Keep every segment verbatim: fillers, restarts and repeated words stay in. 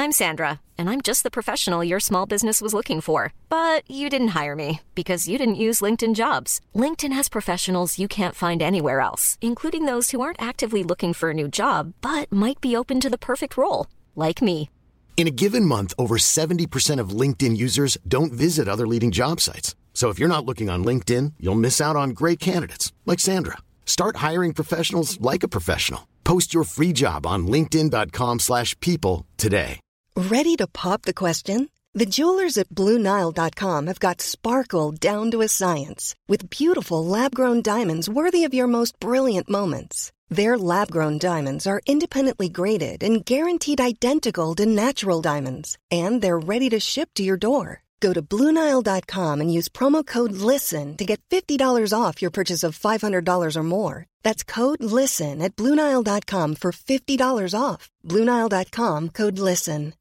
I'm Sandra, and I'm just the professional your small business was looking for. But you didn't hire me because you didn't use LinkedIn Jobs. LinkedIn has professionals you can't find anywhere else, including those who aren't actively looking for a new job, but might be open to the perfect role, like me. In a given month, over seventy percent of LinkedIn users don't visit other leading job sites. So if you're not looking on LinkedIn, you'll miss out on great candidates like Sandra. Start hiring professionals like a professional. Post your free job on linkedin.com slash people today. Ready to pop the question? The jewelers at Blue Nile dot com have got sparkle down to a science with beautiful lab-grown diamonds worthy of your most brilliant moments. Their lab-grown diamonds are independently graded and guaranteed identical to natural diamonds, and they're ready to ship to your door. Go to Blue Nile dot com and use promo code LISTEN to get fifty dollars off your purchase of five hundred dollars or more. That's code LISTEN at Blue Nile dot com for fifty dollars off. Blue Nile dot com, code LISTEN.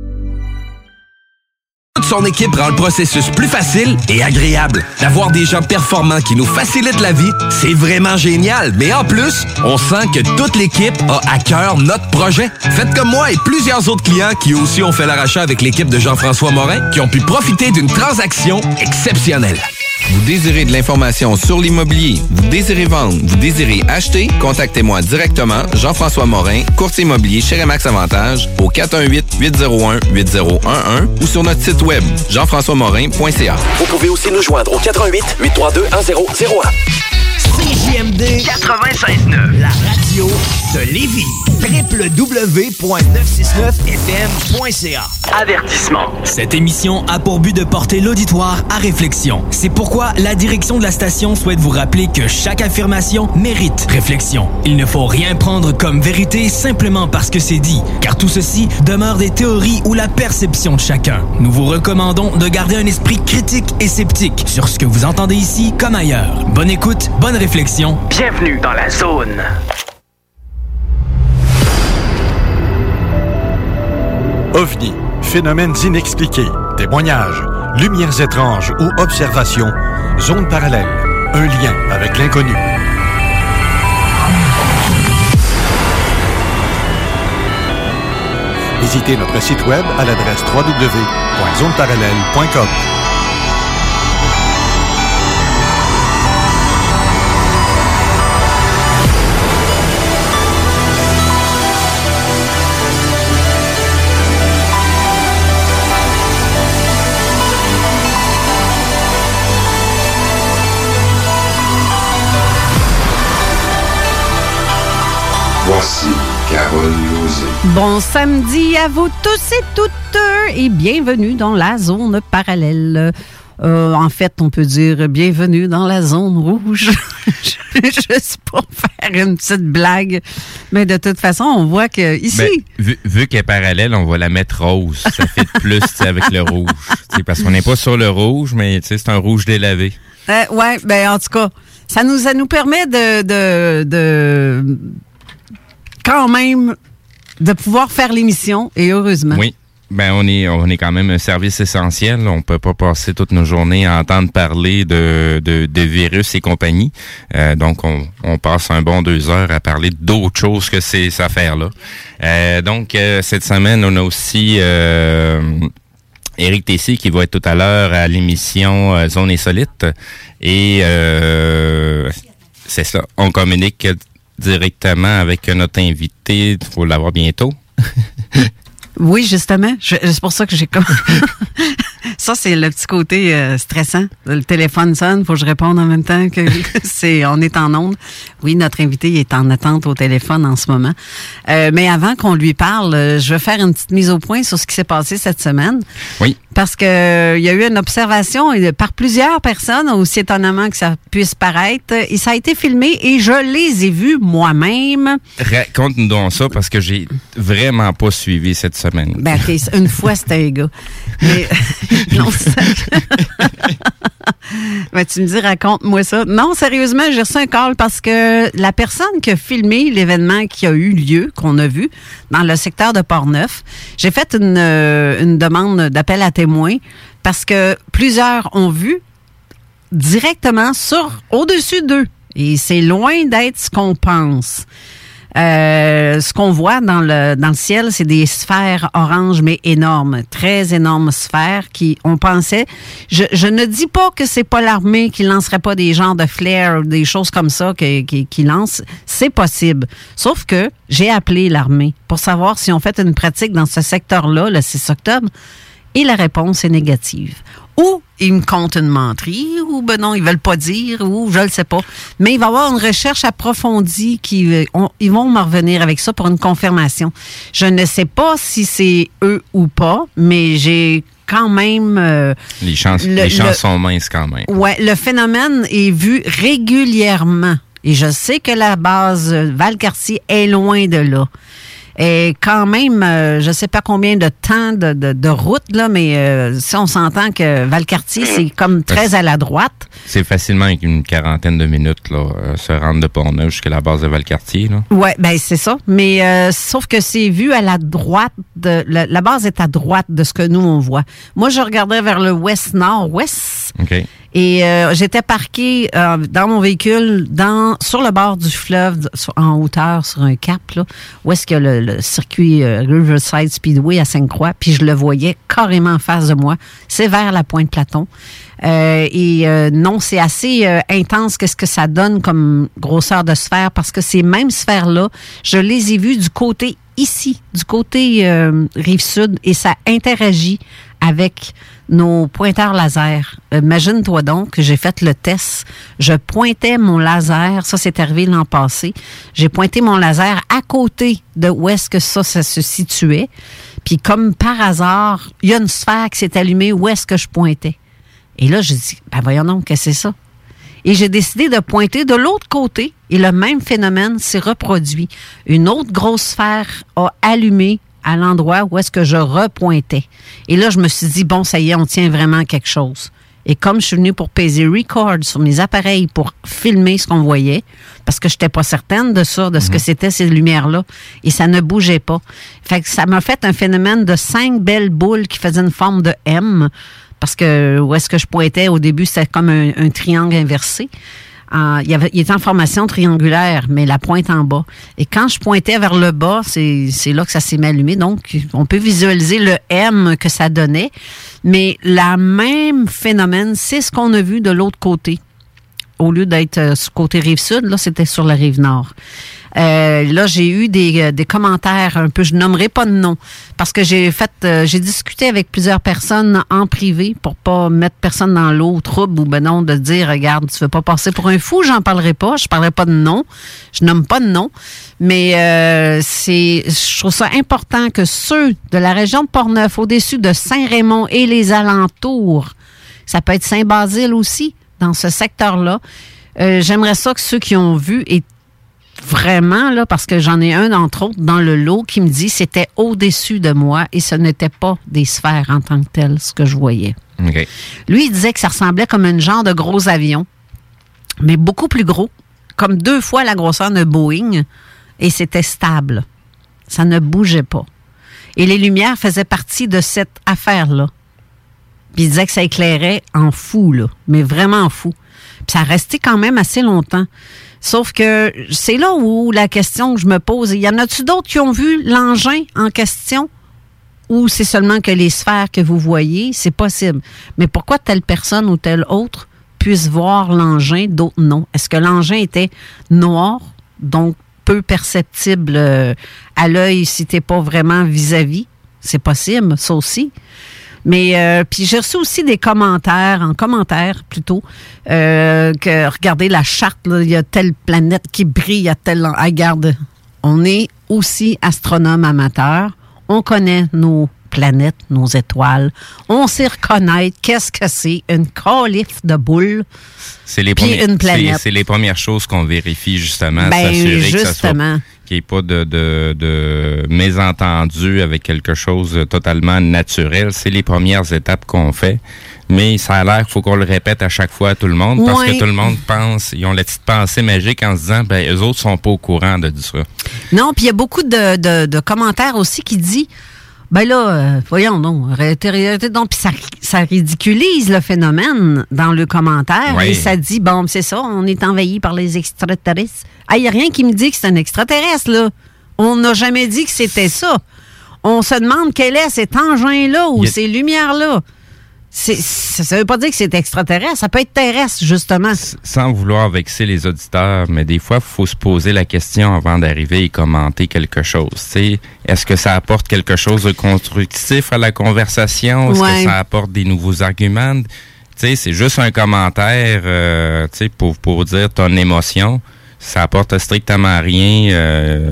Son équipe rend le processus plus facile et agréable. D'avoir des gens performants qui nous facilitent la vie, c'est vraiment génial. Mais en plus, on sent que toute l'équipe a à cœur notre projet. Faites comme moi et plusieurs autres clients qui aussi ont fait l'arrachat avec l'équipe de Jean-François Morin, qui ont pu profiter d'une transaction exceptionnelle. Vous désirez de l'information sur l'immobilier, vous désirez vendre, vous désirez acheter, contactez-moi directement, Jean-François Morin, courtier immobilier chez Remax Avantage, au quatre un huit, huit zéro un, huit zéro un un ou sur notre site web, jean françois morin point c a. Vous pouvez aussi nous joindre au quatre un huit, huit trois deux, un zéro zéro un. C J M D quatre-vingt-seize neuf, la radio de Lévis. w w w point neuf cent soixante-neuf f m point c a. Avertissement. Cette émission a pour but de porter l'auditoire à réflexion. C'est pourquoi la direction de la station souhaite vous rappeler que chaque affirmation mérite réflexion. Il ne faut rien prendre comme vérité simplement parce que c'est dit, car tout ceci demeure des théories ou la perception de chacun. Nous vous recommandons de garder un esprit critique et sceptique sur ce que vous entendez ici comme ailleurs. Bonne écoute, bonne réflexion. Bienvenue dans la zone. OVNI, phénomènes inexpliqués, témoignages, lumières étranges ou observations, zone parallèle, un lien avec l'inconnu. Visitez notre site web à l'adresse w w w point zone parallèle point com. Voici Carole Lauzé. Bon samedi à vous tous et toutes et bienvenue dans la zone parallèle. Euh, en fait, on peut dire bienvenue dans la zone rouge. Juste pour faire une petite blague. Mais de toute façon, on voit que ici... Ben, vu, vu qu'elle est parallèle, on va la mettre rose. Ça fait plus avec le rouge. T'sais, parce qu'on n'est pas sur le rouge, mais c'est un rouge délavé. Euh, ouais, ben en tout cas, ça nous, ça nous permet de... de, de quand même de pouvoir faire l'émission, et heureusement. Oui. Ben on est on est quand même un service essentiel. On peut pas passer toutes nos journées à entendre parler de de, de virus et compagnie. Euh, donc on, on passe un bon deux heures à parler d'autres choses que ces affaires-là. Euh, donc euh, cette semaine on a aussi euh, Éric Tessier qui va être tout à l'heure à l'émission euh, Zone Insolite et euh, c'est ça. On communique directement avec notre invité. Il faut l'avoir bientôt. Oui, justement. Je, c'est pour ça que j'ai comme... Ça, c'est le petit côté euh, stressant. Le téléphone sonne, il faut que je réponde en même temps que c'est on est en onde. Oui, notre invité est en attente au téléphone en ce moment. Euh, mais avant qu'on lui parle, je veux faire une petite mise au point sur ce qui s'est passé cette semaine. Oui. Parce que il y a eu une observation par plusieurs personnes, aussi étonnamment que ça puisse paraître, et ça a été filmé et je les ai vus moi-même. Raconte-nous donc ça parce que j'ai vraiment pas suivi cette semaine. Ben, OK, une fois, c'était un gars. Mais, non, ça... ben, tu me dis, raconte-moi ça. Non, sérieusement, j'ai reçu un call parce que la personne qui a filmé l'événement qui a eu lieu, qu'on a vu, dans le secteur de Portneuf, j'ai fait une, euh, une demande d'appel à témoins parce que plusieurs ont vu directement sur, au-dessus d'eux. Et c'est loin d'être ce qu'on pense. Euh, ce qu'on voit dans le dans le ciel, c'est des sphères oranges, mais énormes, très énormes sphères qui, on pensait, je, je ne dis pas que c'est pas l'armée qui lancerait pas des genres de flares ou des choses comme ça qui, qui, qui lancent, c'est possible. Sauf que j'ai appelé l'armée pour savoir si on fait une pratique dans ce secteur-là, le six octobre, et la réponse est négative. Ou ils me comptent une menterie, ou ben non, ils veulent pas dire, ou je le sais pas. Mais il va y avoir une recherche approfondie qui, on, ils vont me revenir avec ça pour une confirmation. Je ne sais pas si c'est eux ou pas, mais j'ai quand même... Euh, les chances, le, les chances le, sont minces quand même. Ouais, le phénomène est vu régulièrement. Et je sais que la base Valcartier est loin de là. Et quand même, euh, je sais pas combien de temps de, de, de route, là, mais euh, si on s'entend que Valcartier, c'est comme très à la droite. C'est facilement avec une quarantaine de minutes, là, euh, se rendre de Portneuf jusqu'à la base de Valcartier, là. Ouais, ben c'est ça. Mais euh, sauf que c'est vu à la droite, de la, la base est à droite de ce que nous, on voit. Moi, je regardais vers le ouest-nord-ouest. OK. Et euh, j'étais parquée euh, dans mon véhicule dans sur le bord du fleuve, sur, en hauteur, sur un cap, là, où est-ce qu'il y a le, le circuit euh, Riverside Speedway à Sainte-Croix, puis je le voyais carrément en face de moi. C'est vers la pointe Platon. Euh, et euh, non, c'est assez euh, intense qu'est-ce que ça donne comme grosseur de sphère, parce que ces mêmes sphères-là, je les ai vues du côté ici, du côté euh, Rive-Sud, et ça interagit avec nos pointeurs laser. Imagine-toi donc que j'ai fait le test. Je pointais mon laser, ça c'est arrivé l'an passé, j'ai pointé mon laser à côté de où est-ce que ça, ça se situait. Puis comme par hasard, il y a une sphère qui s'est allumée où est-ce que je pointais. Et là, j'ai dit, ben voyons donc, qu'est-ce que c'est ça? Et j'ai décidé de pointer de l'autre côté et le même phénomène s'est reproduit. Une autre grosse sphère a allumé à l'endroit où est-ce que je repointais. Et là, je me suis dit, bon, ça y est, on tient vraiment quelque chose. Et comme je suis venue pour peser record sur mes appareils pour filmer ce qu'on voyait, parce que je n'étais pas certaine de ça, de ce mmh. que c'était ces lumières-là, et ça ne bougeait pas. Fait que ça m'a fait un phénomène de cinq belles boules qui faisaient une forme de M, parce que où est-ce que je pointais au début, c'était comme un, un triangle inversé. Euh, il, y avait, il était en formation triangulaire, mais la pointe en bas. Et quand je pointais vers le bas, c'est, c'est là que ça s'est mis allumé. Donc, on peut visualiser le M que ça donnait. Mais la même phénomène, c'est ce qu'on a vu de l'autre côté. Au lieu d'être euh, sur le côté Rive-Sud, là, c'était sur la Rive-Nord. Euh, là, j'ai eu des, des commentaires un peu, je nommerai pas de nom, parce que j'ai fait, euh, j'ai discuté avec plusieurs personnes en privé pour pas mettre personne dans l'eau, trouble ou ben non, de dire, regarde, tu veux pas passer pour un fou, j'en parlerai pas, je parlerai pas de nom, je nomme pas de nom, mais euh, c'est, je trouve ça important que ceux de la région de Portneuf, au-dessus de Saint-Raymond et les alentours, ça peut être Saint-Basile aussi, dans ce secteur-là, euh, j'aimerais ça que ceux qui ont vu et vraiment, là, parce que j'en ai un, entre autres, dans le lot qui me dit c'était au-dessus de moi et ce n'était pas des sphères en tant que telles, ce que je voyais. Okay. Lui, il disait que ça ressemblait comme un genre de gros avion, mais beaucoup plus gros, comme deux fois la grosseur de Boeing, et c'était stable. Ça ne bougeait pas. Et les lumières faisaient partie de cette affaire-là. Puis il disait que ça éclairait en fou, là, mais vraiment en fou. Puis ça restait quand même assez longtemps. Sauf que c'est là où la question que je me pose, y en a-tu d'autres qui ont vu l'engin en question? Ou c'est seulement que les sphères que vous voyez? C'est possible. Mais pourquoi telle personne ou telle autre puisse voir l'engin, d'autres non? Est-ce que l'engin était noir, donc peu perceptible euh, à l'œil si t'es pas vraiment vis-à-vis? C'est possible, ça aussi. Mais euh, puis j'ai reçu aussi des commentaires, en commentaire plutôt, euh, que regardez la charte, là, il y a telle planète qui brille, il y a telle... Ah, regarde, on est aussi astronome amateur, on connaît nos planètes, nos étoiles, on sait reconnaître qu'est-ce que c'est, une calife de boule, c'est les puis une planète. C'est, c'est les premières choses qu'on vérifie justement, ben, s'assurer justement. que ça soit... qu'il n'y ait pas de, de, de mésentendu avec quelque chose de totalement naturel. C'est les premières étapes qu'on fait. Mais ça a l'air qu'il faut qu'on le répète à chaque fois à tout le monde, parce ouais. que tout le monde pense, ils ont la petite pensée magique en se disant, ben eux autres sont pas au courant de ça. Non, puis il y a beaucoup de, de, de commentaires aussi qui disent, Ben là, euh, voyons donc, arrêtez, arrêtez donc. Puis ça, ça ridiculise le phénomène dans le commentaire. Oui. Et ça dit, bon, c'est ça, on est envahi par les extraterrestres. Ah, il n'y a rien qui me dit que c'est un extraterrestre, là. On n'a jamais dit que c'était ça. On se demande quel est cet engin-là ou Il... ces lumières-là. C'est, ça ne veut pas dire que c'est extraterrestre. Ça peut être terrestre, justement. Sans vouloir vexer les auditeurs, mais des fois, il faut se poser la question avant d'arriver et commenter quelque chose. T'sais, est-ce que ça apporte quelque chose de constructif à la conversation? Est-ce ouais. que ça apporte des nouveaux arguments? T'sais, c'est juste un commentaire euh, t'sais, pour, pour dire ton émotion. Ça apporte strictement rien euh,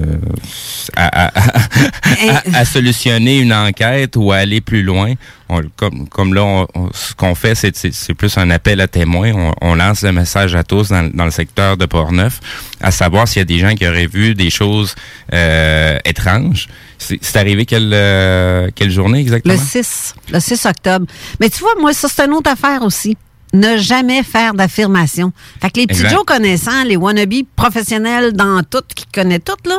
à, à, à, à, à solutionner une enquête ou à aller plus loin. On, comme, comme là, on, on, ce qu'on fait, c'est, c'est, c'est plus un appel à témoins. On, on lance le message à tous dans, dans le secteur de Portneuf, à savoir s'il y a des gens qui auraient vu des choses euh, étranges. C'est, c'est arrivé quelle, euh, quelle journée exactement? Le six. Le six octobre. Mais tu vois, moi, ça, c'est une autre affaire aussi. Ne jamais faire d'affirmation. Fait que les petits Joe connaissants, les wannabes professionnels dans tout, qui connaissent tout, là,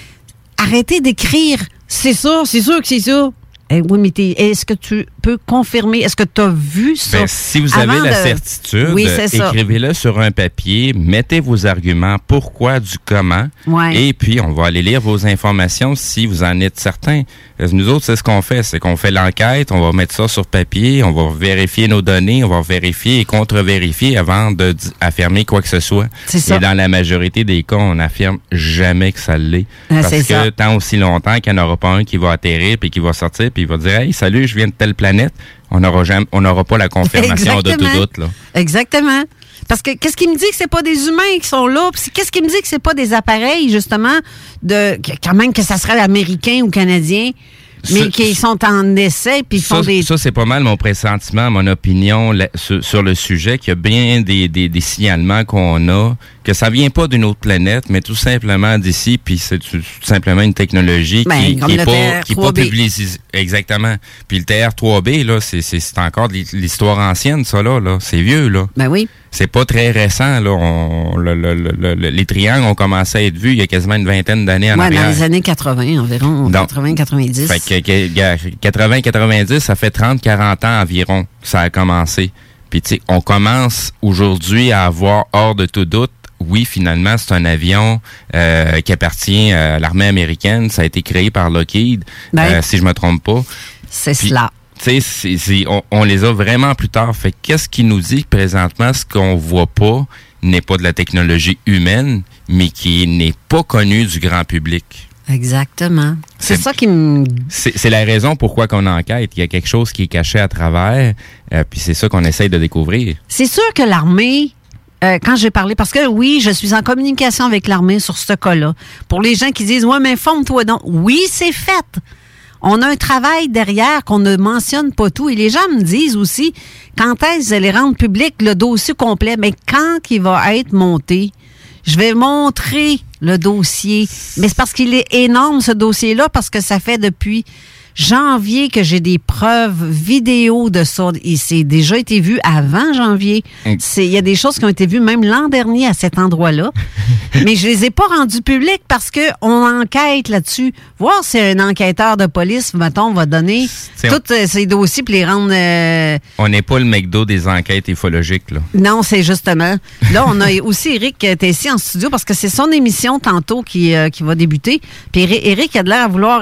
arrêtez d'écrire « c'est ça, c'est sûr que c'est ça ». Eh oui, mais est-ce que tu peux confirmer? Est-ce que tu as vu ça? Ben, si vous avez la de... certitude, oui, écrivez-le sur un papier, mettez vos arguments, pourquoi, du comment, ouais. et puis on va aller lire vos informations si vous en êtes certain. Nous autres, c'est ce qu'on fait, c'est qu'on fait l'enquête, on va mettre ça sur papier, on va vérifier nos données, on va vérifier et contre-vérifier avant d'affirmer quoi que ce soit. C'est ça. Et dans la majorité des cas, on n'affirme jamais que ça l'est. Ah, parce que ça. tant aussi longtemps qu'il n'y en aura pas un qui va atterrir puis qui va sortir puis il va dire « Hey, salut, je viens de telle planète », on n'aura jamais, on n'aura pas la confirmation de tout doute, là. Exactement. Parce que qu'est-ce qui me dit que c'est pas des humains qui sont là? Puis qu'est-ce qui me dit que c'est pas des appareils, justement, de quand même que ça serait américain ou canadien, mais ça, qui sont en essai puis font ça, des... Ça, c'est pas mal mon pressentiment, mon opinion là, sur, sur le sujet, qu'il y a bien des, des, des signalements qu'on a, que ça vient pas d'une autre planète, mais tout simplement d'ici, puis c'est tout, tout simplement une technologie ben, qui, qui est pas, qui est pas publicisée. Exactement. Puis le T R trois B, là, c'est, c'est, c'est encore de l'histoire ancienne, ça, là. là. C'est vieux, là. Ben oui. C'est pas très récent, là. On, le, le, le, le, les triangles ont commencé à être vus il y a quasiment une vingtaine d'années en ouais, arrière. dans les années quatre-vingts environ, quatre-vingts quatre-vingt-dix. Fait que quatre-vingts quatre-vingt-dix, ça fait trente quarante ans environ que ça a commencé. Puis tu sais, on commence aujourd'hui à avoir hors de tout doute, oui, finalement, c'est un avion euh, qui appartient à l'armée américaine. Ça a été créé par Lockheed, ben, euh, si je me trompe pas. C'est Puis, cela. Tu sais, on, on les a vraiment plus tard. Fait qu'est-ce qui nous dit que présentement, ce qu'on voit pas n'est pas de la technologie humaine, mais qui n'est pas connu du grand public? Exactement. C'est, c'est ça qui me... C'est, c'est la raison pourquoi qu'on enquête. Il y a quelque chose qui est caché à travers, euh, puis c'est ça qu'on essaye de découvrir. C'est sûr que l'armée... Euh, quand j'ai parlé, parce que oui, je suis en communication avec l'armée sur ce cas-là. Pour les gens qui disent, ouais, mais forme-toi donc. Oui, c'est fait. On a un travail derrière qu'on ne mentionne pas tout. Et les gens me disent aussi, quand est-ce que les rendre public le dossier complet? Mais quand il va être monté, je vais montrer le dossier. Mais c'est parce qu'il est énorme, ce dossier-là, parce que ça fait depuis janvier que j'ai des preuves vidéo de ça. Et c'est déjà été vu avant janvier. Il y a des choses qui ont été vues même l'an dernier à cet endroit-là. Mais je les ai pas rendues publiques parce que on enquête là-dessus. Voir si un enquêteur de police, mettons, va donner tous on... ces dossiers puis les rendre... Euh... On n'est pas le McDo des enquêtes ufologiques, là. Non, c'est justement. Là, on a aussi Éric qui était ici en studio parce que c'est son émission tantôt qui, euh, qui va débuter. Puis Éric a de l'air à vouloir...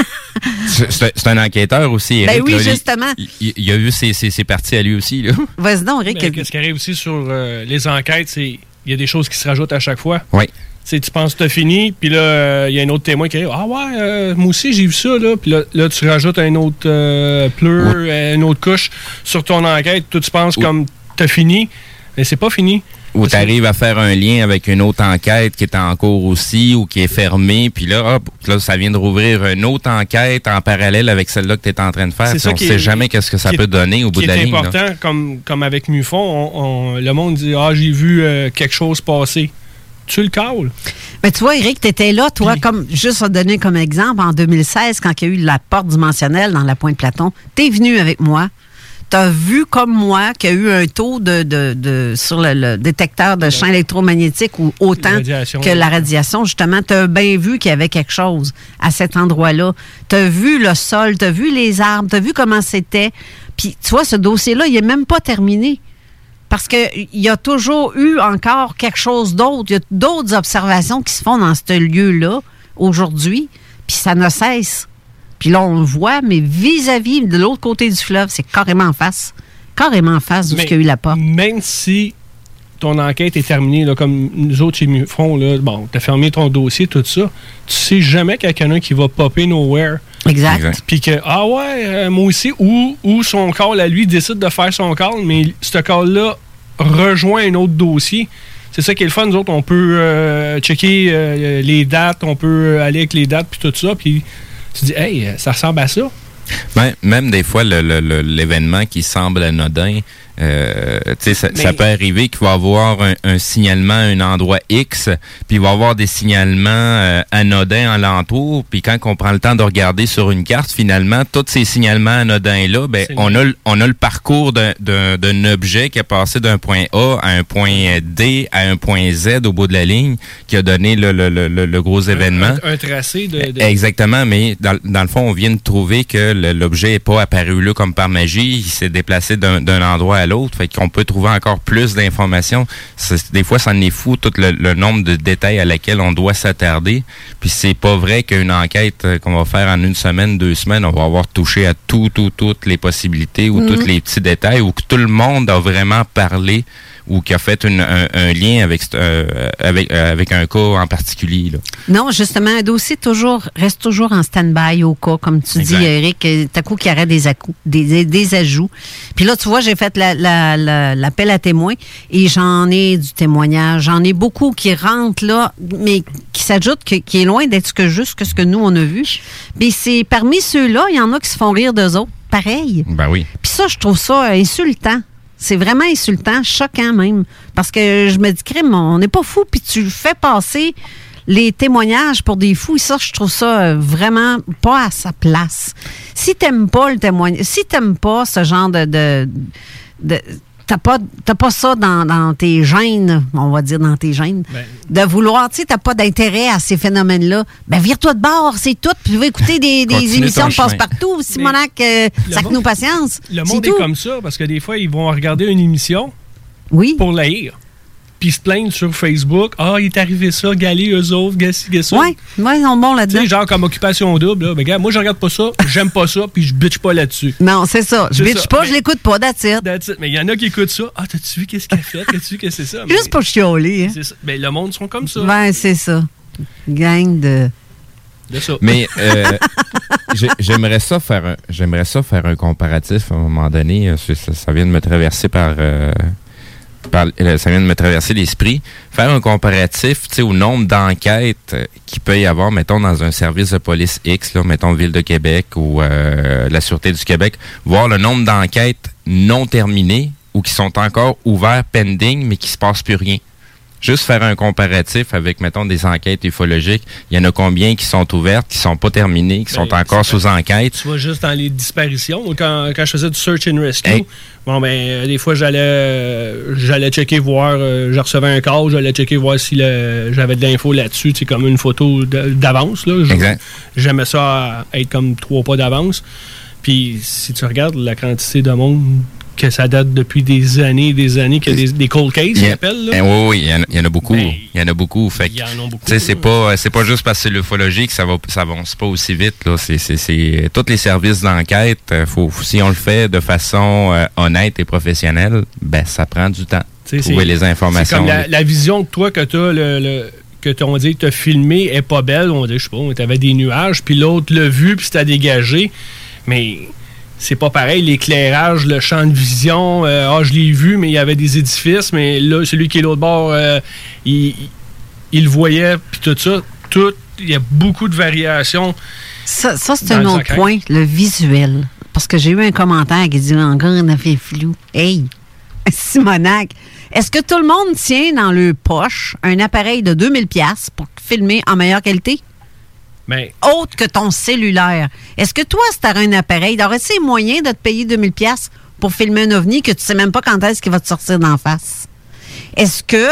c'est, c'est un enquêteur aussi, Éric. Ben oui, là, justement. Il, il, il a eu ses, ses, ses parties à lui aussi, là. Vas-y donc, Éric. Ben, qu'est-ce qui arrive aussi sur euh, les enquêtes, c'est il y a des choses qui se rajoutent à chaque fois. Oui. Tu tu penses que tu as fini, puis là, il euh, y a un autre témoin qui arrive. Ah ouais, euh, moi aussi, j'ai vu ça, là. Puis là, là, tu rajoutes un autre euh, pleur, oui. une autre couche sur ton enquête. Toi, tu penses oui. comme tu as fini, mais c'est pas fini. Ou tu arrives à faire un lien avec une autre enquête qui est en cours aussi ou qui est fermée, puis là, hop, là, ça vient de rouvrir une autre enquête en parallèle avec celle-là que tu es en train de faire. On ne sait jamais qu'est-ce que ça peut donner au bout de la ligne. C'est important, comme, comme avec MUFON, on, on, le monde dit « Ah, j'ai vu euh, quelque chose passer ». Tu le cales. Mais tu vois, Éric, tu étais là, toi, Puis, comme juste à donner comme exemple, en deux mille seize, quand il y a eu la porte dimensionnelle dans la Pointe-Platon, tu es venu avec moi. tu as vu comme moi qu'il y a eu un taux de, de, de sur le, le détecteur de champs électromagnétiques ou autant que la radiation. Justement, tu as bien vu qu'il y avait quelque chose à cet endroit-là. Tu as vu le sol, tu as vu les arbres, tu as vu comment c'était. Puis, tu vois, ce dossier-là, il n'est même pas terminé. Parce qu'il y a toujours eu encore quelque chose d'autre. Il y a d'autres observations qui se font dans ce lieu-là aujourd'hui, puis ça ne cesse. Puis là, on le voit, mais vis-à-vis de l'autre côté du fleuve, c'est carrément en face. Carrément en face d'où il y a eu la porte. Même si ton enquête est terminée, là, comme nous autres chez Mufron, là, bon, tu as fermé ton dossier, tout ça, tu sais jamais qu'il y a quelqu'un qui va popper nowhere. Exact. Puis que, ah ouais, euh, moi aussi, ou, ou son call à lui décide de faire son call, mais ce call-là rejoint un autre dossier. C'est ça qui est le fun. Nous autres, on peut euh, checker euh, les dates, on peut aller avec les dates, puis tout ça, puis tu dis, hey, ça ressemble à ça. Ben, même des fois, le, le, le, l'événement qui semble anodin, euh, ça, ça peut arriver qu'il va y avoir un, un signalement à un endroit X, puis il va y avoir des signalements euh, anodins alentour, puis quand on prend le temps de regarder sur une carte, finalement, tous ces signalements anodins-là, ben, on a, on a le parcours d'un, d'un, d'un objet qui a passé d'un point A à un point D à un point Z au bout de la ligne, qui a donné le, le, le, le gros événement. Un, un, un tracé de, de... Exactement, mais dans, dans le fond, on vient de trouver que le, l'objet n'est pas apparu là comme par magie, il s'est déplacé d'un, d'un endroit à l'autre, fait qu'on peut trouver encore plus d'informations. C'est, des fois, ça en est fou, tout le, le nombre de détails à laquelle on doit s'attarder. Puis c'est pas vrai qu'une enquête qu'on va faire en une semaine, deux semaines, on va avoir touché à tout, tout, toutes les possibilités ou mm-hmm. tous les petits détails, ou que tout le monde a vraiment parlé ou qui a fait une, un, un lien avec, euh, avec, euh, avec un cas en particulier. Là. Non, justement, un dossier toujours, reste toujours en stand-by au cas, comme tu exact. dis, Eric, t'as coup qu'il y aurait des, accou- des, des, des ajouts. Puis là, tu vois, j'ai fait la, la, la, l'appel à témoins et j'en ai du témoignage. J'en ai beaucoup qui rentrent là, mais qui s'ajoutent, que, qui est loin d'être que juste que ce que nous, on a vu. Mais c'est parmi ceux-là, il y en a qui se font rire d'eux autres. Pareil. Ben oui. Puis ça, je trouve ça insultant. C'est vraiment insultant, choquant même. Parce que je me dis, crime, on n'est pas fou, puis tu fais passer les témoignages pour des fous. Et ça, je trouve ça vraiment pas à sa place. Si t'aimes pas le témoignage, si t'aimes pas ce genre de... de, de T'as pas, t'as pas ça dans, dans tes gènes, on va dire dans tes gènes, ben, de vouloir, tu sais, t'as pas d'intérêt à ces phénomènes-là. Ben, vire-toi de bord, c'est tout, puis tu vas écouter des, des émissions de passe-partout. Simonac, euh, sac-nous patience. Le monde est, est comme ça, parce que des fois, ils vont regarder une émission oui. pour l'haïr. Puis ils se plaignent sur Facebook. Ah, il est arrivé ça, galé, eux autres, gassi, gassi. Oui, ouais, ils sont bons là-dedans. Tu sais, genre comme Occupation Double, là. Ben, gars, moi, je regarde pas ça, j'aime pas ça, puis je bitch pas là-dessus. Non, c'est ça. Je bitch pas, mais, je l'écoute pas, that's it. That's it. Mais il y en a qui écoutent ça. Ah, t'as-tu vu qu'est-ce qu'il a fait? T'as-tu vu que c'est ça? Juste pour chialer. Hein. C'est ça. Ben, le monde sont comme ça. Ben, c'est ça. Gang de... de ça. Mais euh, j'aimerais ça faire un, j'aimerais ça faire un comparatif à un moment donné. Ça, ça vient de me traverser par... Euh, Par, ça vient de me traverser l'esprit, faire un comparatif au nombre d'enquêtes qu'il peut y avoir, mettons, dans un service de police X, là, mettons, Ville de Québec ou euh, la Sûreté du Québec, voir le nombre d'enquêtes non terminées ou qui sont encore ouvertes, pending, mais qui se passe plus rien. Juste faire un comparatif avec, mettons, des enquêtes ufologiques. Il y en a combien qui sont ouvertes, qui sont pas terminées, qui ben, sont encore sous enquête. Tu vois, juste dans les disparitions. Quand, quand je faisais du search and rescue, hey. bon, ben, euh, des fois, j'allais euh, j'allais checker, voir, euh, je recevais un call, j'allais checker, voir si le, j'avais de l'info là-dessus, tu sais, comme une photo de, d'avance, là. Exact. J'aimais ça être comme trois pas d'avance. Puis, si tu regardes la quantité de monde que ça date depuis des années et des années, qu'il y a des, des cold cases, ils appellent. Là. Oui, oui, il y, en, il y en a beaucoup. Ben, il y en a beaucoup. Fait il y en a beaucoup. Tu sais, c'est pas, c'est pas juste parce que c'est l'ufologie que ça va, ça avance pas aussi vite, là. C'est, c'est, c'est tous les services d'enquête. Faut, si on le fait de façon euh, honnête et professionnelle, ben, ça prend du temps. T'sais, trouver les informations. C'est comme la, la vision de toi que t'as, le, le, que t'on dit que t'as filmé est pas belle. On dit, je sais pas, t'avais des nuages, puis l'autre l'a vu, puis c'était dégagé. Mais c'est pas pareil, l'éclairage, le champ de vision, euh, ah, je l'ai vu, mais il y avait des édifices, mais là, celui qui est l'autre bord, euh, il, il le voyait, puis tout ça, tout, il y a beaucoup de variations. Ça, ça c'est un autre point, le visuel. Parce que j'ai eu un commentaire qui dit, encore, on a fait flou. Hey, Simonac, est-ce que tout le monde tient dans leur poche un appareil de deux mille dollars pour filmer en meilleure qualité? Mais, autre que ton cellulaire. Est-ce que toi, si tu as un appareil, aurais-tu les moyens de te payer deux mille dollars pour filmer un ovni que tu sais même pas quand est-ce qu'il va te sortir d'en face. Est-ce que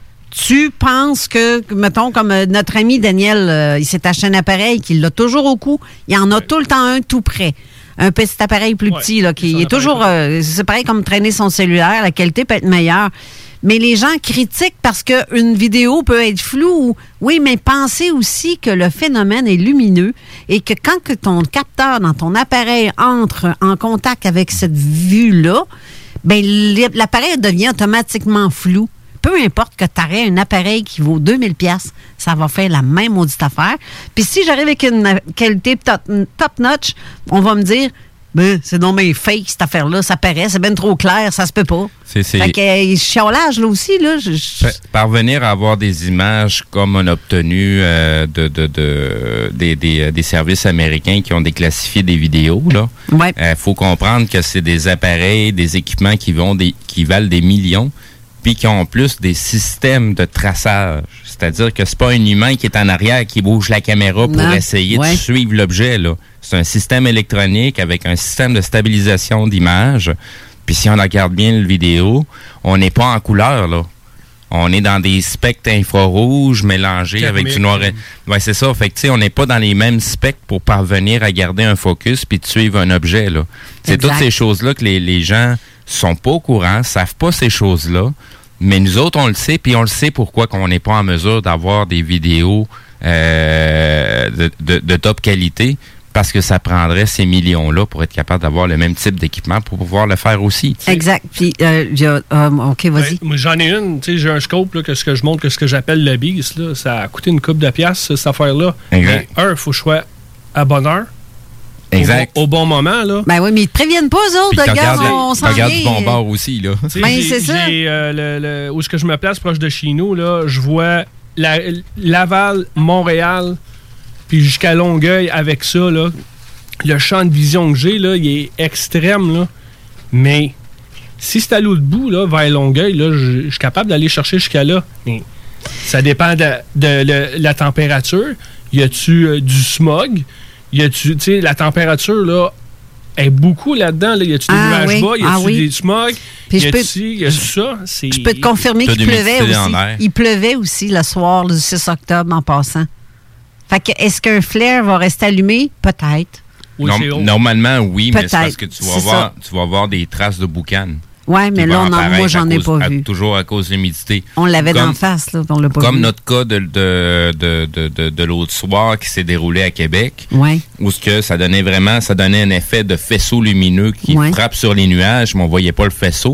tu penses que, mettons, comme euh, notre ami Daniel, euh, il s'est acheté un appareil qu'il l'a toujours au cou, il en a ouais. tout le temps un tout près. Un petit appareil plus ouais, petit, là, qui est toujours... Euh, c'est pareil comme traîner son cellulaire, la qualité peut être meilleure. Mais les gens critiquent parce qu'une vidéo peut être floue. Oui, mais pensez aussi que le phénomène est lumineux et que quand que ton capteur dans ton appareil entre en contact avec cette vue-là, ben l'appareil devient automatiquement flou. Peu importe que tu aies un appareil qui vaut deux mille dollars, ça va faire la même maudite affaire. Puis si j'arrive avec une qualité top, top notch, on va me dire... Ben, c'est donc bien fake, cette affaire-là. Ça paraît, c'est bien trop clair, ça se peut pas. C'est, c'est... Fait que, euh, chiolage, là aussi, là. Je, je... Parvenir à avoir des images comme on a obtenu euh, de, de, de, des, des, des services américains qui ont déclassifié des vidéos, là. Ouais. Euh, faut comprendre que c'est des appareils, des équipements qui vont des, qui valent des millions, puis qui ont en plus des systèmes de traçage. C'est-à-dire que c'est pas un humain qui est en arrière qui bouge la caméra pour non. essayer ouais. de suivre l'objet, là. C'est un système électronique avec un système de stabilisation d'image. Puis si on regarde bien le vidéo, on n'est pas en couleur, là. On est dans des spectres infrarouges mélangés Thermique. avec du noir et... Ouais, c'est ça. Fait que, tu sais, on n'est pas dans les mêmes spectres pour parvenir à garder un focus puis de suivre un objet, là. C'est exact. Toutes ces choses-là que les, les gens sont pas au courant, savent pas ces choses-là. Mais nous autres, on le sait, puis on le sait pourquoi qu'on n'est pas en mesure d'avoir des vidéos euh, de, de, de top qualité. Parce que ça prendrait ces millions-là pour être capable d'avoir le même type d'équipement pour pouvoir le faire aussi. T'sais. Exact. Puis, euh, y a, euh, OK, vas-y. Ben, j'en ai une. Tu sais, j'ai un scope, là, que ce que je montre, que ce que j'appelle le Beast, là, ça a coûté une couple de piastres, cette affaire-là. Exact. Mais, un, il faut que je sois à bonne heure. Exact. Au, au bon moment, là. Ben oui, mais ils te préviennent pas, eux autres. Regarde, on s'en vient. Regarde du bon bord aussi, là. Ben, j'ai, c'est ça. J'ai, euh, le, le, où est-ce que je me place, proche de chez nous, là, je vois la, Laval, Montréal, puis jusqu'à Longueuil avec ça, là. Le champ de vision que j'ai, là, il est extrême, là. Mais si c'est à l'autre bout, là, vers Longueuil, là, je suis capable d'aller chercher jusqu'à là. Mais ça dépend de, de, de la température. Y a-tu euh, du smog? Y a-tu, tu sais, la température, là, est beaucoup là-dedans. Là. Y a-tu des ah, nuages oui. bas? Y a-tu ah, oui. des smog? Puis y a-tu je peux, y a ça? C'est... Je peux te confirmer qu'il pleuvait aussi. Il pleuvait aussi le soir du six octobre en passant. Fait que, est-ce qu'un flare va rester allumé? Peut-être. Norm- normalement, oui, Peut-être. mais c'est parce que tu vas, voir, tu vas voir des traces de boucan. Oui, mais là, on en, moi, j'en ai cause, pas à, vu. Toujours à cause de l'humidité. On l'avait d'en face, là, on l'a pas comme vu. notre cas de, de, de, de, de, de l'autre soir qui s'est déroulé à Québec, ouais. où ce que ça donnait vraiment, ça donnait un effet de faisceau lumineux qui ouais. frappe sur les nuages, mais on voyait pas le faisceau.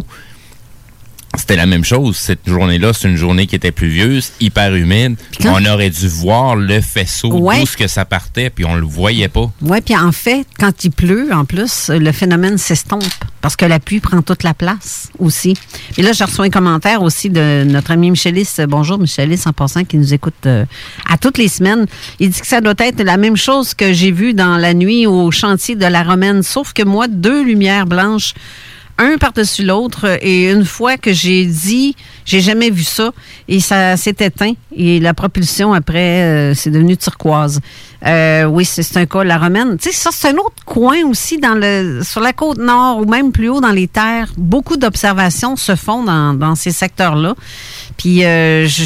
C'était la même chose. Cette journée-là, c'est une journée qui était pluvieuse, hyper humide. Quand... On aurait dû voir le faisceau, ouais. d'où ce que ça partait, puis on le voyait pas. Oui, puis en fait, quand il pleut, en plus, le phénomène s'estompe parce que la pluie prend toute la place aussi. Et là, j'ai reçu un commentaire aussi de notre ami Michelis. Bonjour, Michelis, en passant, qui nous écoute euh, à toutes les semaines. Il dit que ça doit être la même chose que j'ai vu dans la nuit au chantier de la Romaine, sauf que moi, deux lumières blanches, un par-dessus l'autre, et une fois que j'ai dit, j'ai jamais vu ça, et ça s'est éteint, et la propulsion après, euh, c'est devenu turquoise. Euh, oui, c'est, c'est un cas, la Romaine. Tu sais, ça, c'est un autre coin aussi, dans le, sur la côte nord, ou même plus haut dans les terres. Beaucoup d'observations se font dans, dans ces secteurs-là. Puis, euh, je,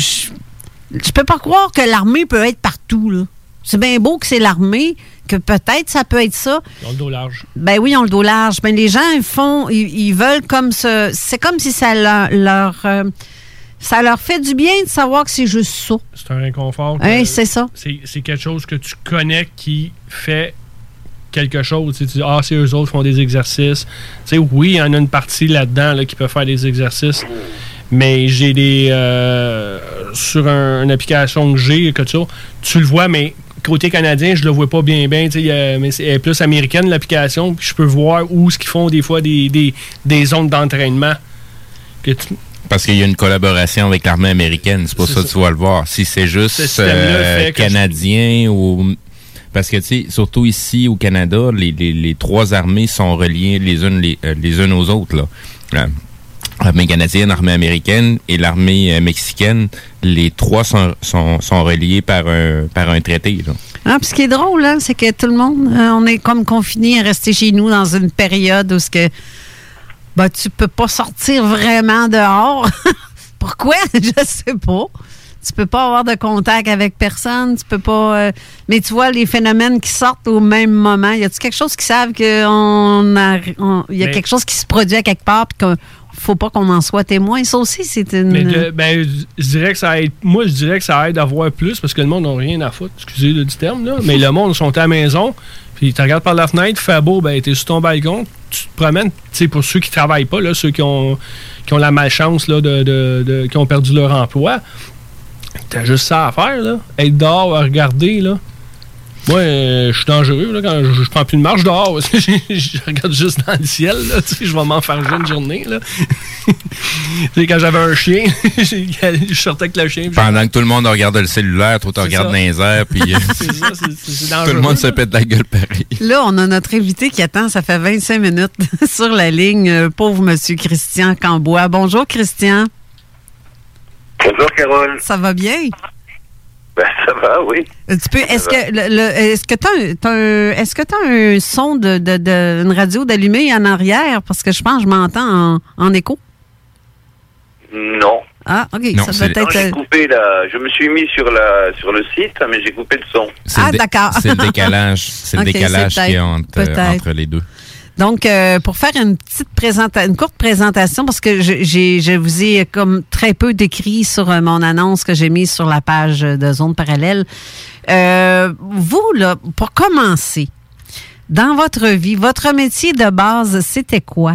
je peux pas croire que l'armée peut être partout, là. C'est bien beau que c'est l'armée, que peut-être ça peut être ça. Ils ont le dos large. Ben oui, ils ont le dos large. Ben les gens, ils font, ils, ils veulent comme ça. C'est comme si ça leur, leur euh, ça leur fait du bien de savoir que c'est juste ça. C'est un réconfort. Oui, c'est ça. C'est, c'est quelque chose que tu connais qui fait quelque chose. Tu dis, ah, c'est eux autres qui font des exercices. Tu sais, oui, il y en a une partie là-dedans là, qui peut faire des exercices. Mais j'ai des... Euh, sur un, une application que j'ai, que tu, tu le vois, mais côté canadien, je le vois pas bien, bien. Euh, mais c'est plus américaine, l'application. Puis je peux voir où ce qu'ils font des fois des, des, des zones d'entraînement. Que tu... Parce qu'il y a une collaboration avec l'armée américaine. C'est pour c'est ça que tu vas le voir. Si c'est juste euh, canadien je... ou... Parce que, tu sais, surtout ici au Canada, les, les, les trois armées sont reliées les unes, les, euh, les unes aux autres, là. Euh, L'armée canadienne, l'armée américaine et l'armée euh, mexicaine, les trois sont, sont, sont reliés par un, par un traité. Là. Ah, puis ce qui est drôle, là, c'est que tout le monde, euh, on est comme confiné à rester chez nous dans une période où ce que ben, tu peux pas sortir vraiment dehors. Pourquoi? Je sais pas. Tu peux pas avoir de contact avec personne. Tu peux pas... Euh, mais tu vois, les phénomènes qui sortent au même moment, y a-tu quelque chose qui savent qu'on a... On, y a mais, quelque chose qui se produit à quelque part puis qu'il faut pas qu'on en soit témoin? Ça aussi, c'est une... Mais de, ben, je dirais que ça aide... Moi, je dirais que ça aide à voir plus parce que le monde n'a rien à foutre. Excusez le du terme, là. Mais le monde sont à la maison, puis tu regardes par la fenêtre, il fait beau, ben, t'es sur ton balcon, tu te promènes. Tu sais, pour ceux qui travaillent pas, là, ceux qui ont, qui ont la malchance, là, de, de, de, qui ont perdu leur emploi... T'as juste ça à faire, là. Être dehors, à regarder, là. Moi, euh, je suis dangereux, là. Quand je, je prends plus de marche dehors, je, je regarde juste dans le ciel, là. Tu sais, je vais m'enfarger une journée, là. Tu sais, quand j'avais un chien, je sortais avec le chien. Pendant que tout le monde regarde le cellulaire, toi, tu regardes dans les airs, puis c'est ça, c'est, c'est dangereux. Tout le monde se pète la gueule pareil. Là, on a notre invité qui attend, ça fait vingt-cinq minutes sur la ligne. Euh, pauvre monsieur Christian Cambois. Bonjour, Christian. Bonjour, Carole. Ça va bien? Ben, ça va, oui. Tu peux, est-ce que, le, le, est-ce que tu as un, un, est-ce que tu as un son de, de, de, une radio d'allumée en arrière? Parce que je pense que je m'entends en, en écho. Non. Ah, OK. Non, ça c'est... doit être... Non, j'ai coupé la... Je me suis mis sur, la... sur le site, mais j'ai coupé le son. C'est ah, le dé... d'accord. C'est le décalage. C'est okay, le décalage c'est qui est entre, euh, entre les deux. Donc, euh, pour faire une petite présentation, une courte présentation, parce que je, j'ai, je vous ai comme très peu décrit sur euh, mon annonce que j'ai mise sur la page de Zone Parallèle. Euh, vous, là, pour commencer, dans votre vie, votre métier de base, c'était quoi?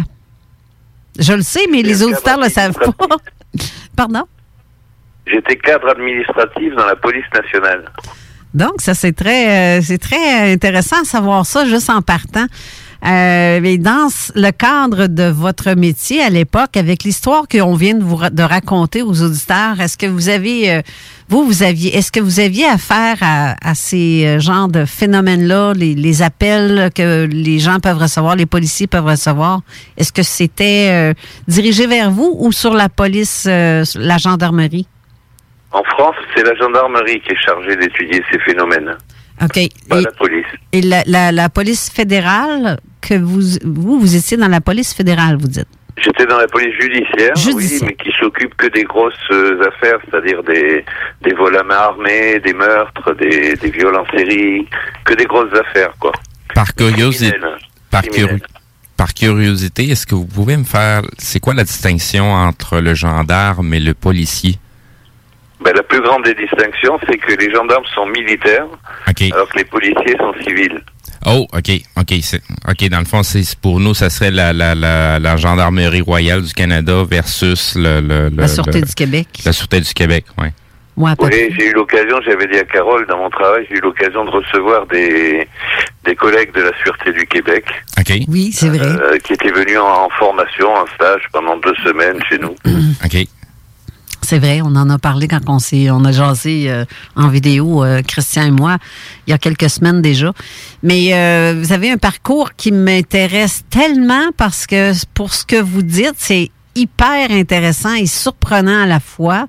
Je le sais, mais les auditeurs ne le savent pas. Pardon? J'étais cadre administratif dans la police nationale. Donc, ça, c'est très, euh, c'est très intéressant à savoir ça, juste en partant. Euh, mais dans le cadre de votre métier à l'époque, avec l'histoire qu'on vient de vous de raconter aux auditeurs, est-ce que vous avez, euh, vous, vous aviez, est-ce que vous aviez affaire à, à ces genres de phénomènes-là, les, les appels que les gens peuvent recevoir, les policiers peuvent recevoir? Est-ce que c'était euh, dirigé vers vous ou sur la police, euh, la gendarmerie? En France, c'est la gendarmerie qui est chargée d'étudier ces phénomènes. OK. Pas et, la police. Et la, la, la police fédérale, que vous, vous, vous étiez dans la police fédérale, vous dites? J'étais dans la police judiciaire, judiciaire. oui, mais qui s'occupe que des grosses euh, affaires, c'est-à-dire des, des vols à main armée, des meurtres, des, des viols en série, que des grosses affaires, quoi. Par curiosité, par, curi- par curiosité, est-ce que vous pouvez me faire, c'est quoi la distinction entre le gendarme et le policier? Ben, la plus grande des distinctions, c'est que les gendarmes sont militaires, okay. alors que les policiers sont civils. Oh, OK, OK. C'est, OK, dans le fond, c'est, pour nous, ça serait la, la, la, la Gendarmerie royale du Canada versus le... le, le la Sûreté le, du Québec. La Sûreté du Québec, oui. Ouais, oui, j'ai eu l'occasion, j'avais dit à Carole, dans mon travail, j'ai eu l'occasion de recevoir des, des collègues de la Sûreté du Québec. OK. Oui, c'est vrai. Euh, qui étaient venus en, en formation, en stage, pendant deux semaines chez nous. OK. C'est vrai, on en a parlé quand on s'est, on a jasé euh, en vidéo, euh, Christian et moi, il y a quelques semaines déjà. Mais euh, vous avez un parcours qui m'intéresse tellement parce que pour ce que vous dites, c'est hyper intéressant et surprenant à la fois.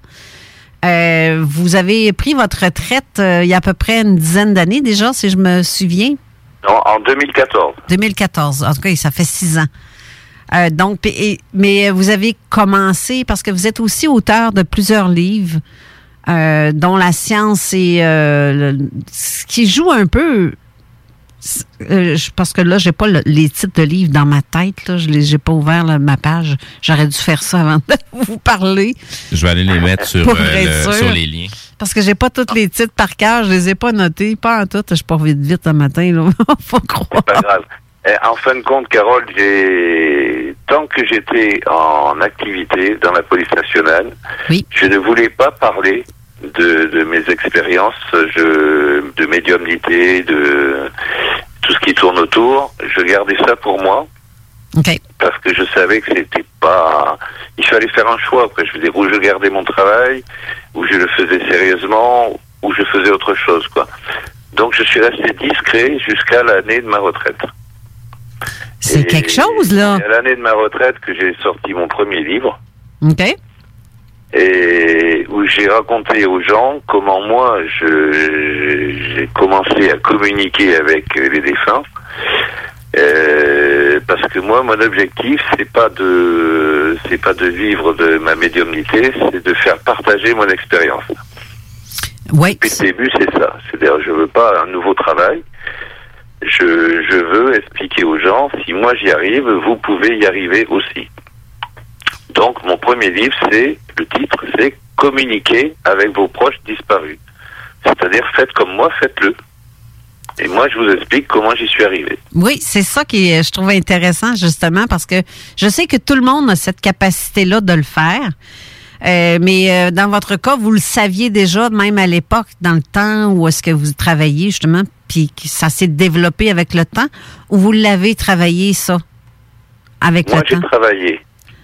Euh, vous avez pris votre retraite euh, il y a à peu près une dizaine d'années déjà, si je me souviens. Non, en deux mille quatorze. deux mille quatorze, en tout cas, ça fait six ans. Euh, donc, et, mais vous avez commencé parce que vous êtes aussi auteur de plusieurs livres, euh, dont la science et euh, le, ce qui joue un peu. Euh, parce que là, j'ai pas le, les titres de livres dans ma tête. Là, je les, j'ai pas ouvert là, ma page. J'aurais dû faire ça avant de vous parler. Je vais aller les mettre sur, euh, le, sur les liens. Parce que j'ai pas tous les titres par cœur. Je les ai pas notés. Pas en tout. Je pars vite vite un matin. Là. Faut croire. C'est pas grave. En fin de compte, Carole, j'ai tant que j'étais en activité dans la police nationale, oui. je ne voulais pas parler de, de mes expériences je, de médiumnité, de tout ce qui tourne autour. Je gardais ça pour moi. Okay. Parce que je savais que c'était pas... Il fallait faire un choix. Après, je veux dire, où je gardais mon travail, où je le faisais sérieusement, où je faisais autre chose, quoi. Donc, je suis resté discret jusqu'à l'année de ma retraite. C'est et quelque chose, là. C'est à l'année de ma retraite que j'ai sorti mon premier livre. OK. Et où j'ai raconté aux gens comment moi, je, j'ai commencé à communiquer avec les défunts. Euh, parce que moi, mon objectif, c'est pas de, c'est pas de vivre de ma médiumnité, c'est de faire partager mon expérience. Oui. Depuis le début, c'est ça. C'est-à-dire, je veux pas un nouveau travail. Je, je veux expliquer aux gens, si moi j'y arrive, vous pouvez y arriver aussi. Donc, mon premier livre, c'est, le titre, c'est Communiquer avec vos proches disparus. C'est-à-dire, faites comme moi, faites-le. Et moi, je vous explique comment j'y suis arrivé. Oui, c'est ça qui je trouve intéressant, justement, parce que je sais que tout le monde a cette capacité-là de le faire. Euh, mais euh, dans votre cas, vous le saviez déjà, même à l'époque, dans le temps où est-ce que vous travailliez, justement, puis que ça s'est développé avec le temps, ou vous l'avez travaillé, ça, avec moi, le temps? Moi, j'ai travaillé.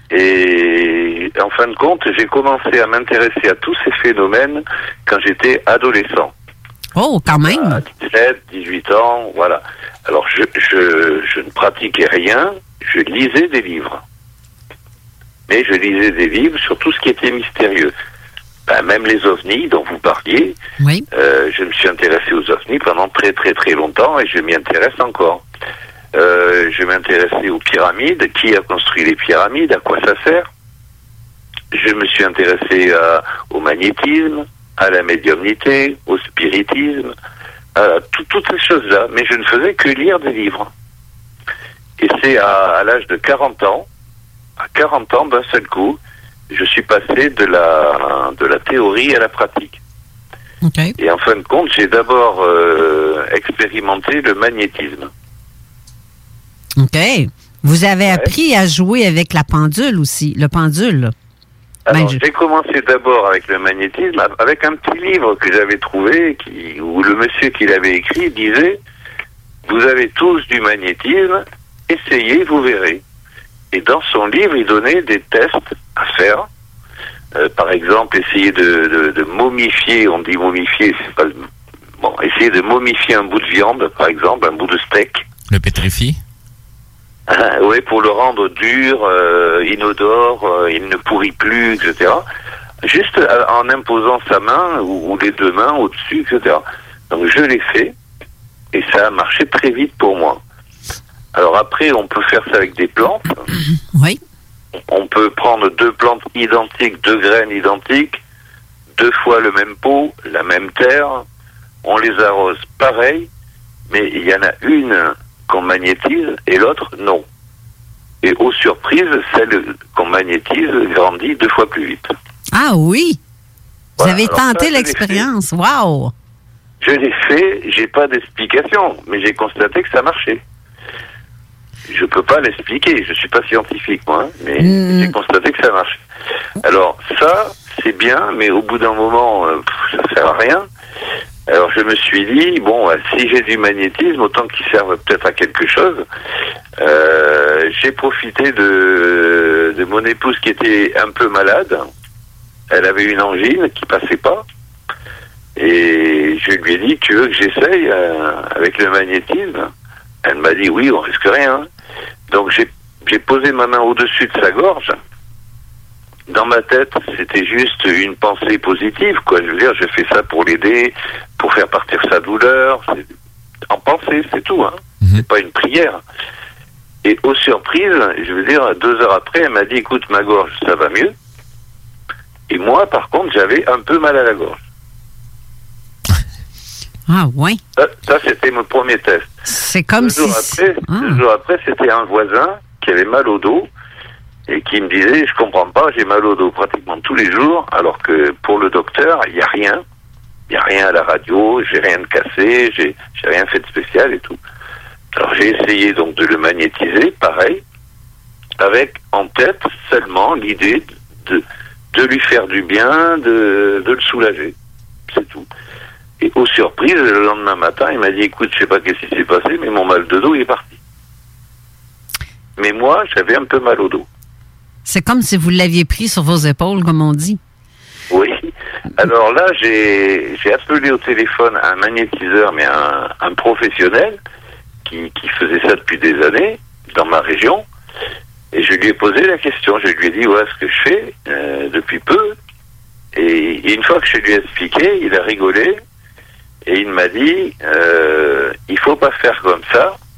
Et en fin de compte, j'ai commencé à m'intéresser à tous ces phénomènes quand j'étais adolescent. Oh, quand même! À dix-sept, dix-huit ans, voilà. Alors, je, je, je ne pratiquais rien, je lisais des livres. Mais je lisais des livres sur tout ce qui était mystérieux. Ben, même les ovnis dont vous parliez, oui. euh, je me suis intéressé aux ovnis pendant très très très longtemps et je m'y intéresse encore. Euh, je m'intéressais aux pyramides, qui a construit les pyramides, à quoi ça sert. Je me suis intéressé à, au magnétisme, à la médiumnité, au spiritisme, à tout, toutes ces choses-là, mais je ne faisais que lire des livres. Et c'est à, à l'âge de quarante ans, à quarante ans, d'un seul coup, je suis passé de la, de la théorie à la pratique. Okay. Et en fin de compte, j'ai d'abord euh, expérimenté le magnétisme. OK. Vous avez appris à jouer avec la pendule aussi, le pendule, là. Alors, ben, j'ai commencé d'abord avec le magnétisme, avec un petit livre que j'avais trouvé, qui, où le monsieur qui l'avait écrit disait « Vous avez tous du magnétisme, essayez, vous verrez ». Et dans son livre, il donnait des tests à faire. Euh, par exemple, essayer de, de, de momifier, on dit momifier, c'est pas... Bon, essayer de momifier un bout de viande, par exemple, un bout de steak. Le pétrifie? Ah, oui, pour le rendre dur, euh, inodore, euh, il ne pourrit plus, et cetera. Juste euh, en imposant sa main ou, ou les deux mains au-dessus, et cetera. Donc je l'ai fait et ça a marché très vite pour moi. Alors après, on peut faire ça avec des plantes. Oui. On peut prendre deux plantes identiques, deux graines identiques, deux fois le même pot, la même terre. On les arrose pareil, mais il y en a une qu'on magnétise et l'autre non. Et aux surprises, celle qu'on magnétise grandit deux fois plus vite. Ah oui! Vous Voilà. avez Alors tenté ça, l'expérience. Wow! Je l'ai fait, j'ai pas d'explication, mais j'ai constaté que ça marchait. Je peux pas l'expliquer, je suis pas scientifique moi, hein, mais mmh. j'ai constaté que ça marche. Alors ça, c'est bien, mais au bout d'un moment, euh, pff, ça sert à rien. Alors je me suis dit, bon, euh, si j'ai du magnétisme, autant qu'il serve peut-être à quelque chose. Euh, j'ai profité de, de mon épouse qui était un peu malade. Elle avait une angine qui passait pas. Et je lui ai dit, tu veux que j'essaye euh, avec le magnétisme? Elle m'a dit, oui, on risque rien. Donc j'ai, j'ai posé ma main au-dessus de sa gorge. Dans ma tête, c'était juste une pensée positive, quoi. Je veux dire, je fais ça pour l'aider, pour faire partir sa douleur. C'est... En pensée, c'est tout, hein. Mm-hmm. C'est pas une prière. Et aux surprises, je veux dire, deux heures après, elle m'a dit, écoute, ma gorge, ça va mieux. Et moi, par contre, j'avais un peu mal à la gorge. Ah, oui. Ça, ça c'était mon premier test. C'est comme deux si... Jours après, ah. Deux jours après, c'était un voisin qui avait mal au dos et qui me disait, je comprends pas, j'ai mal au dos pratiquement tous les jours, alors que pour le docteur, il n'y a rien. Il n'y a rien à la radio, j'ai rien de cassé, j'ai, j'ai rien fait de spécial et tout. Alors j'ai essayé donc de le magnétiser, pareil, avec en tête seulement l'idée de, de lui faire du bien, de, de le soulager. C'est tout. Et aux surprises, le lendemain matin, il m'a dit, écoute, je sais pas qu'est-ce qui s'est passé, mais mon mal de dos, il est parti. Mais moi, j'avais un peu mal au dos. C'est comme si vous l'aviez pris sur vos épaules, comme on dit. Oui. Alors là, j'ai, j'ai appelé au téléphone un magnétiseur, mais un, un professionnel, qui, qui faisait ça depuis des années, dans ma région. Et je lui ai posé la question. Je lui ai dit, voilà ce que je fais euh, depuis peu. Et, et une fois que je lui ai expliqué, il a rigolé. Et il m'a dit, euh, il faut pas faire comme ça.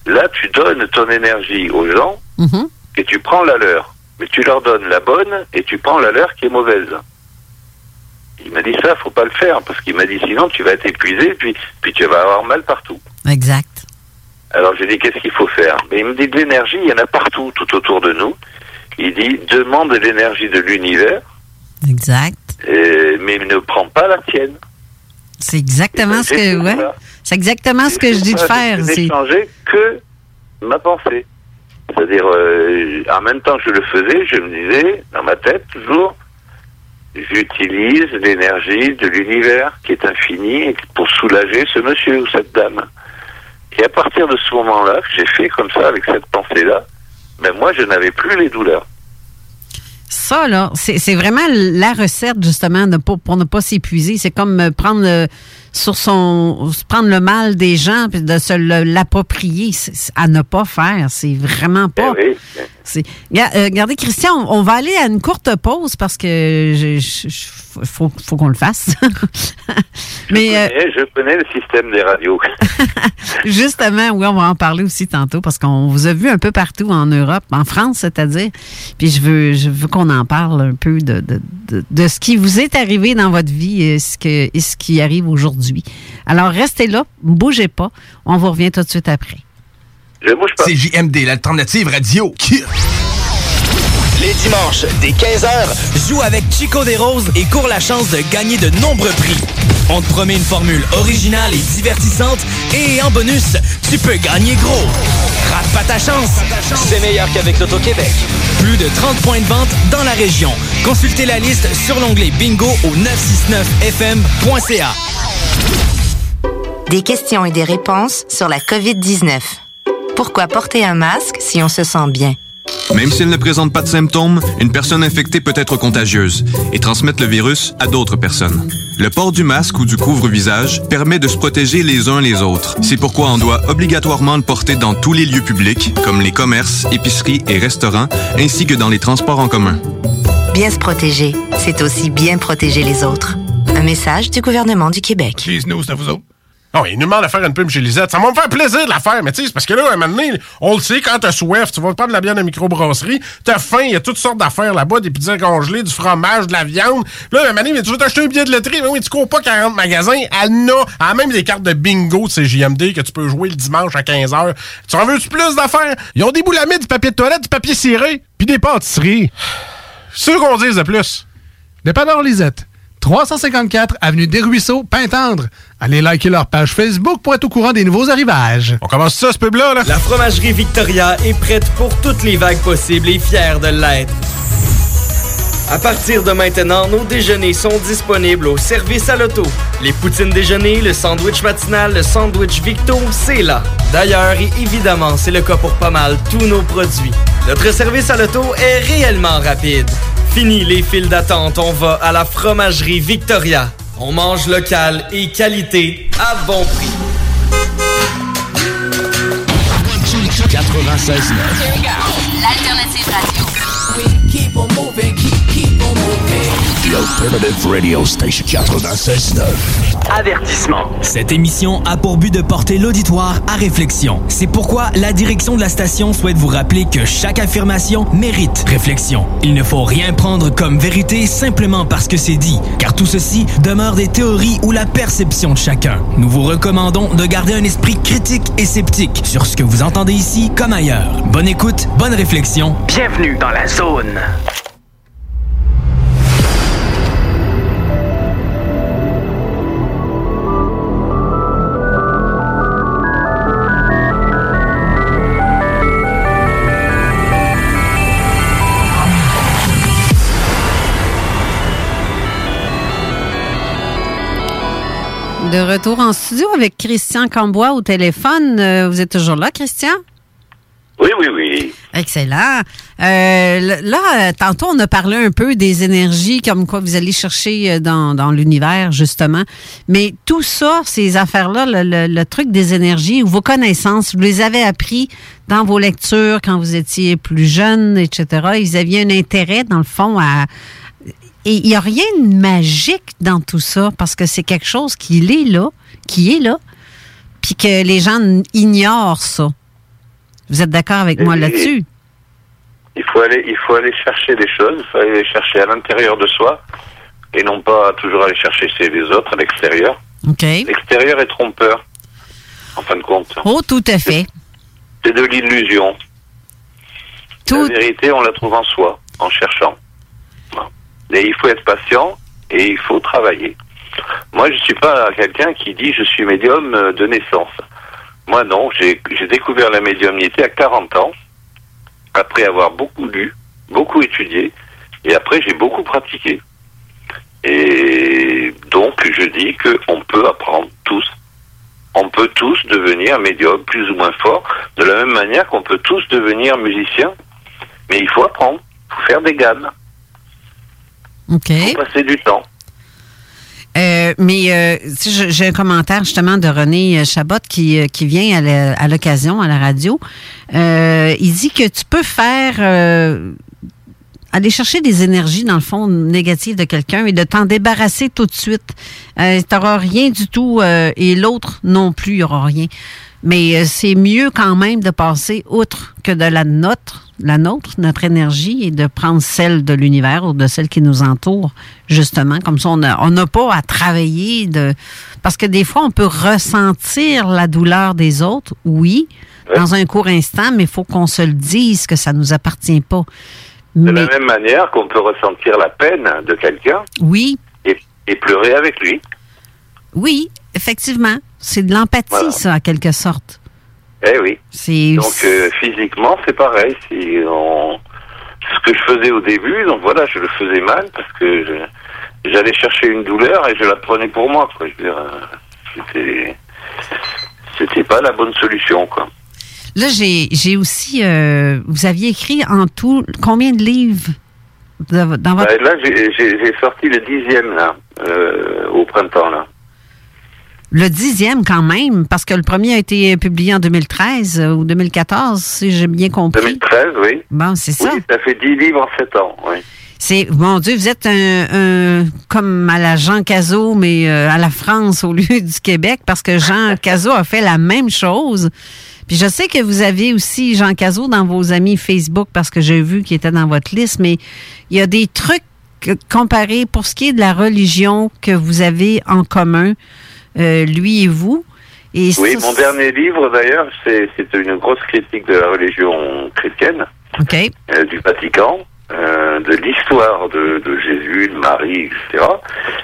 Là, tu donnes ton énergie aux gens Mm-hmm. et tu prends la leur. Mais tu leur donnes la bonne et tu prends la leur qui est mauvaise. Il m'a dit ça, faut pas le faire, parce qu'il m'a dit sinon tu vas être épuisé, puis, puis tu vas avoir mal partout. Exact. Alors j'ai dit qu'est-ce qu'il faut faire? Mais il me dit de l'énergie, il y en a partout, tout autour de nous. Il dit demande de l'énergie de l'univers. Exact. Euh, mais ne prends pas la tienne. C'est exactement ben, ce que, ouais. Ça. C'est exactement ce que je dis de faire. Je C'est n'ai changé que ma pensée. C'est-à-dire, euh, en même temps que je le faisais, je me disais, dans ma tête, toujours, j'utilise l'énergie de l'univers qui est infinie pour soulager ce monsieur ou cette dame. Et à partir de ce moment-là, que j'ai fait comme ça, avec cette pensée-là, ben moi, je n'avais plus les douleurs. Ça, là, c'est, c'est vraiment la recette, justement, de pas, pour ne pas s'épuiser. C'est comme prendre le, sur son, prendre le mal des gens puis de se le, l'approprier. C'est, c'est à ne pas faire. C'est vraiment pas. Ben oui. C'est, regardez, Christian, on, on va aller à une courte pause parce que je, je, je, faut, faut qu'on le fasse. Mais, je, connais, euh, je connais le système des radios. Justement, oui, on va en parler aussi tantôt parce qu'on vous a vu un peu partout en Europe, en France, c'est-à-dire. Puis je veux, je veux qu'on en parle un peu de, de, de, de ce qui vous est arrivé dans votre vie et ce, que, et ce qui arrive aujourd'hui. Alors, restez là, ne bougez pas. On vous revient tout de suite après. Je bouge pas. C'est J M D, l'alternative radio. Les dimanches, dès quinze heures, joue avec Chico des Roses et cours la chance de gagner de nombreux prix. On te promet une formule originale et divertissante et en bonus, tu peux gagner gros. Rate pas ta chance, c'est meilleur qu'avec l'Auto-Québec. Plus de trente points de vente dans la région. Consultez la liste sur l'onglet Bingo au neuf cent soixante-neuf F M point C A. Des questions et des réponses sur la covid dix-neuf. Pourquoi porter un masque si on se sent bien? Même s'il ne présente pas de symptômes, une personne infectée peut être contagieuse et transmettre le virus à d'autres personnes. Le port du masque ou du couvre-visage permet de se protéger les uns les autres. C'est pourquoi on doit obligatoirement le porter dans tous les lieux publics, comme les commerces, épiceries et restaurants, ainsi que dans les transports en commun. Bien se protéger, c'est aussi bien protéger les autres. Un message du gouvernement du Québec. Cheese-nous, c'est à vous autres. Non, il nous demande de faire une pub chez Lisette. Ça va me faire plaisir de la faire, mais tu sais, c'est parce que là, à un moment donné, on le sait, quand t'as soif, tu vas prendre de la bière de microbrasserie, t'as faim, il y a toutes sortes d'affaires là-bas, des pizzas congelées, du fromage, de la viande. Là, à un moment donné, mais tu veux t'acheter un billet de loterie, mais oui, tu cours pas quarante magasins, elle a, elle a même des cartes de bingo de C J M D que tu peux jouer le dimanche à quinze heures. Tu en veux-tu plus d'affaires? Ils ont des boulamides, du papier de toilette, du papier ciré, puis des pâtisseries. C'est ce qu'on dise de plus. Dépanneur Lisette. trois cent cinquante-quatre avenue des Ruisseaux, Pintendre. Allez liker leur page Facebook pour être au courant des nouveaux arrivages. On commence ça, ce pub-là, là? La fromagerie Victoria est prête pour toutes les vagues possibles et fière de l'être. À partir de maintenant, nos déjeuners sont disponibles au service à l'auto. Les poutines déjeuner, le sandwich matinal, le sandwich Victo, c'est là. D'ailleurs, et évidemment, c'est le cas pour pas mal tous nos produits. Notre service à l'auto est réellement rapide. Fini les files d'attente, on va à la fromagerie Victoria. On mange local et qualité à bon prix. quatre-vingt-seize neuf. L'alternative radio. Keep on moving, keep, keep on moving. The Alternative Radio Station quatre-vingt-seize neuf. Avertissement. Cette émission a pour but de porter l'auditoire à réflexion. C'est pourquoi la direction de la station souhaite vous rappeler que chaque affirmation mérite réflexion. Il ne faut rien prendre comme vérité simplement parce que c'est dit, car tout ceci demeure des théories ou la perception de chacun. Nous vous recommandons de garder un esprit critique et sceptique sur ce que vous entendez ici comme ailleurs. Bonne écoute, bonne réflexion. Bienvenue dans la zone. De retour en studio avec Christian Cambois au téléphone. Euh, vous êtes toujours là, Christian? Oui, oui, oui. Excellent. Euh, là, tantôt, on a parlé un peu des énergies, comme quoi vous allez chercher dans, dans l'univers, justement. Mais tout ça, ces affaires-là, le, le, le truc des énergies ou vos connaissances, vous les avez appris dans vos lectures quand vous étiez plus jeune, et cetera. Ils avaient un intérêt, dans le fond, à... Et il n'y a rien de magique dans tout ça, parce que c'est quelque chose qui est là, qui est là, puis que les gens ignorent ça. Vous êtes d'accord avec moi Et- là-dessus? Il faut aller, il faut aller chercher des choses, il faut aller les chercher à l'intérieur de soi et non pas toujours aller chercher chez les autres à l'extérieur. OK. L'extérieur est trompeur, en fin de compte. Oh, tout à fait. C'est de l'illusion. La vérité, on la trouve en soi, en cherchant. Et il faut être patient et il faut travailler. Moi, je suis pas quelqu'un qui dit je suis médium euh, de naissance. Moi, non. J'ai j'ai découvert la médiumnité à quarante ans, après avoir beaucoup lu, beaucoup étudié, et après j'ai beaucoup pratiqué. Et donc, je dis qu'on peut apprendre tous. On peut tous devenir médium, plus ou moins fort, de la même manière qu'on peut tous devenir musicien. Mais il faut apprendre, il faut faire des gammes. OK. Il faut passer du temps. Euh, mais euh, si je- j'ai un commentaire justement de René Chabot qui, euh, qui vient à la- à l'occasion à la radio. Euh, il dit que tu peux faire euh, aller chercher des énergies dans le fond négatives de quelqu'un et de t'en débarrasser tout de suite. Euh, tu n'auras rien du tout euh, et l'autre non plus, il n'y aura rien. Mais euh, c'est mieux quand même de passer outre que de la nôtre, la nôtre, notre énergie, et de prendre celle de l'univers ou de celle qui nous entoure, justement. Comme ça, on n'a on n'a pas à travailler de... Parce que des fois, on peut ressentir la douleur des autres, oui, dans un court instant, mais il faut qu'on se le dise que ça nous appartient pas. De Mais, la même manière qu'on peut ressentir la peine de quelqu'un oui, et, et pleurer avec lui. oui, effectivement. C'est de l'empathie, Voilà. ça, en quelque sorte. Eh oui. C'est... Donc euh, physiquement, c'est pareil. Si on... Ce que je faisais au début, donc voilà, je le faisais mal parce que je- j'allais chercher une douleur et je la prenais pour moi. Quoi. Je veux dire, euh, c'était, c'était pas la bonne solution, quoi. Là, j'ai, j'ai aussi... euh, vous aviez écrit en tout combien de livres de- dans votre... Bah, là, j'ai, j'ai, j'ai sorti le dixième là, euh, au printemps là. Le dixième, quand même, parce que le premier a été publié en deux mille treize euh, ou deux mille quatorze, si j'ai bien compris. deux mille treize, oui. Bon, c'est ça. Oui, ça fait dix livres en sept ans, oui. C'est, mon Dieu, vous êtes un, un- comme à la Jean Cazot, mais euh, à la France au lieu du Québec, parce que Jean Cazot a fait la même chose. Puis je sais que vous avez aussi Jean Cazot dans vos amis Facebook, parce que j'ai vu qu'il était dans votre liste, mais il y a des trucs euh, comparés pour ce qui est de la religion que vous avez en commun, euh, lui et vous. Et Oui, ça, mon dernier livre d'ailleurs, c'est, c'est une grosse critique de la religion chrétienne, OK. euh, du Vatican, euh, de l'histoire de, de Jésus, de Marie, et cetera.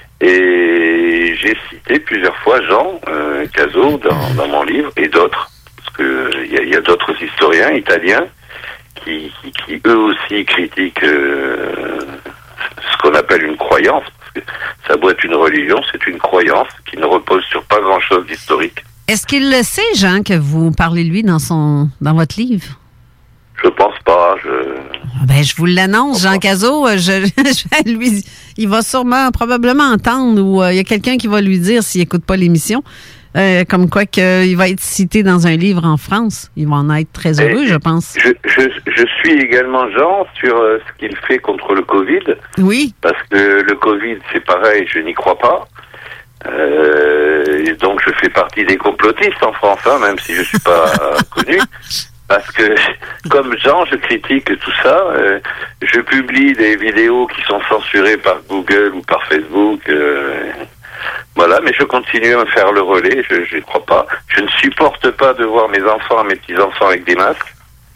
Et j'ai cité plusieurs fois Jean euh, Cazot dans, dans mon livre et d'autres, parce que il y a, il y a d'autres historiens italiens qui, qui, qui eux aussi critiquent euh, ce qu'on appelle une croyance. Parce que ça doit être une religion, c'est une croyance qui ne repose sur pas grand-chose d'historique. Est-ce qu'il le sait, Jean, que vous parlez de lui dans son dans votre livre? Je pense pas. Je... Ah ben, je vous l'annonce, Jean Cazot, euh, je, je vais lui, il va sûrement, probablement entendre, ou euh, il y a quelqu'un qui va lui dire s'il écoute pas l'émission, euh, comme quoi qu'il va être cité dans un livre en France. Il va en être très heureux, Et je pense. Je, je, je suis également Jean sur euh, ce qu'il fait contre le Covid. Oui. Parce que le Covid, c'est pareil, je n'y crois pas. Euh, et donc je fais partie des complotistes en France, hein, même si je suis pas connu. Parce que, comme Jean, je critique tout ça. Euh, je publie des vidéos qui sont censurées par Google ou par Facebook. Euh, voilà, mais je continue à me faire le relais. Je ne crois pas. Je ne supporte pas de voir mes enfants, mes petits-enfants avec des masques.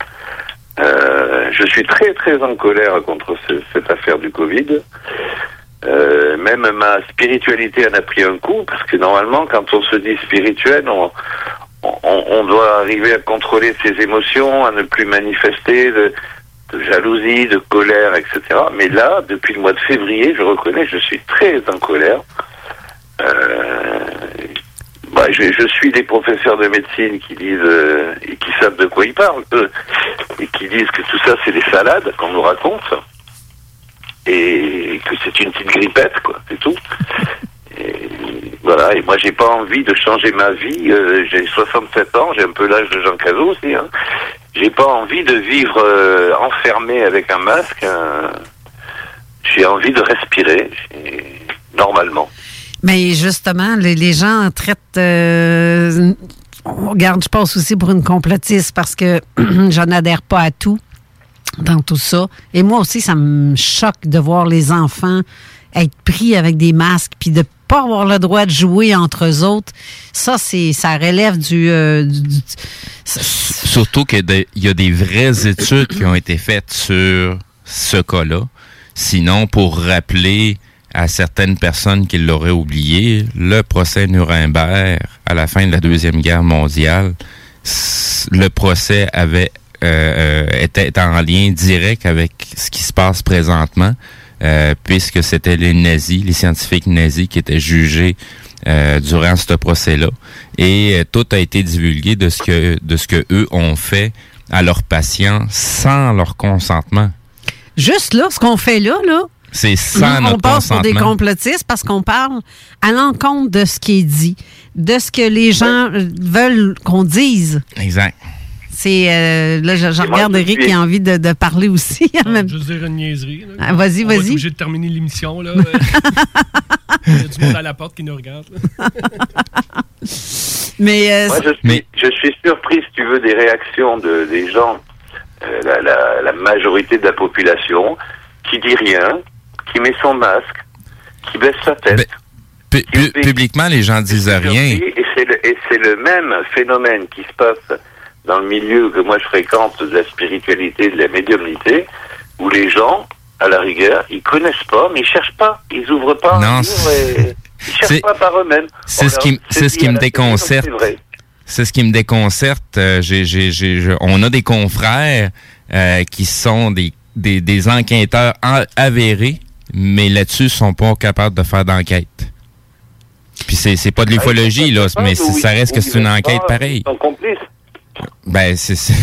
Euh, je suis très, très en colère contre ce, cette affaire du Covid. Euh, même ma spiritualité en a pris un coup, parce que normalement, quand on se dit spirituel, on... On, on doit arriver à contrôler ses émotions, à ne plus manifester de, de jalousie, de colère, et cetera. Mais là, depuis le mois de février, je reconnais, je suis très en colère. Euh, bah, je, je suis des professeurs de médecine qui disent euh, et qui savent de quoi ils parlent, eux, et qui disent que tout ça, c'est des salades qu'on nous raconte, et que c'est une petite grippette, quoi, c'est tout. Et voilà, et moi j'ai pas envie de changer ma vie, euh, j'ai soixante-sept ans, j'ai un peu l'âge de Jean Cazot aussi, hein. J'ai pas envie de vivre euh, enfermé avec un masque, euh, j'ai envie de respirer, j'ai- normalement. Mais justement, les, les gens traitent... euh, regarde, je passe aussi pour une complotiste parce que je n'adhère pas à tout dans tout ça. Et moi aussi, ça me choque de voir les enfants être pris avec des masques puis de pas avoir le droit de jouer entre eux autres. Ça, c'est, ça relève du... Euh, du, du Surtout qu'il y a des vraies études qui ont été faites sur ce cas-là. Sinon, pour rappeler à certaines personnes qui l'auraient oublié, le procès Nuremberg, à la fin de la Deuxième Guerre mondiale, le procès avait euh, était en lien direct avec ce qui se passe présentement, euh, puisque c'était les nazis, les scientifiques nazis qui étaient jugés euh, durant ce procès-là. Et euh, tout a été divulgué de ce que de ce que eux ont fait à leurs patients sans leur consentement. Juste là, ce qu'on fait là, là, c'est sans on notre passe pour des consentement. complotistes parce qu'on parle à l'encontre de ce qui est dit, de ce que les gens Ouais. veulent qu'on dise. Exact. C'est euh, là, je, je Et moi, regarde je Eric suis- qui a envie de, de parler aussi. en même- Juste dire une niaiserie. Là. Ah, vas-y, On va être vas-y. obligé de terminer l'émission. Là. Il y a du monde à la porte qui nous regarde. là. Mais, euh, Moi, je suis, je suis surpris, si tu veux, des réactions de, des gens, euh, la, la, la majorité de la population, qui dit rien, qui met son masque, qui baisse sa tête. Pu- pu- publiquement, les gens disent rien. Et c'est le, et c'est le même phénomène qui se passe dans le milieu que moi je fréquente de la spiritualité, de la médiumnité, où les gens, à la rigueur, ils connaissent pas, mais ils cherchent pas, ils ouvrent pas Non, un livre et ils cherchent c'est- pas par eux-mêmes. C'est On ce qui, leur c'est ce dit qui à me la télé, déconcerte. donc c'est vrai. C'est ce qui me déconcerte. Euh, j'ai, j'ai, j'ai, je- on a des confrères euh, qui sont des, des, des enquêteurs en- avérés, mais là-dessus, ils sont pas capables de faire d'enquête. Puis c'est, c'est pas de l'ufologie, là, mais c'est- ça reste que c'est une enquête pareille. Ils sont complices. Ben, c'est... c'est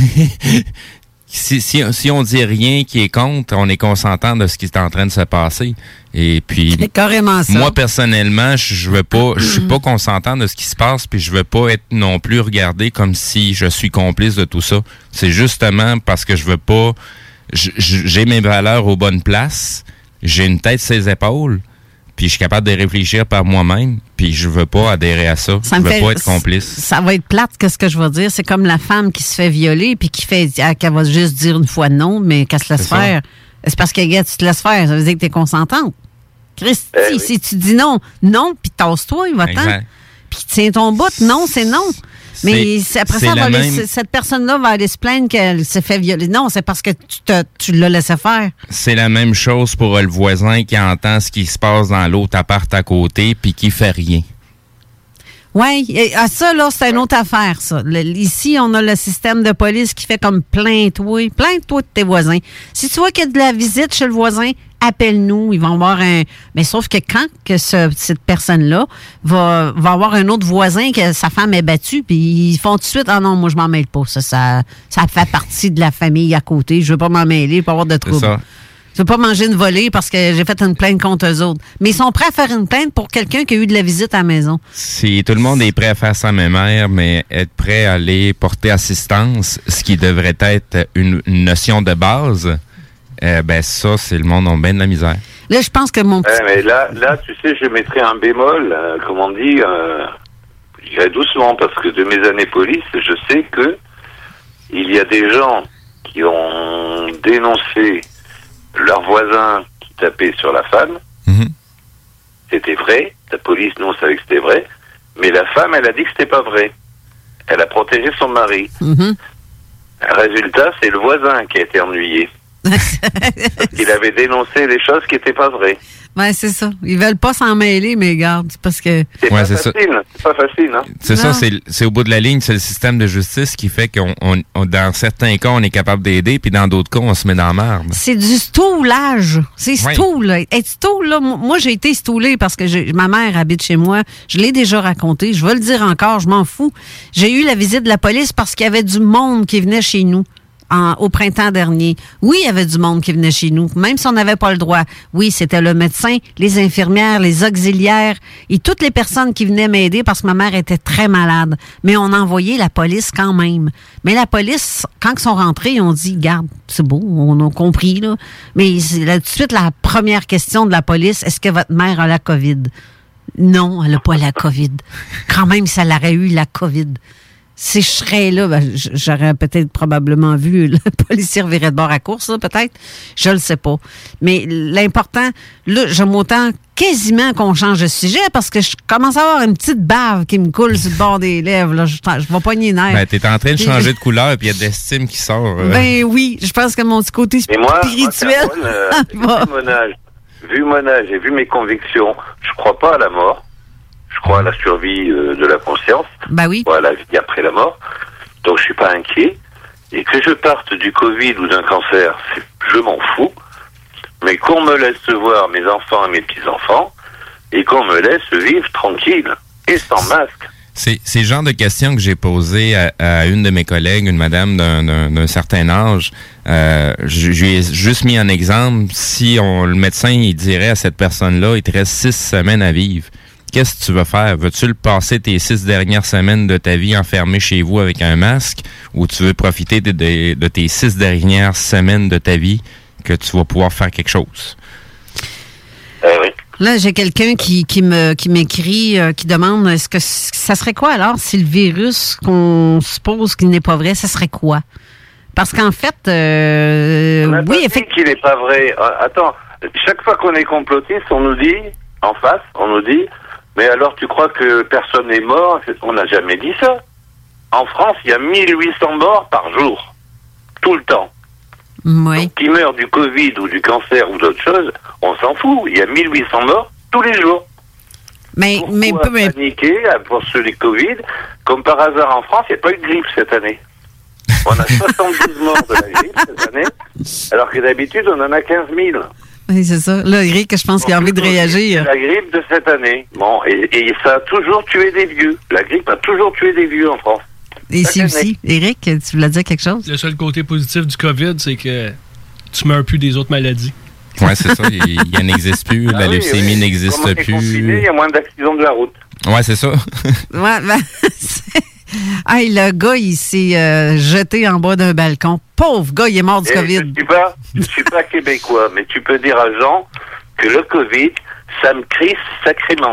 si, si, si on dit rien qui est contre, on est consentant de ce qui est en train de se passer. Et puis, c'est carrément ça. moi, personnellement, je je veux pas, je suis pas consentant de ce qui se passe, puis je veux pas être non plus regardé comme si je suis complice de tout ça. C'est justement parce que je veux pas, j- j- j'ai mes valeurs aux bonnes places, j'ai une tête sur les épaules, puis je suis capable de réfléchir par moi-même, puis je veux pas adhérer à ça. Ça je me veux fait- pas être complice. Ça va être plate, qu'est-ce que je vais dire. C'est comme la femme qui se fait violer puis qui fait ah, qu'elle va juste dire une fois non, mais qu'elle se laisse C'est ça. faire. C'est parce que, gars, tu te laisses faire. Ça veut dire que tu es consentante. Christy, Eh oui. si tu dis non, non, puis tasse-toi, il va t'en. Exact. Puis tiens ton bout, non, c'est non. Mais C'est- c'est- après c'est ça, elle va la aller- même- cette personne-là va aller se plaindre qu'elle s'est fait violer. Non, c'est parce que tu, te, tu l'as laissé faire. C'est la même chose pour euh, le voisin qui entend ce qui se passe dans l'autre appart à côté puis qui fait rien. Oui, ah, ça, là, c'est une autre affaire, ça. Le- ici, on a le système de police qui fait comme plainte-toi, plainte-toi de tes voisins. Si tu vois qu'il y a de la visite chez le voisin, appelle-nous. Ils vont avoir un... Mais sauf que quand que ce- cette personne-là va, va avoir un autre voisin que sa femme est battue, puis ils font tout de suite, ah non, moi, je m'en mêle pas. Ça, ça, ça fait partie de la famille à côté. Je veux pas m'en mêler, pas avoir de C'est trouble. ça. Je veux pas manger une volée parce que j'ai fait une plainte contre eux autres. Mais ils sont prêts à faire une plainte pour quelqu'un qui a eu de la visite à la maison. Si tout le monde est prêt à faire sa mémère, mais être prêt à aller porter assistance, ce qui devrait être une, une notion de base, euh, ben ça, c'est le monde en bien de la misère. Là, je pense que mon petit... Ouais, mais là, là, tu sais, je mettrais un bémol, euh, comme on dit, euh, je dirais doucement, parce que de mes années police, je sais que il y a des gens qui ont dénoncé leur voisin qui tapait sur la femme. Mhm. C'était vrai. La police, nous, on savait que c'était vrai. Mais la femme, elle a dit que c'était pas vrai. Elle a protégé son mari. Mhm. Résultat, c'est le voisin qui a été ennuyé. Il avait dénoncé les choses qui n'étaient pas vraies. Ouais, c'est ça. Ils veulent pas s'en mêler, mais garde, c'est parce que... C'est Ouais, pas c'est ça. facile. C'est pas facile, hein. C'est ça, c'est, c'est au bout de la ligne, c'est le système de justice qui fait qu'on, on- on- dans certains cas, on est capable d'aider, puis dans d'autres cas, on se met dans la merde. C'est du stoulage. C'est Oui. stoul. Être stoul, là, mo- moi, j'ai été stoulée parce que j'ai- ma mère habite chez moi. Je l'ai déjà raconté. Je vais le dire encore, je m'en fous. J'ai eu la visite de la police parce qu'il y avait du monde qui venait chez nous. En- au printemps dernier. Oui, il y avait du monde qui venait chez nous, même si on n'avait pas le droit. Oui, c'était le médecin, les infirmières, les auxiliaires et toutes les personnes qui venaient m'aider parce que ma mère était très malade. Mais on a envoyé la police quand même. Mais la police, quand ils sont rentrés, ils ont dit, garde, c'est beau, on a compris, là. Mais c'est là, tout de suite, la première question de la police, est-ce que votre mère a la COVID? Non, elle n'a pas la COVID. Quand même, ça l'aurait eu, la COVID. si je serais là, ben, j'aurais peut-être probablement vu le policier revirer de bord à course, là, peut-être. Je le sais pas. Mais l'important, là, j'aime autant quasiment qu'on change de sujet parce que je commence à avoir une petite bave qui me coule sur le bord des lèvres. Là. Je, je vais pogner les nerfs. Ben, t'es en train de changer de couleur et il y a de l'estime qui sort. Euh. Ben oui, je pense que mon petit côté moi, spirituel... Moi, euh, vu, mon âge, vu mon âge et vu mes convictions, je crois pas à la mort. Je crois à la survie euh, de la conscience. Ben oui. À la vie après la mort. Donc je suis pas inquiet. Et que je parte du Covid ou d'un cancer, je m'en fous. Mais qu'on me laisse voir mes enfants et mes petits-enfants et qu'on me laisse vivre tranquille et sans masque. C'est, c'est le genre de questions que j'ai posées à, à une de mes collègues, une madame d'un, d'un, d'un certain âge. Euh, je, je lui ai juste mis un exemple. Si on, le médecin il dirait à cette personne-là, il te reste six semaines à vivre. Qu'est-ce que tu vas faire? Veux-tu le passer tes six dernières semaines de ta vie enfermé chez vous avec un masque ou tu veux profiter de, de, de tes six dernières semaines de ta vie que tu vas pouvoir faire quelque chose? Euh, oui. Là, j'ai quelqu'un qui, qui me qui m'écrit, euh, qui demande est-ce que ça serait quoi alors si le virus qu'on suppose qu'il n'est pas vrai, ça serait quoi? Parce qu'en fait, euh, oui, effectivement. Qu'il n'est pas vrai. Attends, chaque fois qu'on est complotiste, on nous dit, en face, on nous dit, mais alors tu crois que personne n'est mort? On n'a jamais dit ça. En France, il y a mille huit cents morts par jour. Tout le temps. Oui. Donc, qui meurt du Covid ou du cancer ou d'autres choses, on s'en fout. Il y a mille huit cents morts tous les jours. Mais, Pourquoi mais, mais... paniquer pour ceux du Covid? Comme par hasard en France, il n'y a pas eu de grippe cette année. On a soixante-douze morts de la grippe cette année, alors que d'habitude, on en a quinze mille. Oui, c'est ça. Là, Eric, je pense qu'il a envie de réagir. La grippe de cette année. Bon, et, et ça a toujours tué des vieux. La grippe a toujours tué des vieux en France. Et ici aussi. Eric, tu voulais dire quelque chose? Le seul côté positif du COVID, c'est que tu meurs plus des autres maladies. Oui, c'est ça. Il, il n'existe plus. Ah la oui, leucémie oui. n'existe Comme on est plus. confiné, il y a moins d'accidents de la route. Oui, c'est ça. Ouais, ben, hey, le gars, il s'est euh, jeté en bas d'un balcon. Pauvre gars, il est mort du Et COVID. Je ne suis pas, je suis pas québécois, mais tu peux dire à Jean que le COVID, ça me crisse sacrément.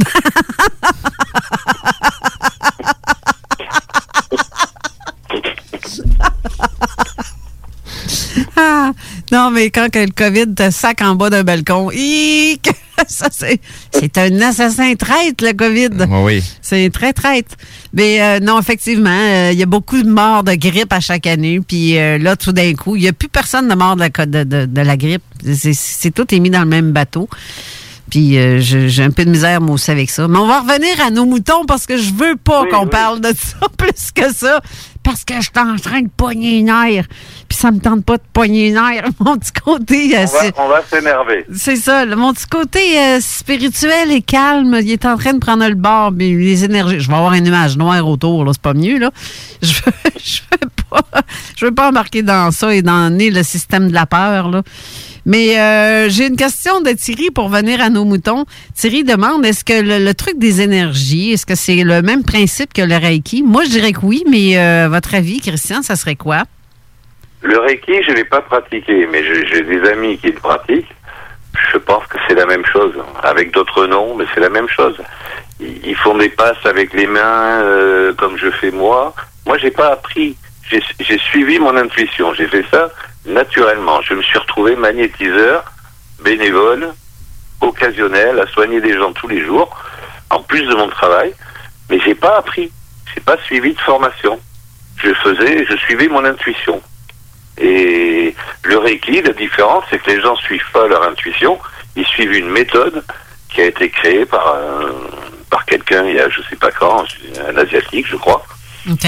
Ah, non, mais quand que le COVID te sac en bas d'un balcon, hic, ça c'est, c'est un assassin traître, le COVID. Oui. C'est très traître. Mais euh, non, effectivement, il euh, y a beaucoup de morts de grippe à chaque année. Puis euh, là, tout d'un coup, il n'y a plus personne de mort de la, de, de, de la grippe. C'est, c'est tout est mis dans le même bateau. Puis euh, j'ai, j'ai un peu de misère, moi aussi, avec ça. Mais on va revenir à nos moutons parce que je veux pas oui, qu'on oui. parle de ça plus que ça. Parce que je suis en train de pogner les nerfs. Puis ça me tente pas de pogner les nerfs. Mon petit côté... Euh, on, va, on va s'énerver. C'est ça. Là, mon petit côté euh, spirituel et calme, il est en train de prendre le bord. Mais les énergies... Je vais avoir un nuage noir autour, là. C'est pas mieux, là. Je veux, je veux pas... Je veux pas embarquer dans ça et dans le système de la peur, là. Mais euh, j'ai une question de Thierry pour venir à nos moutons. Thierry demande, est-ce que le, le truc des énergies, est-ce que c'est le même principe que le Reiki? Moi, je dirais que oui, mais euh, votre avis, Christian, ça serait quoi? Le Reiki, je ne l'ai pas pratiqué, mais j'ai, j'ai des amis qui le pratiquent. Je pense que c'est la même chose, avec d'autres noms, mais c'est la même chose. Ils font des passes avec les mains, euh, comme je fais moi. Moi, j'ai pas appris. J'ai, j'ai suivi mon intuition. J'ai fait ça naturellement. Je me suis retrouvé magnétiseur, bénévole, occasionnel, à soigner des gens tous les jours, en plus de mon travail. Mais j'ai pas appris. J'ai pas suivi de formation. Je faisais, je suivais mon intuition. Et le Reiki, la différence, c'est que les gens suivent pas leur intuition. Ils suivent une méthode qui a été créée par un, par quelqu'un il y a je sais pas quand, un asiatique, je crois. OK.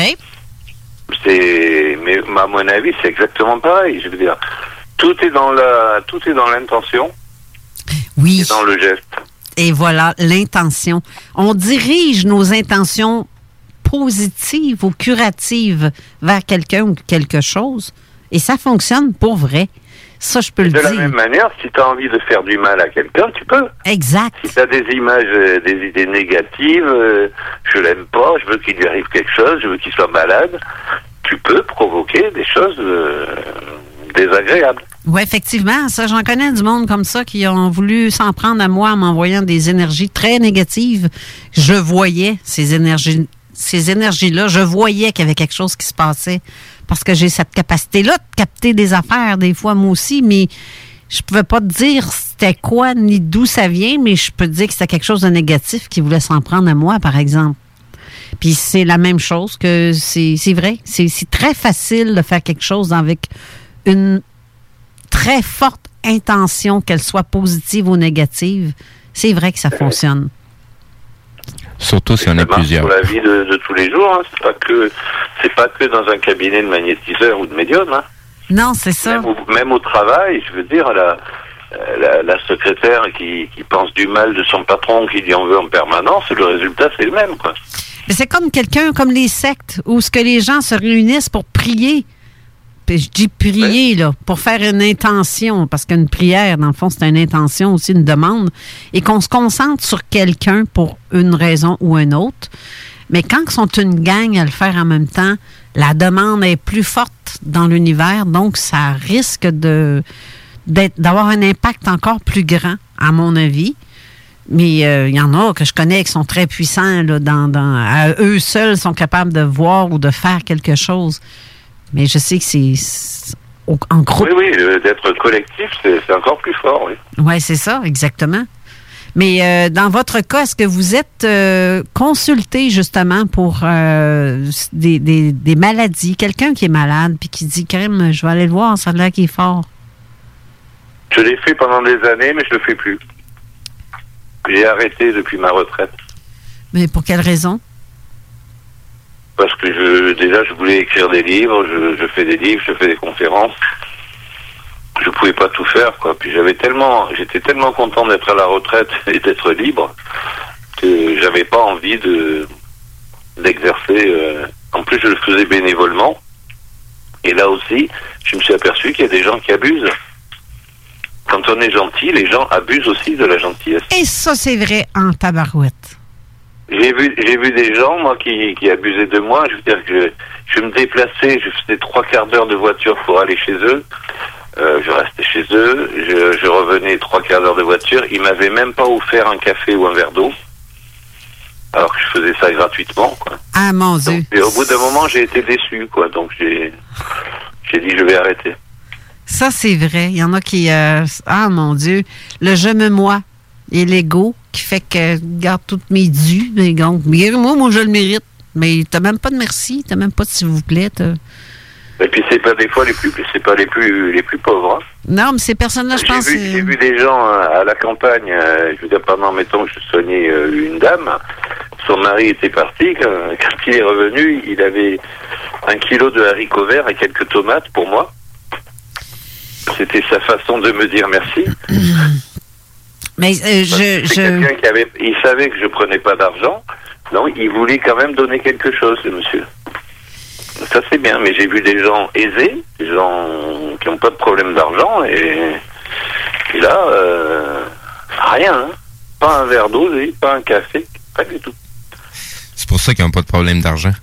C'est, mais à mon avis, c'est exactement pareil. Je veux dire, tout est dans la, tout est dans l'intention. Oui. Et dans le geste. Et voilà, l'intention. On dirige nos intentions positives ou curatives vers quelqu'un ou quelque chose, et ça fonctionne pour vrai. Ça, je peux et le de dire. De la même manière, si tu as envie de faire du mal à quelqu'un, tu peux. Exact. Si tu as des images, euh, des idées négatives, euh, je l'aime pas, je veux qu'il lui arrive quelque chose, je veux qu'il soit malade, tu peux provoquer des choses euh, désagréables. Oui, effectivement. Ça, j'en connais du monde comme ça qui ont voulu s'en prendre à moi en m'envoyant des énergies très négatives. Je voyais ces énergies ces énergies-là, je voyais qu'il y avait quelque chose qui se passait parce que j'ai cette capacité-là de capter des affaires des fois, moi aussi, mais je pouvais pas te dire c'était quoi ni d'où ça vient, mais je peux te dire que c'était quelque chose de négatif qui voulait s'en prendre à moi, par exemple. Puis c'est la même chose que c'est, c'est vrai. C'est, c'est très facile de faire quelque chose avec une très forte intention, qu'elle soit positive ou négative. C'est vrai que ça fonctionne. Surtout si on est plusieurs. Pour la vie de, de tous les jours, hein. c'est pas que c'est pas que dans un cabinet de magnétiseur ou de médium. Hein. Non, c'est ça. Même au, même au travail, je veux dire, la, la, la secrétaire qui, qui pense du mal de son patron, qui lui en veut en permanence, le résultat c'est le même, quoi. Mais c'est comme quelqu'un, comme les sectes, où ce que les gens se réunissent pour prier. Puis je dis prier, oui. là, pour faire une intention, parce qu'une prière, dans le fond, c'est une intention aussi, une demande, et qu'on se concentre sur quelqu'un pour une raison ou une autre. Mais quand ils sont une gang à le faire en même temps, la demande est plus forte dans l'univers, donc ça risque de d'être, d'avoir un impact encore plus grand, à mon avis. Mais il euh, y en a que je connais qui sont très puissants, là, dans, dans, à eux seuls sont capables de voir ou de faire quelque chose. Mais je sais que c'est, c'est en groupe. Oui, oui, euh, d'être collectif, c'est, c'est encore plus fort, oui. Oui, c'est ça, exactement. Mais euh, dans votre cas, est-ce que vous êtes euh, consulté justement pour euh, des, des, des maladies? Quelqu'un qui est malade puis qui dit, Karim, je vais aller le voir, ça a l'air qu'il est fort. Je l'ai fait pendant des années, mais je le fais plus. J'ai arrêté depuis ma retraite. Mais pour quelle raison? Parce que je, déjà, je voulais écrire des livres, je, je fais des livres, je fais des conférences. Je pouvais pas tout faire, quoi. Puis j'avais tellement, j'étais tellement content d'être à la retraite et d'être libre que j'avais pas envie de d'exercer. Euh... En plus, je le faisais bénévolement. Et là aussi, je me suis aperçu qu'il y a des gens qui abusent. Quand on est gentil, les gens abusent aussi de la gentillesse. Et ça, c'est vrai en tabarouette. J'ai vu, j'ai vu des gens, moi, qui, qui abusaient de moi. Je veux dire que je, je me déplaçais, je faisais trois quarts d'heure de voiture pour aller chez eux. Euh, je restais chez eux, je, je revenais trois quarts d'heure de voiture. Ils m'avaient même pas offert un café ou un verre d'eau, alors que je faisais ça gratuitement, quoi. Ah, mon Dieu. Donc, et au bout d'un moment, j'ai été déçu, quoi. Donc j'ai, j'ai dit, je vais arrêter. Ça, c'est vrai. Il y en a qui... Euh, ah, mon Dieu. Le je me moi et l'ego qui fait que garde toutes mes dus. Mais donc, moi, moi, je le mérite. Mais t'as même pas de merci. T'as même pas de s'il vous plaît. T'as... Et puis, c'est pas des fois les plus... C'est pas les plus, les plus pauvres, hein. Non, mais ces personnes-là, je j'ai pense... Vu, euh... J'ai vu des gens euh, à la campagne. Euh, je veux dire, pendant, mettons, je soignais euh, une dame. Son mari était parti. Quand, quand il est revenu, il avait un kilo de haricots verts et quelques tomates pour moi. C'était sa façon de me dire merci. Mais euh, je, c'est je... quelqu'un qui avait, il savait que je prenais pas d'argent, donc il voulait quand même donner quelque chose, ce monsieur. Ça c'est bien, mais j'ai vu des gens aisés, des gens qui n'ont pas de problème d'argent, et, et là, euh, rien, hein. Pas un verre d'eau, pas un café, pas du tout. C'est pour ça qu'ils n'ont pas de problème d'argent.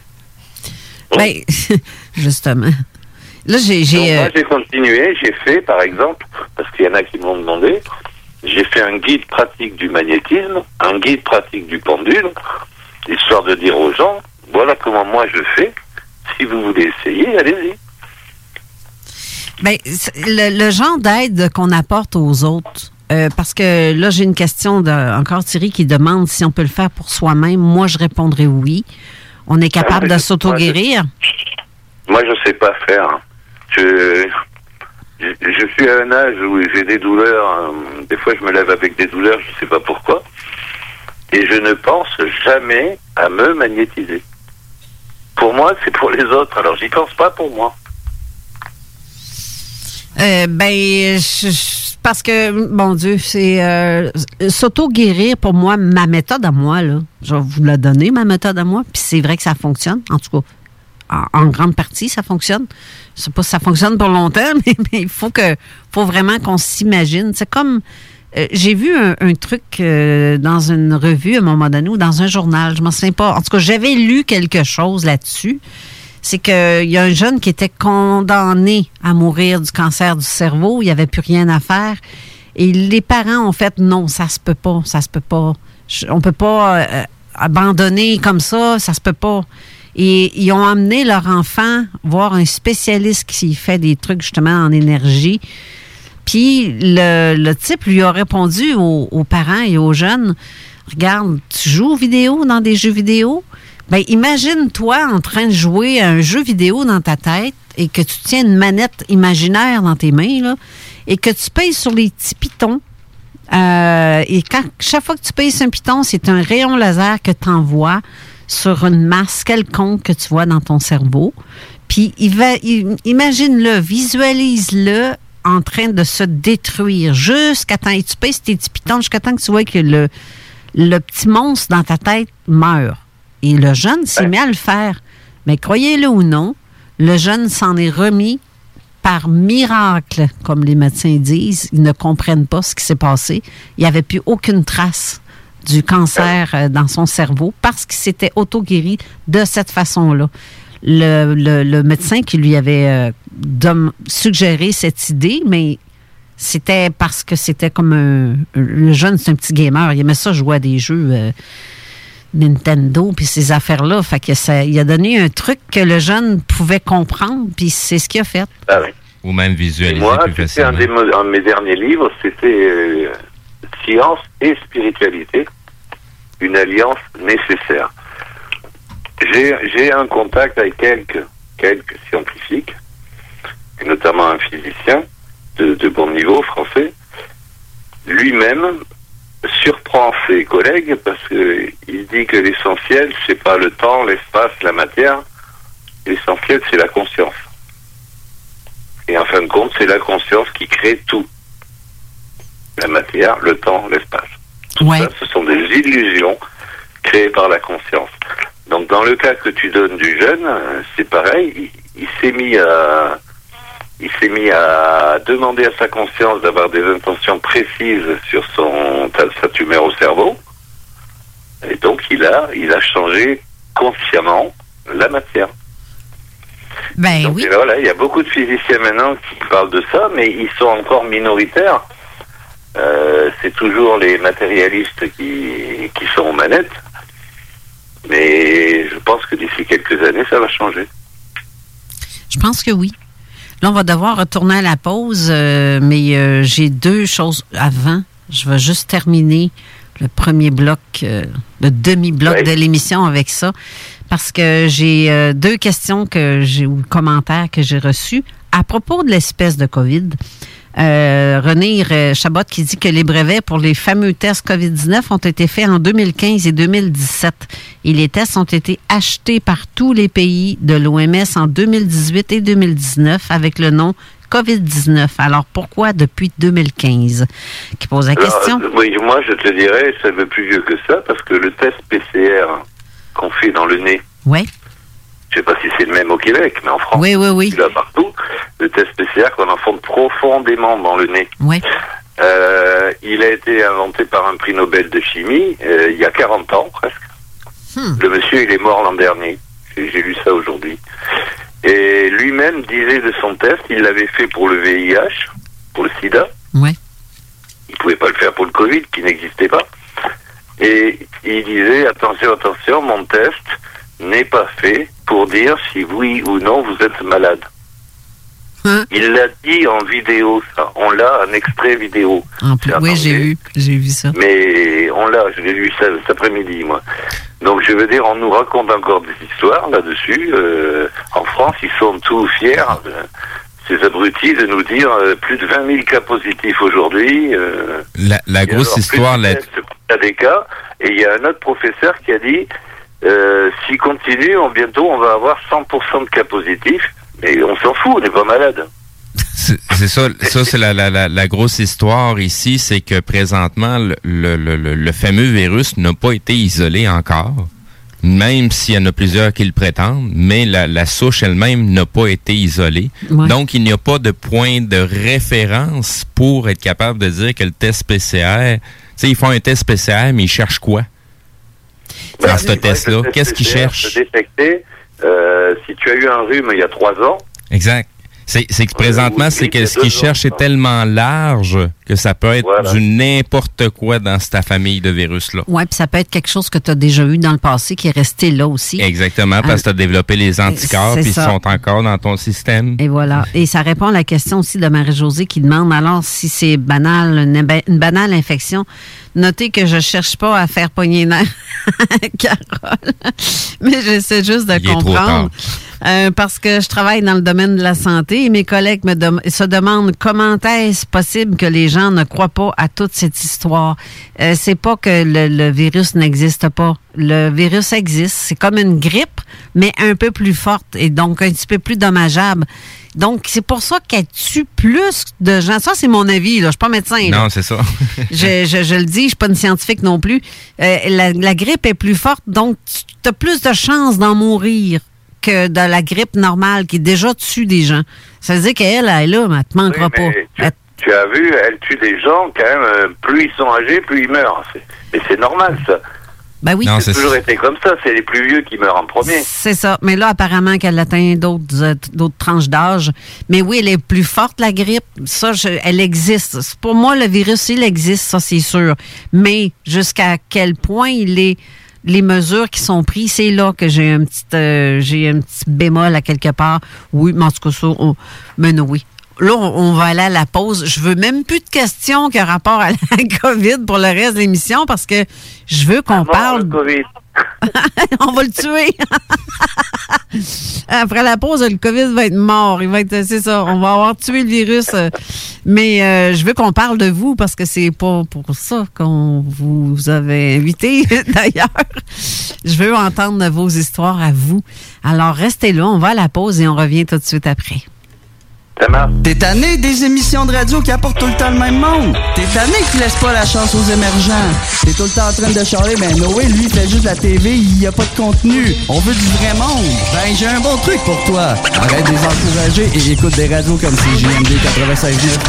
Ben, justement. Là, j'ai, j'ai, Donc, euh... moi, j'ai continué, j'ai fait, par exemple, parce qu'il y en a qui m'ont demandé, j'ai fait un guide pratique du magnétisme, un guide pratique du pendule, histoire de dire aux gens, voilà comment moi je fais, si vous voulez essayer, allez-y. Ben, le, le genre d'aide qu'on apporte aux autres, euh, parce que là, j'ai une question de, encore Thierry qui demande si on peut le faire pour soi-même. Moi, je répondrais oui. On est capable de s'auto-guérir. Moi, je sais pas faire. Je, je, je suis à un âge où j'ai des douleurs. Euh, des fois, je me lève avec des douleurs, je sais pas pourquoi. Et je ne pense jamais à me magnétiser. Pour moi, c'est pour les autres. Alors, j'y pense pas pour moi. Euh, ben, je, je, parce que, mon Dieu, c'est euh, s'auto-guérir, pour moi, ma méthode à moi, là. Je vais vous la donner, ma méthode à moi. Puis c'est vrai que ça fonctionne, en tout cas. En, en grande partie, ça fonctionne. Je sais pas si ça fonctionne pour longtemps, mais, mais il faut que, faut vraiment qu'on s'imagine. C'est comme, euh, j'ai vu un, un truc euh, dans une revue à un moment donné ou dans un journal, je m'en souviens pas. En tout cas, j'avais lu quelque chose là-dessus. C'est qu'il y a un jeune qui était condamné à mourir du cancer du cerveau. Il n'y avait plus rien à faire. Et les parents ont fait non, ça se peut pas, ça se peut pas. On peut pas euh, abandonné comme ça, ça se peut pas. Et ils ont amené leur enfant voir un spécialiste qui fait des trucs justement en énergie. Puis le, le type lui a répondu aux, aux parents et aux jeunes, regarde, tu joues aux vidéos dans des jeux vidéo? Ben imagine-toi en train de jouer à un jeu vidéo dans ta tête et que tu tiens une manette imaginaire dans tes mains, là, et que tu payes sur les petits pitons. Euh, et quand, chaque fois que tu payes sur un piton, c'est un rayon laser que tu envoies sur une masse quelconque que tu vois dans ton cerveau. Puis il va, il, imagine-le, visualise-le en train de se détruire jusqu'à temps. Et tu payes sur tes petits pitons jusqu'à temps que tu vois que le, le petit monstre dans ta tête meurt. Et le jeune s'est mis à le faire. Mais croyez-le ou non, le jeune s'en est remis par miracle, comme les médecins disent. Ils ne comprennent pas ce qui s'est passé. Il n'y avait plus aucune trace du cancer euh, dans son cerveau parce qu'il s'était auto-guéri de cette façon-là. Le, le, le médecin qui lui avait euh, dom- suggéré cette idée, mais c'était parce que c'était comme un... Le jeune, c'est un petit gamer. Il aimait ça jouer à des jeux... Euh, Nintendo, puis ces affaires-là. Fait que ça, il a donné un truc que le jeune pouvait comprendre, puis c'est ce qu'il a fait. Ah oui. Ou même visualiser moi, plus facilement. Un, des, un de mes derniers livres, c'était euh, Science et spiritualité, une alliance nécessaire. J'ai, j'ai un contact avec quelques, quelques scientifiques, et notamment un physicien de, de bon niveau français. Lui-même surprend ses collègues parce que il dit que l'essentiel, c'est pas le temps, l'espace, la matière. L'essentiel, c'est la conscience. Et en fin de compte, c'est la conscience qui crée tout. La matière, le temps, l'espace. Ouais. Ça, ce sont des illusions créées par la conscience. Donc, dans le cas que tu donnes du jeune, c'est pareil. Il, il s'est mis à... Il s'est mis à demander à sa conscience d'avoir des intentions précises sur son, sa tumeur au cerveau. Et donc, il a, il a changé consciemment la matière. Ben donc, oui. Voilà, il y a beaucoup de physiciens maintenant qui parlent de ça, mais ils sont encore minoritaires. Euh, c'est toujours les matérialistes qui, qui sont aux manettes. Mais je pense que d'ici quelques années, ça va changer. Je pense que oui. Là, on va devoir retourner à la pause, euh, mais euh, j'ai deux choses avant. Je vais juste terminer le premier bloc, euh, le demi-bloc oui. de l'émission avec ça, parce que j'ai euh, deux questions que j'ai ou commentaires que j'ai reçus à propos de l'espèce de COVID. Euh, René Chabot qui dit que les brevets pour les fameux tests covid dix-neuf ont été faits en deux mille quinze et deux mille dix-sept. Et les tests ont été achetés par tous les pays de l'O M S en deux mille dix-huit et deux mille dix-neuf avec le nom covid dix-neuf. Alors, pourquoi depuis deux mille quinze? Qui pose la Alors, question. Oui, moi, je te dirais, c'est un peu plus vieux que ça, parce que le test P C R qu'on fait dans le nez, oui. Je ne sais pas si c'est le même au Québec, mais en France, oui, oui, oui. là partout, le test P C R qu'on enfonce profondément dans le nez. Oui. Euh, il a été inventé par un prix Nobel de chimie euh, il y a quarante ans presque. Hmm. Le monsieur, il est mort l'an dernier. J'ai, j'ai lu ça aujourd'hui. Et lui-même disait de son test, il l'avait fait pour le V I H, pour le sida. Oui. Il ne pouvait pas le faire pour le Covid, qui n'existait pas. Et il disait, attention, attention, mon test n'est pas fait pour dire si oui ou non vous êtes malade. Hein? Il l'a dit en vidéo, ça. On l'a, un extrait vidéo. En plus, oui, j'ai vu, j'ai vu ça. Mais on l'a, je l'ai vu ça, cet après-midi, moi. Donc, je veux dire, on nous raconte encore des histoires là-dessus. Euh, en France, ils sont tous fiers, de, ces abrutis, de nous dire euh, plus de vingt mille cas positifs aujourd'hui. Euh, la, la grosse alors, histoire... Il y a des cas, et il y a un autre professeur qui a dit euh, s'il continue, on, bientôt, on va avoir cent pour cent de cas positifs. Mais on s'en fout, on n'est pas malade. C'est, c'est ça, ça c'est la, la, la, la grosse histoire ici, c'est que présentement, le, le, le, le fameux virus n'a pas été isolé encore, même s'il y en a plusieurs qui le prétendent, mais la, la souche elle-même n'a pas été isolée. Ouais. Donc, il n'y a pas de point de référence pour être capable de dire que le test P C R, tu sais, ils font un test P C R, mais ils cherchent quoi? Dans ben, ce test-là, qu'est-ce qu'ils cherchent? Détecter, euh, si tu as eu un rhume il y a trois ans, exact. C'est, c'est que présentement, c'est que ce qu'ils cherchent est tellement large que ça peut être Voilà. du n'importe quoi dans ta famille de virus-là. Oui, puis ça peut être quelque chose que tu as déjà eu dans le passé qui est resté là aussi. Exactement, parce que tu as développé les anticorps c'est puis ils ça. sont encore dans ton système. Et voilà. Et ça répond à la question aussi de Marie-Josée qui demande alors si c'est banal, une, une banale infection. Notez que je cherche pas à faire pogner nerf Carole, mais j'essaie juste de Il est trop comprendre. tard. Euh, parce que je travaille dans le domaine de la santé et mes collègues me dem- se demandent comment est-ce possible que les gens ne croient pas à toute cette histoire. Euh, c'est pas que le, le virus n'existe pas. Le virus existe. C'est comme une grippe, mais un peu plus forte et donc un petit peu plus dommageable. Donc, c'est pour ça qu'elle tue plus de gens. Ça, c'est mon avis, là. Je suis pas médecin, là. Non, c'est ça. je, je, je le dis, je suis pas une scientifique non plus. Euh, la, la grippe est plus forte, donc tu as plus de chances d'en mourir que de la grippe normale qui déjà tue des gens. Ça veut dire qu'elle, elle est là, mais elle te manquera Oui, mais pas. Tu, Elle- tu as vu, elle tue des gens quand même. euh, plus ils sont âgés, plus ils meurent. C'est- Mais c'est normal, ça. Ben oui. Non, c'est c'est toujours ça. été comme ça. C'est les plus vieux qui meurent en premier. C'est ça. Mais là, apparemment qu'elle atteint d'autres euh, d'autres tranches d'âge. Mais oui, elle est plus forte, la grippe. Ça, je- elle existe. C'est- Pour moi, le virus, il existe, ça, c'est sûr. Mais jusqu'à quel point il est... Les mesures qui sont prises, c'est là que j'ai un petit euh, j'ai un petit bémol à quelque part. Oui, mais en tout cas, ça, on, mais non, oui. Là, on, on va aller à la pause. Je veux même plus de questions qui ont rapport à la COVID pour le reste de l'émission parce que je veux qu'on Mort, parle... le COVID. On va le tuer. Après la pause, le COVID va être mort. Il va être, c'est ça. On va avoir tué le virus. Mais euh, je veux qu'on parle de vous parce que c'est pas pour ça qu'on vous avez invité, d'ailleurs. Je veux entendre vos histoires à vous. Alors, restez là. On va à la pause et on revient tout de suite après. T'es tanné des émissions de radio qui apportent tout le temps le même monde? T'es tanné qui laisse pas la chance aux émergents? T'es tout le temps en train de charler, ben Noé, lui, il fait juste de la T V, il y a pas de contenu. On veut du vrai monde. Ben, j'ai un bon truc pour toi. Arrête de les encourager et écoute des radios comme C J M D quatre-vingt-seize neuf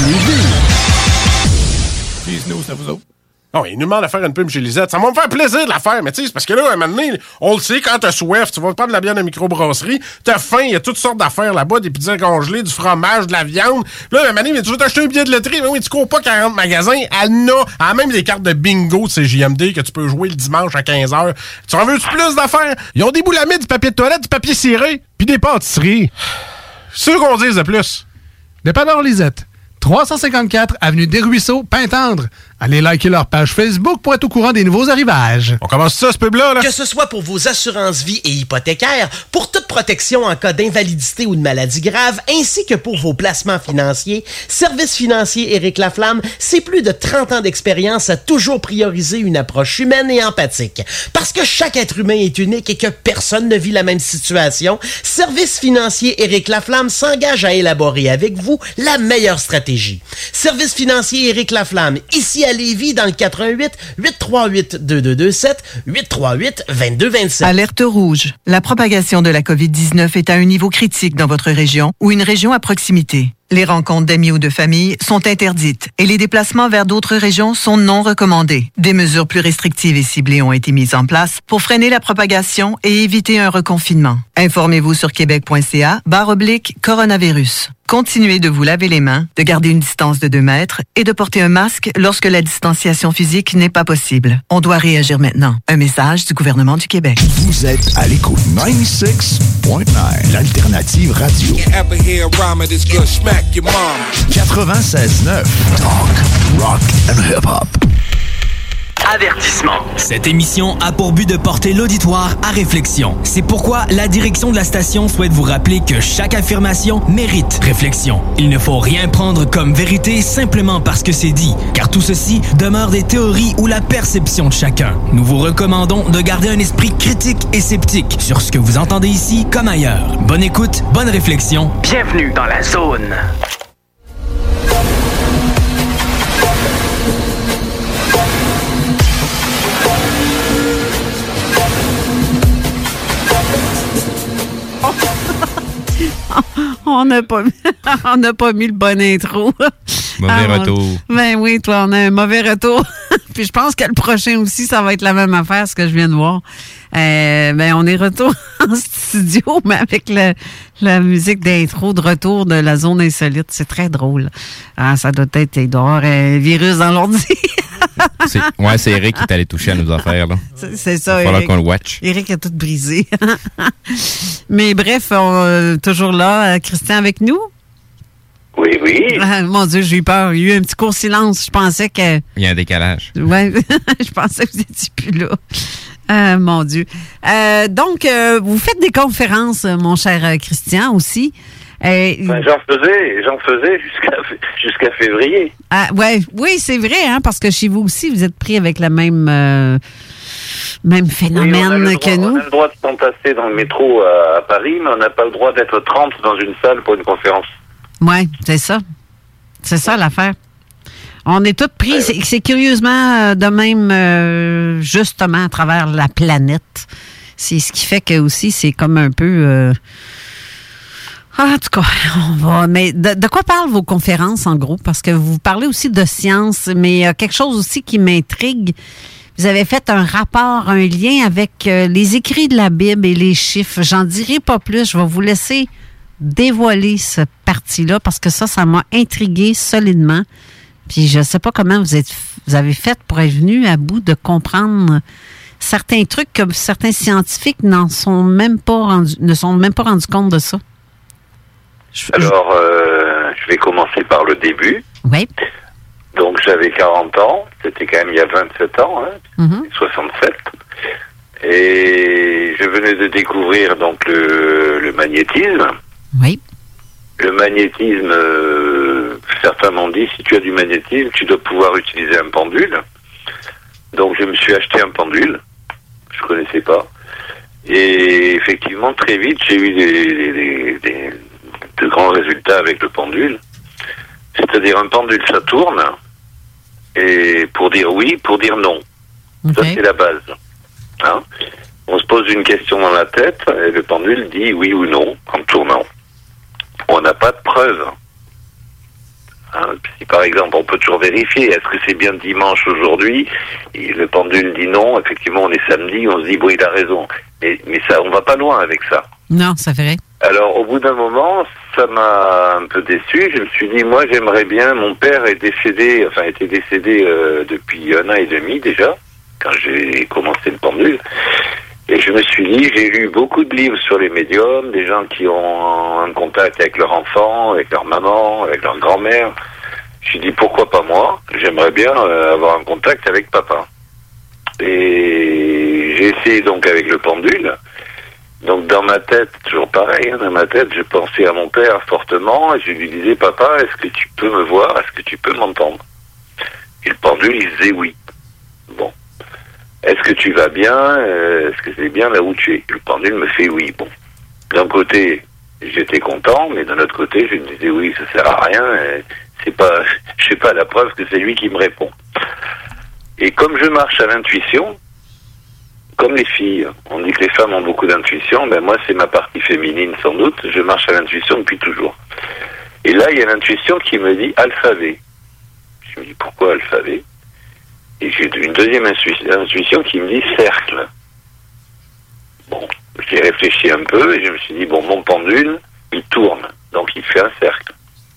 Lévis. Dis-nous, c'est vous autres. Non, il nous demande de faire une pub chez Lisette. Ça va me faire plaisir de la faire, mais tu sais, c'est parce que là, à un moment donné, on le sait, quand t'as soif, tu vas prendre de la bière de microbrasserie, t'as faim, il y a toutes sortes d'affaires là-bas, des pizzas congelées, du fromage, de la viande. Là, à un moment donné, mais tu veux t'acheter un billet de loterie, mais oui, tu cours pas quarante magasins, elle en a, elle a même des cartes de bingo de C J M D que tu peux jouer le dimanche à quinze heures. Tu en veux-tu plus d'affaires? Ils ont des boulamides, du papier de toilette, du papier ciré, puis des pâtisseries. C'est sûr qu'on dise de plus. Dépanneur Lisette, trois cent cinquante-quatre avenue des Ruisseaux, Pintendre. Allez liker leur page Facebook pour être au courant des nouveaux arrivages. On commence ça, ce pub-là, là? Que ce soit pour vos assurances vie et hypothécaires, pour toute protection en cas d'invalidité ou de maladie grave, ainsi que pour vos placements financiers, Service financier Éric Laflamme, c'est plus de trente ans d'expérience à toujours prioriser une approche humaine et empathique. Parce que chaque être humain est unique et que personne ne vit la même situation, Service financier Éric Laflamme s'engage à élaborer avec vous la meilleure stratégie. Service financier Éric Laflamme, ici à Lévis, dans le quatre un huit, huit trois huit, deux deux deux sept, huit trois huit, deux deux deux sept. Alerte rouge. La propagation de la covid dix-neuf est à un niveau critique dans votre région ou une région à proximité. Les rencontres d'amis ou de famille sont interdites et les déplacements vers d'autres régions sont non recommandés. Des mesures plus restrictives et ciblées ont été mises en place pour freiner la propagation et éviter un reconfinement. Informez-vous sur québec.ca barre oblique coronavirus. Continuez de vous laver les mains, de garder une distance de deux mètres et de porter un masque lorsque la distanciation physique n'est pas possible. On doit réagir maintenant. Un message du gouvernement du Québec. Vous êtes à l'écoute quatre-vingt-seize point neuf, l'alternative radio. quatre-vingt-seize neuf, talk, rock and hip-hop. Avertissement. Cette émission a pour but de porter l'auditoire à réflexion. C'est pourquoi la direction de la station souhaite vous rappeler que chaque affirmation mérite réflexion. Il ne faut rien prendre comme vérité simplement parce que c'est dit, car tout ceci demeure des théories ou la perception de chacun. Nous vous recommandons de garder un esprit critique et sceptique sur ce que vous entendez ici comme ailleurs. Bonne écoute, bonne réflexion. Bienvenue dans la zone. On n'a pas, on n'a pas mis le bon intro. Mauvais Ah, retour. Ben oui, toi, on a un mauvais retour. Puis je pense que le prochain aussi, ça va être la même affaire, ce que je viens de voir. Euh, ben, on est retour en studio, mais avec le, la musique d'intro de retour de la zone insolite. C'est très drôle. Ah, ça doit être, il doit y avoir un virus dans l'ordi. c'est, ouais, c'est Eric qui est allé toucher à nos affaires, là. C'est, c'est ça, il va falloir Eric. qu'on le watch. Eric a tout brisé. Mais bref, on, euh, toujours là, Christian avec nous. Oui, oui. Ah, mon Dieu, j'ai eu peur. Il y a eu un petit court silence. Je pensais que... Il y a un décalage. Ouais, je pensais que vous n'étiez plus là. Euh, mon Dieu. Euh, donc, euh, vous faites des conférences, mon cher euh, Christian, aussi. Euh, ben, j'en faisais, j'en faisais jusqu'à jusqu'à février. Ah, ouais, oui, c'est vrai, hein, parce que chez vous aussi, vous êtes pris avec le même... Euh, même phénomène oui, que droit, nous. On a le droit de s'entasser dans le métro à, à Paris, mais on n'a pas le droit d'être trente dans une salle pour une conférence. Oui, c'est ça. C'est ça l'affaire. On est tous pris. C'est, c'est curieusement euh, de même, euh, justement, à travers la planète. C'est ce qui fait que aussi, c'est comme un peu... Euh... Ah, en tout cas, on va... Mais de, de quoi parlent vos conférences, en gros? Parce que vous parlez aussi de science, mais il y a quelque chose aussi qui m'intrigue. Vous avez fait un rapport, un lien avec euh, les écrits de la Bible et les chiffres. J'en dirai pas plus. Je vais vous laisser dévoiler ce parti-là parce que ça, ça m'a intrigué solidement. Puis je sais pas comment vous êtes, vous avez fait pour être venu à bout de comprendre certains trucs que certains scientifiques n'en sont même pas rendus, ne sont même pas rendus compte de ça. Je, Alors, euh, je vais commencer par le début. Oui. Donc j'avais quarante ans, c'était quand même il y a vingt-sept ans, hein, mm-hmm. soixante-sept. Et je venais de découvrir donc le, le magnétisme. Oui. Le magnétisme, euh, certains m'ont dit, si tu as du magnétisme, tu dois pouvoir utiliser un pendule. Donc je me suis acheté un pendule, je connaissais pas. Et effectivement, très vite, j'ai eu des, des, des, des, de grands résultats avec le pendule. C'est-à-dire un pendule, ça tourne, et pour dire oui, pour dire non. Okay. Ça, c'est la base. Hein? On se pose une question dans la tête, et le pendule dit oui ou non, en tournant. On n'a pas de preuve. Hein? Si par exemple, on peut toujours vérifier, est-ce que c'est bien dimanche aujourd'hui? Et le pendule dit non, effectivement, on est samedi, on se dit, bon, il a raison. Mais, mais ça, on va pas loin avec ça. Non, ça ferait. Alors, au bout d'un moment, ça m'a un peu déçu. Je me suis dit, moi, j'aimerais bien... Mon père est décédé, enfin, était décédé euh, depuis un an et demi déjà, quand j'ai commencé le pendule. Et je me suis dit, j'ai lu beaucoup de livres sur les médiums, des gens qui ont un contact avec leur enfant, avec leur maman, avec leur grand-mère. Je me suis dit, pourquoi pas moi? J'aimerais bien euh, avoir un contact avec papa. Et j'ai essayé donc avec le pendule. Donc dans ma tête, toujours pareil, hein, dans ma tête, je pensais à mon père fortement et je lui disais, papa, est-ce que tu peux me voir? Est-ce que tu peux m'entendre? Et le pendule, il disait oui. Bon. Est-ce que tu vas bien? Est-ce que c'est bien là où tu es? Le pendule me fait oui. Bon. D'un côté, j'étais content, mais d'un autre côté, je me disais oui, ça sert à rien. C'est pas, je sais pas la preuve que c'est lui qui me répond. Et comme je marche à l'intuition, comme les filles, on dit que les femmes ont beaucoup d'intuition, ben moi c'est ma partie féminine sans doute, je marche à l'intuition depuis toujours. Et là il y a l'intuition qui me dit alphabet. Je me dis pourquoi alphabet? Et j'ai une deuxième intuition qui me dit cercle. Bon, j'ai réfléchi un peu et je me suis dit bon, mon pendule, il tourne, donc il fait un cercle.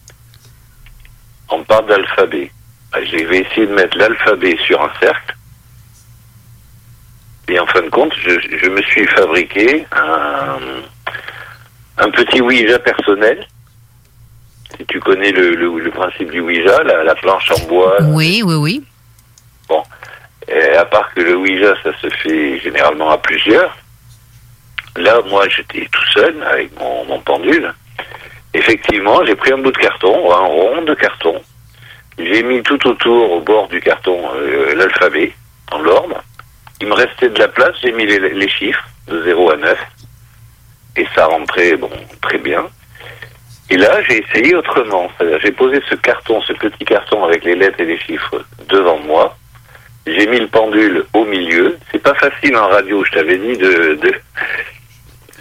On parle d'alphabet. Je vais essayer de mettre l'alphabet sur un cercle. Et en fin de compte, je, je me suis fabriqué un, un petit Ouija personnel. Si tu connais le, le, le principe du Ouija, la, la planche en bois. Oui, oui, oui. Bon. Et à part que le Ouija, ça se fait généralement à plusieurs. Là, moi, j'étais tout seul avec mon, mon pendule. Effectivement, j'ai pris un bout de carton, un rond de carton. J'ai mis tout autour, au bord du carton, euh, l'alphabet, dans l'ordre. Il me restait de la place, j'ai mis les, les chiffres, de zéro à neuf. Et ça rentrait, bon, très bien. Et là, j'ai essayé autrement. C'est-à-dire, j'ai posé ce carton, ce petit carton avec les lettres et les chiffres devant moi. J'ai mis le pendule au milieu. C'est pas facile en radio, je t'avais dit, de, de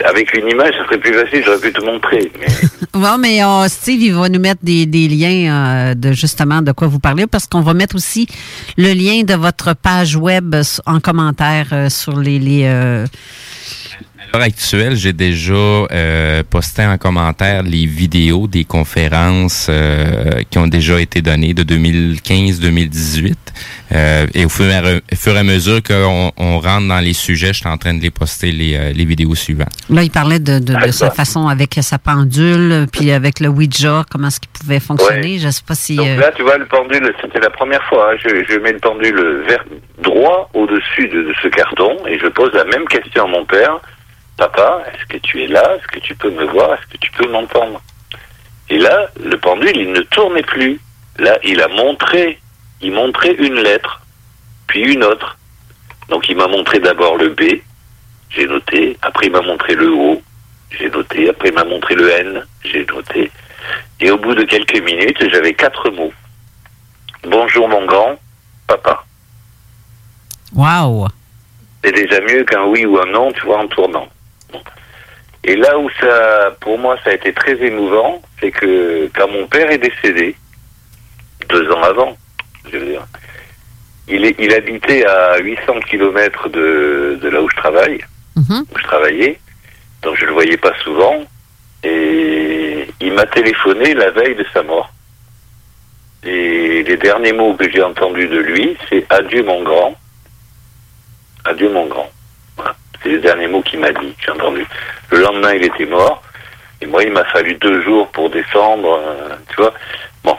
avec une image, ça serait plus facile, j'aurais pu te montrer. Mais... Bon, mais euh, Steve, il va nous mettre des, des liens euh, de justement de quoi vous parlez, parce qu'on va mettre aussi le lien de votre page web en commentaire euh, sur les... les euh... À l'heure actuelle, j'ai déjà euh, posté en commentaire les vidéos des conférences euh, qui ont déjà été données de deux mille quinze deux mille dix-huit. Euh, et au fur et, à, au fur et à mesure qu'on on rentre dans les sujets, je suis en train de les poster les, euh, les vidéos suivantes. Là, il parlait de, de, de sa façon avec sa pendule, puis avec le Ouija, comment est-ce qu'il pouvait fonctionner. Ouais. Je sais pas si... Donc euh... là, tu vois, le pendule, c'était la première fois. Hein, je, je mets le pendule vers droit au-dessus de, de ce carton et je pose la même question à mon père. Papa, est-ce que tu es là? Est-ce que tu peux me voir? Est-ce que tu peux m'entendre? Et là, le pendule, il ne tournait plus. Là, il a montré, il montrait une lettre, puis une autre. Donc, il m'a montré d'abord le B, j'ai noté. Après, il m'a montré le O, j'ai noté. Après, il m'a montré le N, j'ai noté. Et au bout de quelques minutes, j'avais quatre mots. Bonjour, mon grand, papa. Wow! C'est déjà mieux qu'un oui ou un non, tu vois, en tournant. Et là où ça, pour moi, ça a été très émouvant, c'est que quand mon père est décédé, deux ans avant, je veux dire, il, est, il habitait à huit cents kilomètres de, de là où je travaille, mm-hmm. où je travaillais, donc je le voyais pas souvent, et il m'a téléphoné la veille de sa mort. Et les derniers mots que j'ai entendus de lui, c'est « Adieu mon grand ». Adieu mon grand. Voilà. C'est les derniers mots qu'il m'a dit, j'ai entendu. Le lendemain, il était mort. Et moi, il m'a fallu deux jours pour descendre, euh, tu vois. Bon.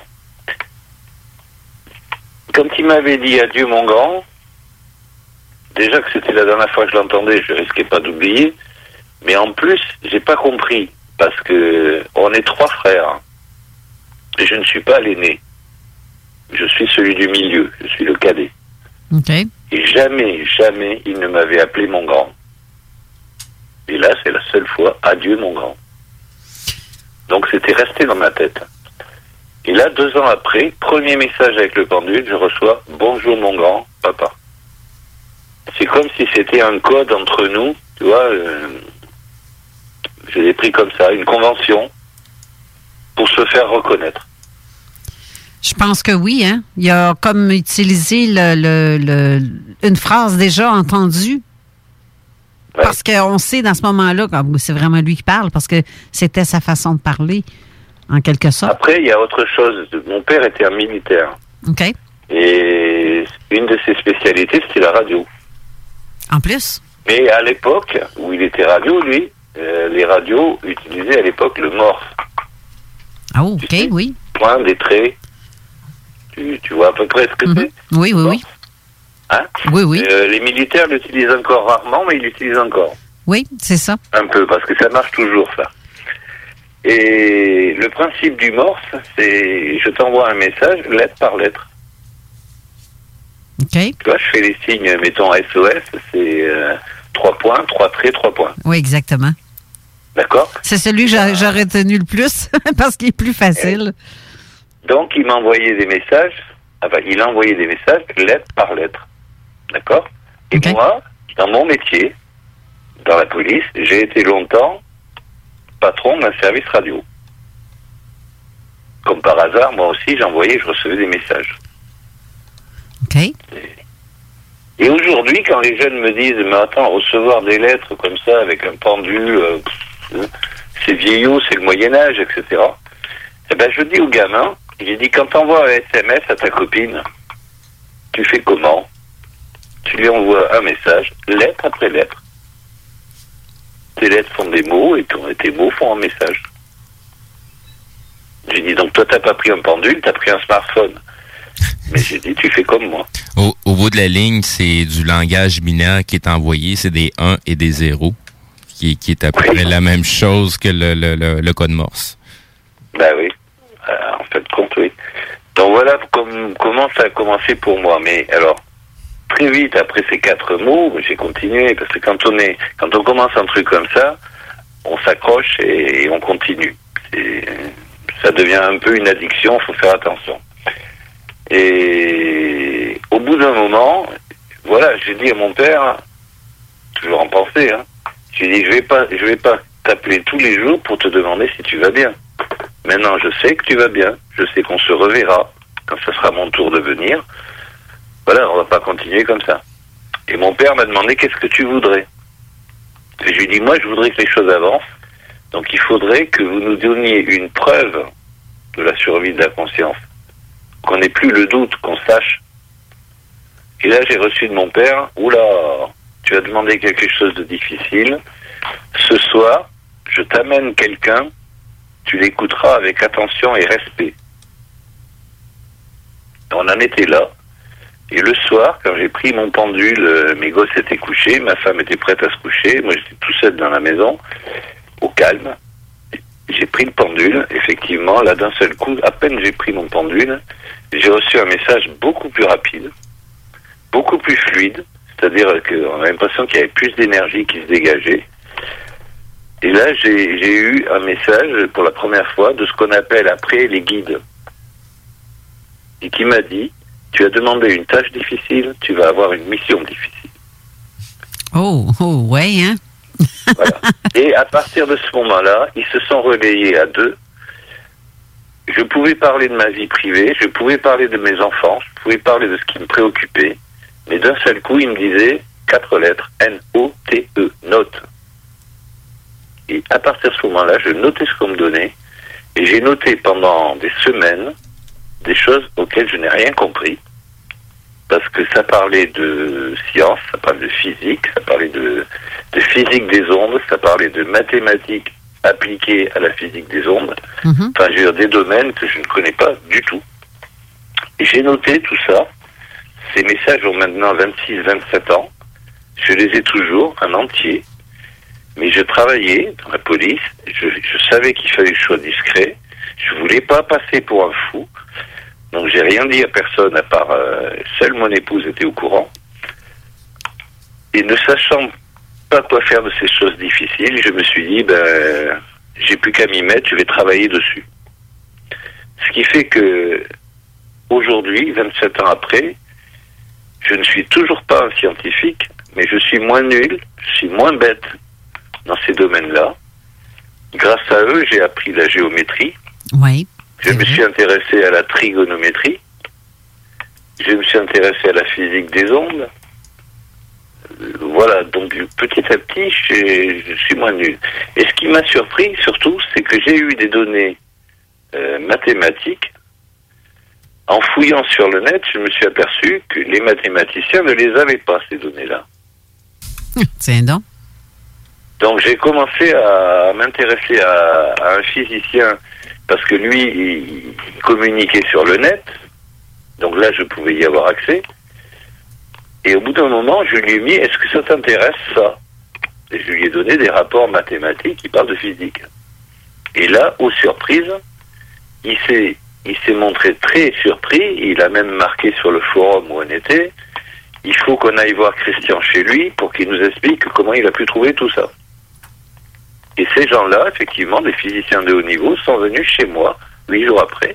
Quand il m'avait dit adieu mon grand, déjà que c'était la dernière fois que je l'entendais, je risquais pas d'oublier. Mais en plus, j'ai pas compris. Parce que on est trois frères. Et je ne suis pas l'aîné. Je suis celui du milieu. Je suis le cadet. OK. Et jamais, jamais, il ne m'avait appelé mon grand. Et là, c'est la seule fois, adieu mon grand. Donc c'était resté dans ma tête. Et là, deux ans après, premier message avec le pendule, je reçois bonjour mon grand, papa. C'est comme si c'était un code entre nous, tu vois. Euh, je l'ai pris comme ça, une convention pour se faire reconnaître. Je pense que oui, hein. Il a comme utilisé le, le, le, une phrase déjà entendue. Ouais. Parce qu'on sait dans ce moment-là que c'est vraiment lui qui parle, parce que c'était sa façon de parler, en quelque sorte. Après, il y a autre chose. Mon père était un militaire. OK. Et une de ses spécialités, c'était la radio. En plus? Mais à l'époque où il était radio, lui, euh, les radios utilisaient à l'époque le morse. Ah, oh, OK, sais, oui. Point, des traits. Tu, tu vois à peu près ce que mm-hmm. c'est? Oui, oui, oui. Hein? Oui, oui. Euh, les militaires l'utilisent encore rarement, mais ils l'utilisent encore. Oui, c'est ça. Un peu, parce que ça marche toujours, ça. Et le principe du morse, c'est je t'envoie un message, lettre par lettre. OK. Tu vois, je fais les signes, mettons S O S, c'est euh, trois points, trois traits, trois points. Oui, exactement. D'accord? C'est celui que j'a, j'aurais retenu le plus, parce qu'il est plus facile. Donc, il m'a envoyé des messages, enfin, il a envoyé des messages, lettre par lettre. D'accord? Et okay. Moi, dans mon métier, dans la police, j'ai été longtemps patron d'un service radio. Comme par hasard, moi aussi, j'envoyais, je recevais des messages. OK. Et, et aujourd'hui, quand les jeunes me disent, mais attends, recevoir des lettres comme ça, avec un pendule, euh, pff, c'est vieillot, c'est le Moyen-Âge, et cetera. Eh ben, je dis aux gamins, j'ai dit, quand t'envoies un S M S à ta copine, tu fais comment? Tu lui envoies un message, lettre après lettre. Tes lettres font des mots et tes mots font un message. J'ai dit, donc toi, t'as pas pris un pendule, t'as pris un smartphone. Mais j'ai dit, tu fais comme moi. Au, au bout de la ligne, c'est du langage binaire qui est envoyé, c'est des un et des zéro, qui, qui est à peu près oui. la même chose que le, le, le, le code Morse. Ben oui, euh, en fait, compte, oui. Donc voilà comme, comment ça a commencé pour moi. Mais alors, très vite, après ces quatre mots, j'ai continué, parce que quand on est, quand on commence un truc comme ça, on s'accroche et, et on continue. C'est, ça devient un peu une addiction, il faut faire attention. Et au bout d'un moment, voilà, j'ai dit à mon père, toujours en pensée, hein, Je lui ai dit, je vais pas, je vais pas t'appeler tous les jours pour te demander si tu vas bien. Maintenant, je sais que tu vas bien. Je sais qu'on se reverra quand ce sera mon tour de venir. Voilà, on va pas continuer comme ça. Et mon père m'a demandé, qu'est-ce que tu voudrais? Et je lui ai dit, moi, je voudrais que les choses avancent. Donc, il faudrait que vous nous donniez une preuve de la survie de la conscience. Qu'on n'ait plus le doute, qu'on sache. Et là, j'ai reçu de mon père, oula, tu as demandé quelque chose de difficile. Ce soir, je t'amène quelqu'un, tu l'écouteras avec attention et respect. On en était là. Et le soir, quand j'ai pris mon pendule, euh, mes gosses étaient couchés, ma femme était prête à se coucher, moi j'étais tout seul dans la maison, au calme. J'ai pris le pendule, effectivement, là d'un seul coup, à peine j'ai pris mon pendule, j'ai reçu un message beaucoup plus rapide, beaucoup plus fluide, c'est-à-dire qu'on a l'impression qu'il y avait plus d'énergie qui se dégageait. Et là, j'ai, j'ai eu un message pour la première fois de ce qu'on appelle après les guides. Et qui m'a dit, tu as demandé une tâche difficile, tu vas avoir une mission difficile. Oh, oh, ouais, hein? Voilà. Et à partir de ce moment-là, ils se sont relayés à deux. Je pouvais parler de ma vie privée, je pouvais parler de mes enfants, je pouvais parler de ce qui me préoccupait, mais d'un seul coup, ils me disaient quatre lettres, N O T E, note. Et à partir de ce moment-là, je notais ce qu'on me donnait, et j'ai noté pendant des semaines des choses auxquelles je n'ai rien compris, parce que ça parlait de science, ça parlait de physique, ça parlait de, de physique des ondes, ça parlait de mathématiques appliquées à la physique des ondes, mm-hmm. Enfin, je veux dire, des domaines que je ne connais pas du tout. Et j'ai noté tout ça. Ces messages ont maintenant vingt-six, vingt-sept ans. Je les ai toujours, en entier. Mais je travaillais dans la police, je, je savais qu'il fallait que je sois discret, je voulais pas passer pour un fou, donc j'ai rien dit à personne à part euh, seule mon épouse était au courant. Et ne sachant pas quoi faire de ces choses difficiles, je me suis dit, ben, j'ai plus qu'à m'y mettre, je vais travailler dessus. Ce qui fait que, aujourd'hui, vingt-sept ans après, je ne suis toujours pas un scientifique, mais je suis moins nul, je suis moins bête dans ces domaines-là. Grâce à eux, j'ai appris la géométrie. Oui. Je me suis intéressé à la trigonométrie. Je me suis intéressé à la physique des ondes. Euh, voilà, donc petit à petit, je, je suis moins nul. Et ce qui m'a surpris, surtout, c'est que j'ai eu des données euh, mathématiques. En fouillant sur le net, je me suis aperçu que les mathématiciens ne les avaient pas, ces données-là. C'est donc. Donc j'ai commencé à m'intéresser à, à un physicien parce que lui, il, il communiquait sur le net. Donc là, je pouvais y avoir accès. Et au bout d'un moment, je lui ai mis, est-ce que ça t'intéresse, ça? Et je lui ai donné des rapports mathématiques qui parlent de physique. Et là, aux surprises, il s'est, il s'est montré très surpris. Il a même marqué sur le forum où on était, il faut qu'on aille voir Christian chez lui pour qu'il nous explique comment il a pu trouver tout ça. Et ces gens-là, effectivement, des physiciens de haut niveau, sont venus chez moi, huit jours après.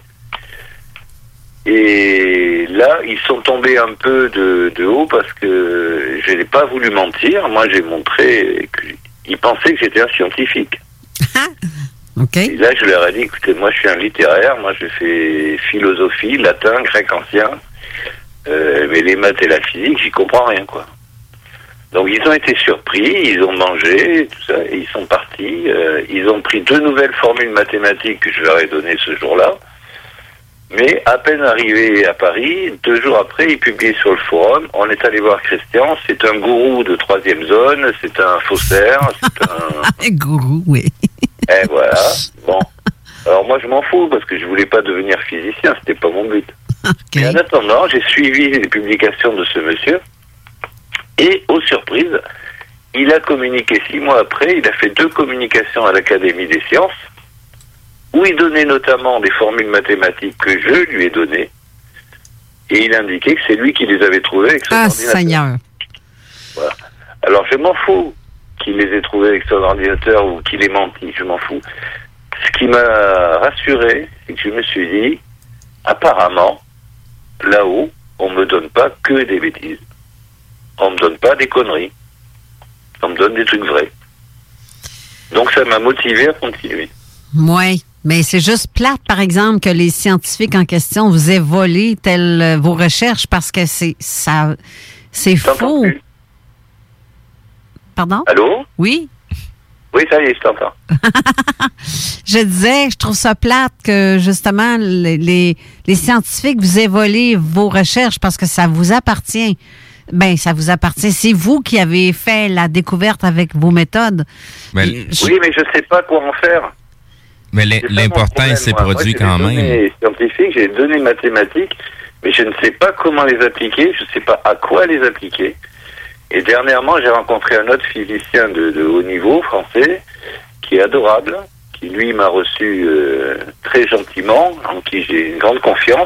Et là, ils sont tombés un peu de, de haut parce que je n'ai pas voulu mentir. Moi, j'ai montré qu'ils pensaient que j'étais un scientifique. Okay. Et là, je leur ai dit, écoutez, moi, je suis un littéraire. Moi, je fais philosophie, latin, grec ancien. Euh, mais les maths et la physique, j'y comprends rien, quoi. Donc ils ont été surpris, ils ont mangé, tout ça, et ils sont partis. Euh, ils ont pris deux nouvelles formules mathématiques que je leur ai données ce jour-là. Mais à peine arrivé à Paris, deux jours après, ils publiaient sur le forum. On est allé voir Christian, c'est un gourou de troisième zone, c'est un faussaire, c'est un... un gourou, oui. Et voilà, bon. Alors moi je m'en fous, parce que je voulais pas devenir physicien, c'était pas mon but. Okay. Et en attendant, j'ai suivi les publications de ce monsieur. Et, aux surprises, il a communiqué six mois après, il a fait deux communications à l'Académie des sciences, où il donnait notamment des formules mathématiques que je lui ai données, et il indiquait que c'est lui qui les avait trouvées avec son ah, ordinateur. Seigneur. Voilà. Alors, je m'en fous qu'il les ait trouvées avec son ordinateur ou qu'il ait menti, je m'en fous. Ce qui m'a rassuré, c'est que je me suis dit, apparemment, là-haut, on ne me donne pas que des bêtises. On me donne pas des conneries. On me donne des trucs vrais. Donc ça m'a motivé à continuer. Oui, mais c'est juste plate, par exemple, que les scientifiques en question vous aient volé telles euh, vos recherches parce que c'est ça, c'est faux. Plus. Pardon? Allô? Oui? Oui, ça y est, je t'entends. Je disais, je trouve ça plate que, justement, les, les, les scientifiques vous aient volé vos recherches parce que ça vous appartient. Ben, ça vous appartient. C'est vous qui avez fait la découverte avec vos méthodes. Mais, je... Oui, mais je ne sais pas quoi en faire. Mais l'important, il s'est produit quand même. J'ai des données scientifiques, j'ai des données mathématiques, mais je ne sais pas comment les appliquer, je ne sais pas à quoi les appliquer. Et dernièrement, j'ai rencontré un autre physicien de, de haut niveau, français, qui est adorable, qui lui m'a reçu euh, très gentiment, en qui j'ai une grande confiance.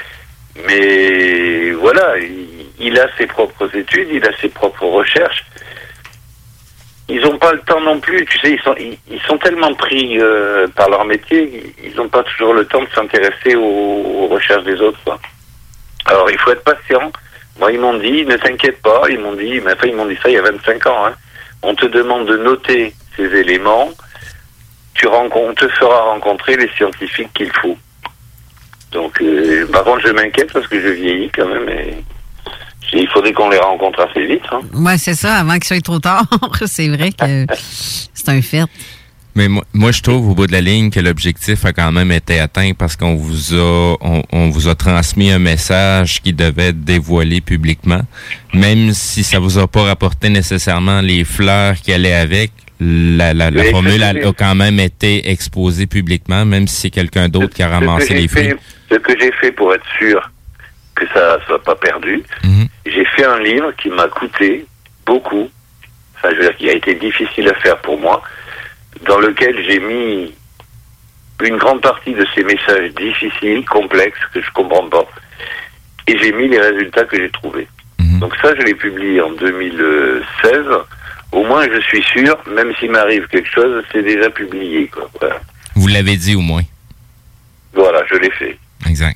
Mais voilà, il, il a ses propres études, il a ses propres recherches. Ils n'ont pas le temps non plus, tu sais, ils sont, ils, ils sont tellement pris euh, par leur métier, ils n'ont pas toujours le temps de s'intéresser aux, aux recherches des autres, quoi. Alors, il faut être patient. Moi, ils m'ont dit, ne t'inquiète pas, ils m'ont dit, mais enfin, ils m'ont dit ça il y a vingt-cinq ans, hein. On te demande de noter ces éléments, tu rencontres, on te fera rencontrer les scientifiques qu'il faut. Donc, euh, par contre, je m'inquiète parce que je vieillis quand même, et il faudrait qu'on les rencontre assez vite. Hein. Oui, c'est ça, avant qu'il soit trop tard. C'est vrai que c'est un fait. Mais moi, moi, je trouve au bout de la ligne que l'objectif a quand même été atteint parce qu'on vous a on, on vous a transmis un message qui devait être dévoilé publiquement. Même si ça vous a pas rapporté nécessairement les fleurs qui allaient avec, la, la, la formule a, a quand même été exposée publiquement, même si c'est quelqu'un d'autre qui a ramassé les fruits. Fait, ce que j'ai fait pour être sûr que ça soit pas perdu, mm-hmm. j'ai fait un livre qui m'a coûté beaucoup, enfin je veux dire qui a été difficile à faire pour moi, dans lequel j'ai mis une grande partie de ces messages difficiles, complexes, que je comprends pas, et j'ai mis les résultats que j'ai trouvés. Mm-hmm. Donc ça, je l'ai publié en deux mille seize. Au moins, je suis sûr, même s'il m'arrive quelque chose, c'est déjà publié, quoi. Voilà. Vous l'avez dit au moins. Voilà, je l'ai fait. Exact.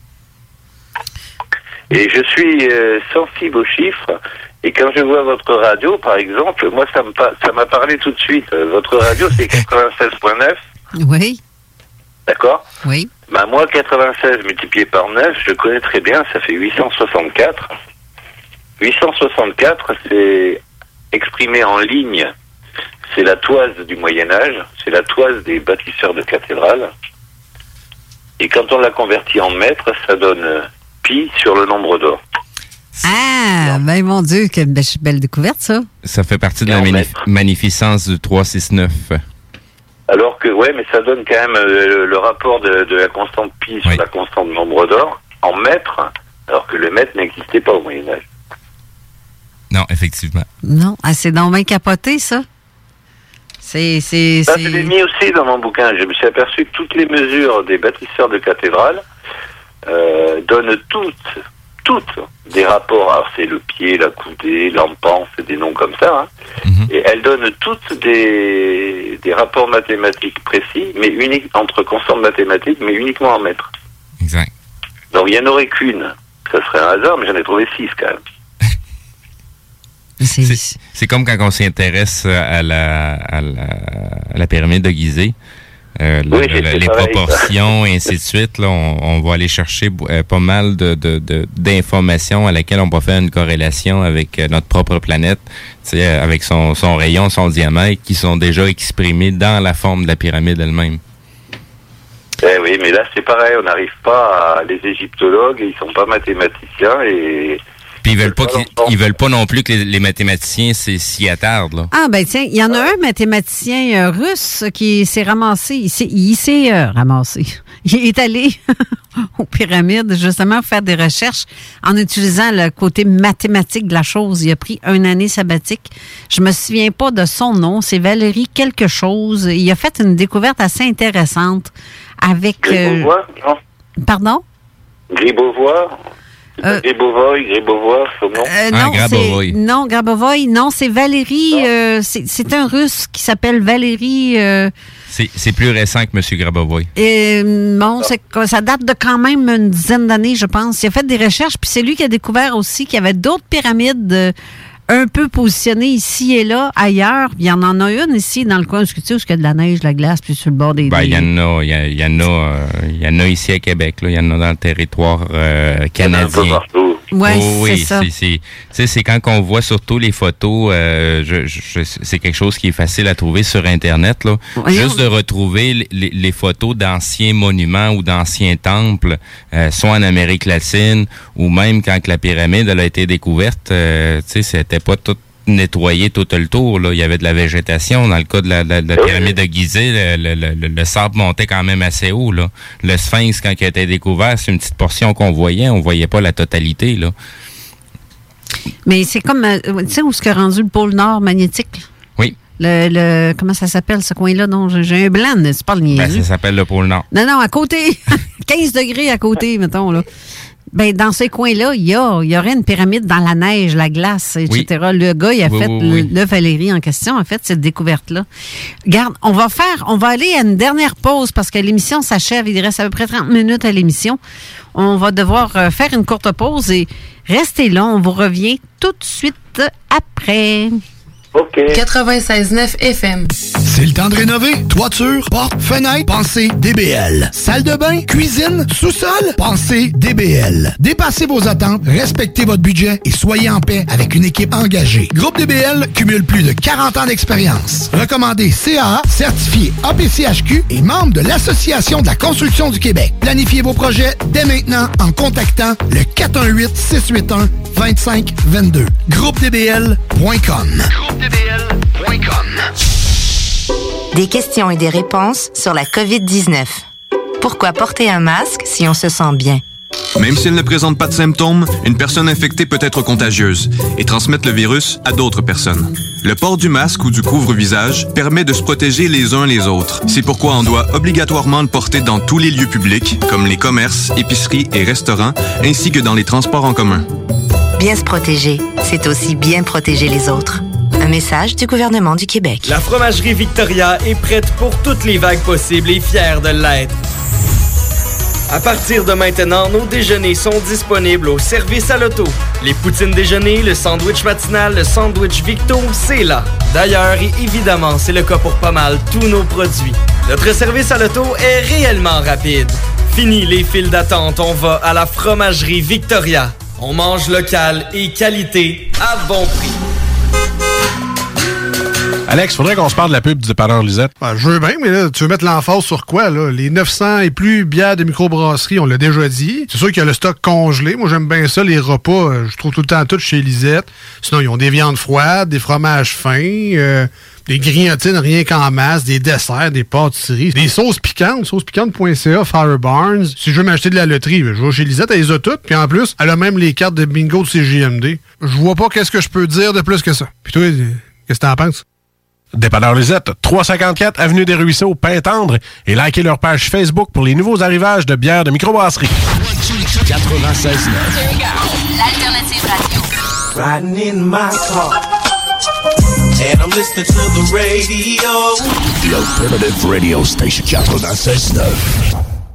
Et je suis euh, sensible aux chiffres. Et quand je vois votre radio, par exemple, moi, ça me ça m'a parlé tout de suite. Votre radio, c'est quatre-vingt-seize virgule neuf. Oui. D'accord? Oui. Ben, moi, quatre-vingt-seize multiplié par neuf, je connais très bien, ça fait huit cent soixante-quatre. huit cent soixante-quatre, c'est exprimé en ligne. C'est la toise du Moyen-Âge, c'est la toise des bâtisseurs de cathédrales. Et quand on la convertit en mètres, ça donne pi sur le nombre d'or. Ah, ben mon Dieu, quelle belle, belle découverte, ça. Ça fait partie de la manif- magnificence du trois cent soixante-neuf. Alors que, ouais, mais ça donne quand même euh, le rapport de, de la constante pi sur oui. la constante nombre d'or en mètres, alors que le mètre n'existait pas au Moyen-Âge. Non, effectivement. Non, ah, c'est donc bien capoté, ça. C'est, c'est, ça, c'est... je l'ai mis aussi dans mon bouquin. Je me suis aperçu que toutes les mesures des bâtisseurs de cathédrales euh, donnent toutes, toutes des rapports. Alors, c'est le pied, la coudée, l'empance, c'est des noms comme ça. Hein. Mm-hmm. Et elles donnent toutes des, des rapports mathématiques précis, mais uniques entre constantes mathématiques, mais uniquement en mètres. Exact. Donc, il n'y en aurait qu'une. Ça serait un hasard, mais j'en ai trouvé six quand même. C'est, c'est comme quand on s'intéresse à la, à la, à la pyramide de Gizeh. Euh, oui, la, la, les pareil, proportions et ainsi de suite. Là, on, on va aller chercher euh, pas mal de, de, de, d'informations à laquelle on peut faire une corrélation avec euh, notre propre planète, euh, avec son, son rayon, son diamètre, qui sont déjà exprimés dans la forme de la pyramide elle-même. Eh oui, mais là, c'est pareil. On n'arrive pas à... Les égyptologues, ils sont pas mathématiciens et... Puis ils veulent pas qu'ils, ils veulent pas non plus que les, les mathématiciens s'y attardent, là. Ah, ben tiens, il y en a un mathématicien euh, russe qui s'est ramassé, il s'est, il s'est euh, ramassé. Il est allé aux pyramides, justement, faire des recherches en utilisant le côté mathématique de la chose. Il a pris une année sabbatique. Je me souviens pas de son nom, c'est Valérie quelque chose. Il a fait une découverte assez intéressante avec... Gribovois, euh... non? Pardon? Gribovois? Euh, Gribovoy, Gribovoy, son nom? Euh, non, ah, c'est, non, Grabovoy, non, c'est Valérie, euh, c'est, c'est un Russe qui s'appelle Valérie... Euh, c'est, c'est plus récent que M. Grabovoy. Et, bon, c'est, ça date de quand même une dizaine d'années, je pense. Il a fait des recherches, puis c'est lui qui a découvert aussi qu'il y avait d'autres pyramides euh, un peu positionnées ici et là, ailleurs. Il y en en a une ici, dans le coin, où tu sais, où il y a de la neige, de la glace, puis sur le bord des... Ben, il des... y en a, il y, y en a, euh, il y en a ici à Québec, là. Il y en a dans le territoire euh, canadien. Ouais, oh, c'est oui, ça. c'est, c'est, c'est, c'est quand on voit surtout les photos, euh, je, je, c'est quelque chose qui est facile à trouver sur Internet, là. Voyons. Juste de retrouver les, les photos d'anciens monuments ou d'anciens temples, euh, soit en Amérique latine ou même quand la pyramide elle a été découverte, euh, tu sais, c'était pas tout nettoyé tout le tour, là. Il y avait de la végétation. Dans le cas de la, la, la pyramide de Gizeh, le, le, le, le sable montait quand même assez haut, là. Le sphinx, quand il a été découvert, c'est une petite portion qu'on voyait. On voyait pas la totalité, là. Mais c'est comme, euh, tu sais, où est-ce qu'est rendu le pôle Nord magnétique? Là? Oui. Le, le, comment ça s'appelle, ce coin-là? Non, j'ai, j'ai un blanc, c'est pas le niaisu. Ben, ça s'appelle le pôle Nord. Non, non, à côté. quinze degrés à côté, mettons, là. Ben, dans ces coins-là, il y a, il y aurait une pyramide dans la neige, la glace, et cetera. Oui. Le gars, il a oui, fait, oui, oui. Le, le Valérie en question, a fait cette découverte-là. Regarde, on va faire, on va aller à une dernière pause parce que l'émission s'achève. Il reste à peu près trente minutes à l'émission. On va devoir faire une courte pause et restez là. On vous revient tout de suite après. OK. quatre-vingt-seize neuf F M. C'est le temps de rénover. Toiture, porte, fenêtre, pensez D B L. Salle de bain, cuisine, sous-sol, pensez D B L. Dépassez vos attentes, respectez votre budget et soyez en paix avec une équipe engagée. Groupe D B L cumule plus de quarante ans d'expérience. Recommandé C A A, certifié A P C H Q et membre de l'Association de la construction du Québec. Planifiez vos projets dès maintenant en contactant le quatre un huit, six huit un, deux cinq deux deux. groupe d b l point com. groupe d b l point com. Des questions et des réponses sur la covid dix-neuf. Pourquoi porter un masque si on se sent bien? Même s'il ne présente pas de symptômes, une personne infectée peut être contagieuse et transmettre le virus à d'autres personnes. Le port du masque ou du couvre-visage permet de se protéger les uns les autres. C'est pourquoi on doit obligatoirement le porter dans tous les lieux publics, comme les commerces, épiceries et restaurants, ainsi que dans les transports en commun. Bien se protéger, c'est aussi bien protéger les autres. Un message du gouvernement du Québec. La fromagerie Victoria est prête pour toutes les vagues possibles et fière de l'être. À partir de maintenant, nos déjeuners sont disponibles au service à l'auto. Les poutines déjeuner, le sandwich matinal, le sandwich Victo, c'est là. D'ailleurs, et évidemment, c'est le cas pour pas mal tous nos produits. Notre service à l'auto est réellement rapide. Fini les files d'attente, on va à la fromagerie Victoria. On mange local et qualité à bon prix. Alex, faudrait qu'on se parle de la pub du dépanneur Lisette. Ben, je veux bien, mais là, tu veux mettre l'emphase sur quoi, là? Les neuf cents et plus bières de microbrasserie, on l'a déjà dit. C'est sûr qu'il y a le stock congelé. Moi, j'aime bien ça, les repas. Euh, je trouve tout le temps tout chez Lisette. Sinon, ils ont des viandes froides, des fromages fins, euh, des grillotines rien qu'en masse, des desserts, des pâtisseries, des sauces piquantes, sauce piquante point c a, Fire Barnes. Si je veux m'acheter de la loterie, je vais chez Lisette, elle les a toutes. Puis en plus, elle a même les cartes de bingo de C J M D. Je vois pas qu'est-ce que je peux dire de plus que ça. Puis toi, qu'est-ce que t'en penses? Dépanneur Lisette, trois cent cinquante-quatre Avenue des Ruisseaux, Pintendre, et likez leur page Facebook pour les nouveaux arrivages de bières de microbrasserie. quatre-vingt-seize neuf. L'alternative radio. Riding in my car, and I'm listening to the radio. The Alternative Radio Station quatre-vingt-seize neuf.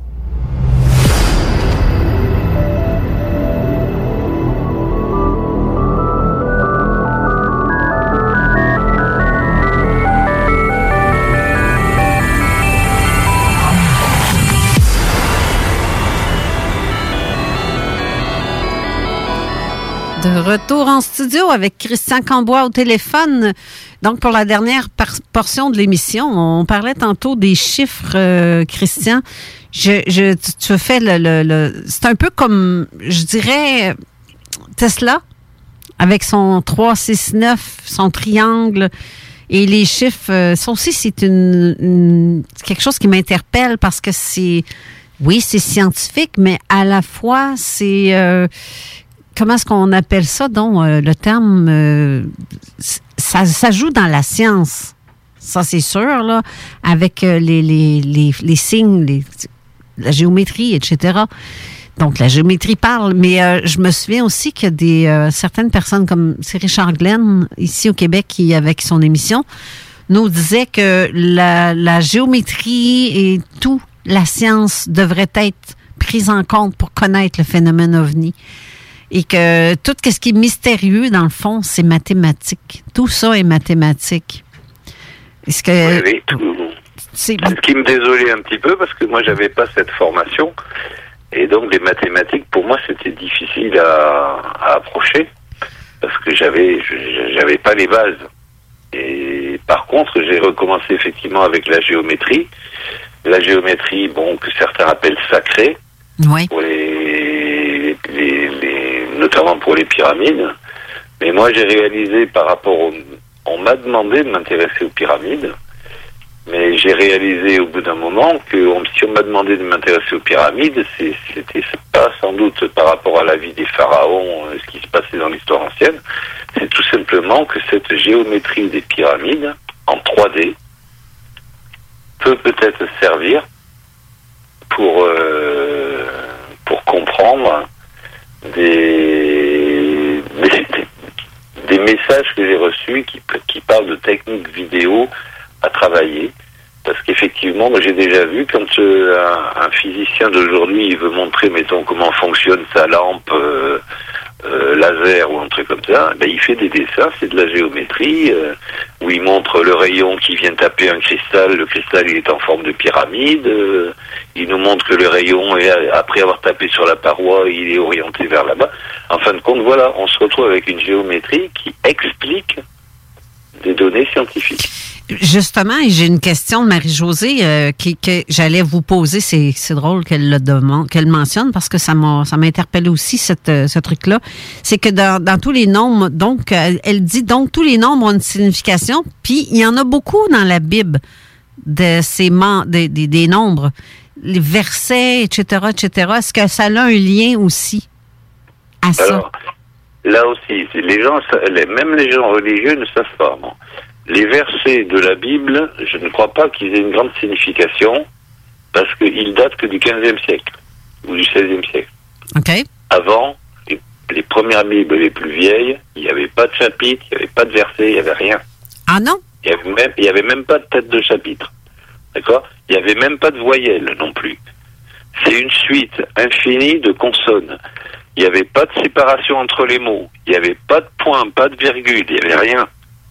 De retour en studio avec Christian Cambois au téléphone. Donc, pour la dernière par- portion de l'émission, on parlait tantôt des chiffres, euh, Christian. Je, je, tu, tu fais le, le, le... C'est un peu comme, je dirais, Tesla, avec son trois six neuf, son triangle. Et les chiffres, euh, ça aussi, c'est une, une quelque chose qui m'interpelle parce que c'est... Oui, c'est scientifique, mais à la fois, c'est... Euh, comment est-ce qu'on appelle ça, donc, euh, le terme, euh, ça, ça joue dans la science, ça c'est sûr, là, avec euh, les, les, les, les signes, les, la géométrie, et cetera. Donc, la géométrie parle, mais euh, je me souviens aussi que des euh, certaines personnes, comme c'est Richard Glenn, ici au Québec, qui, avec son émission, nous disait que la, la géométrie et tout, la science devrait être prise en compte pour connaître le phénomène ovni. et que tout ce qui est mystérieux, dans le fond, c'est mathématique. Tout ça est mathématique. Est-ce que... Oui, oui, tout... C'est ce qui me désolait un petit peu, parce que moi, j'avais pas cette formation. Et donc, les mathématiques, pour moi, c'était difficile à, à approcher, parce que j'avais, j'avais pas les bases. Et par contre, j'ai recommencé effectivement avec la géométrie. La géométrie, bon, que certains appellent sacrée, oui. pour les, les, les, notamment pour les pyramides. Mais moi, j'ai réalisé par rapport au... On m'a demandé de m'intéresser aux pyramides, mais j'ai réalisé au bout d'un moment que on, si on m'a demandé de m'intéresser aux pyramides, c'est, c'était pas sans doute par rapport à la vie des pharaons, ce qui se passait dans l'histoire ancienne, c'est tout simplement que cette géométrie des pyramides, en trois D, peut peut-être servir pour, euh, pour comprendre des, des, des messages que j'ai reçus qui, qui parlent de techniques vidéo à travailler. Parce qu'effectivement, moi j'ai déjà vu quand euh, un, un physicien d'aujourd'hui il veut montrer, mettons, comment fonctionne sa lampe euh, euh, laser ou un truc comme ça, ben, il fait des dessins, c'est de la géométrie, euh, où il montre le rayon qui vient taper un cristal, le cristal il est en forme de pyramide, euh, il nous montre que le rayon, est, après avoir tapé sur la paroi, il est orienté vers là-bas. En fin de compte, voilà, on se retrouve avec une géométrie qui explique des données scientifiques. Justement, et j'ai une question de Marie-Josée euh, qui, que j'allais vous poser. C'est, c'est drôle qu'elle le demande, qu'elle mentionne parce que ça m'a, ça m'a interpellé aussi cette, ce truc-là. C'est que dans, dans tous les nombres, donc, elle dit donc tous les nombres ont une signification. Puis il y en a beaucoup dans la Bible de ces man, des, des, des nombres, les versets, et cetera, et cetera. Est-ce que ça a un lien aussi à ça? Alors, là aussi, les gens, les, même les gens religieux ne savent pas. Bon. Les versets de la Bible, je ne crois pas qu'ils aient une grande signification parce qu'ils datent que du quinzième siècle ou du seizième siècle. Okay. Avant, les, les premières Bibles les plus vieilles, il n'y avait pas de chapitre, il n'y avait pas de versets, il n'y avait rien. Ah non? Il n'y avait, même, il y avait même pas de tête de chapitre. D'accord? Il n'y avait même pas de voyelles non plus. C'est une suite infinie de consonnes. Il n'y avait pas de séparation entre les mots. Il n'y avait pas de point, pas de virgule, il n'y avait rien.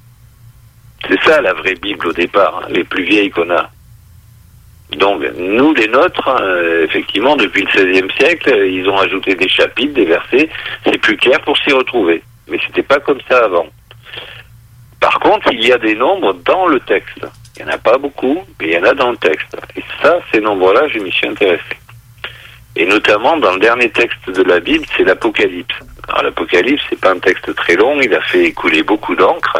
C'est ça la vraie Bible au départ, hein, les plus vieilles qu'on a. Donc nous, les nôtres, euh, effectivement, depuis le seizième siècle, ils ont ajouté des chapitres, des versets, c'est plus clair pour s'y retrouver. Mais c'était pas comme ça avant. Par contre, il y a des nombres dans le texte. Il n'y en a pas beaucoup, mais il y en a dans le texte. Et ça, ces nombres-là, je m'y suis intéressé. Et notamment, dans le dernier texte de la Bible, c'est l'Apocalypse. Alors l'Apocalypse, c'est pas un texte très long, il a fait couler beaucoup d'encre.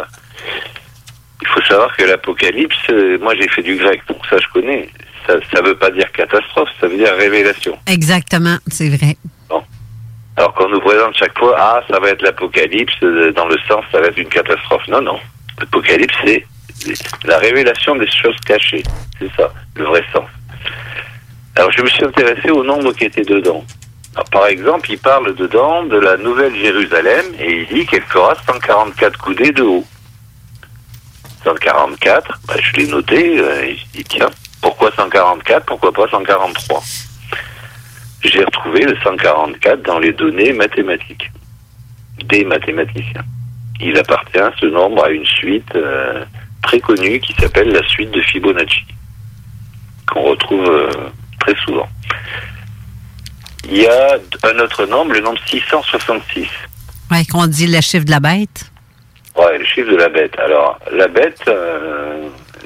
Il faut savoir que l'Apocalypse, euh, moi j'ai fait du grec, donc ça je connais. Ça ne veut pas dire catastrophe, ça veut dire révélation. Exactement, c'est vrai. Bon. Alors qu'on nous présente chaque fois, ah, ça va être l'Apocalypse, euh, dans le sens, ça va être une catastrophe. Non, non. L'Apocalypse, c'est la révélation des choses cachées. C'est ça, le vrai sens. Alors je me suis intéressé au nombre qui était dedans. Alors, par exemple, il parle dedans de la Nouvelle Jérusalem et il dit qu'elle fera cent quarante-quatre coudées de haut. cent quarante-quatre, bah, je l'ai noté, euh, et je dis tiens, pourquoi cent quarante-quatre, pourquoi pas cent quarante-trois? J'ai retrouvé le cent quarante-quatre dans les données mathématiques, des mathématiciens. Il appartient, ce nombre, à une suite euh, très connue qui s'appelle la suite de Fibonacci, qu'on retrouve euh, très souvent. Il y a un autre nombre, le nombre six cent soixante-six. Oui, qu'on dit le chiffre de la bête. Ouais, le chiffre de la bête. Alors, la bête, euh,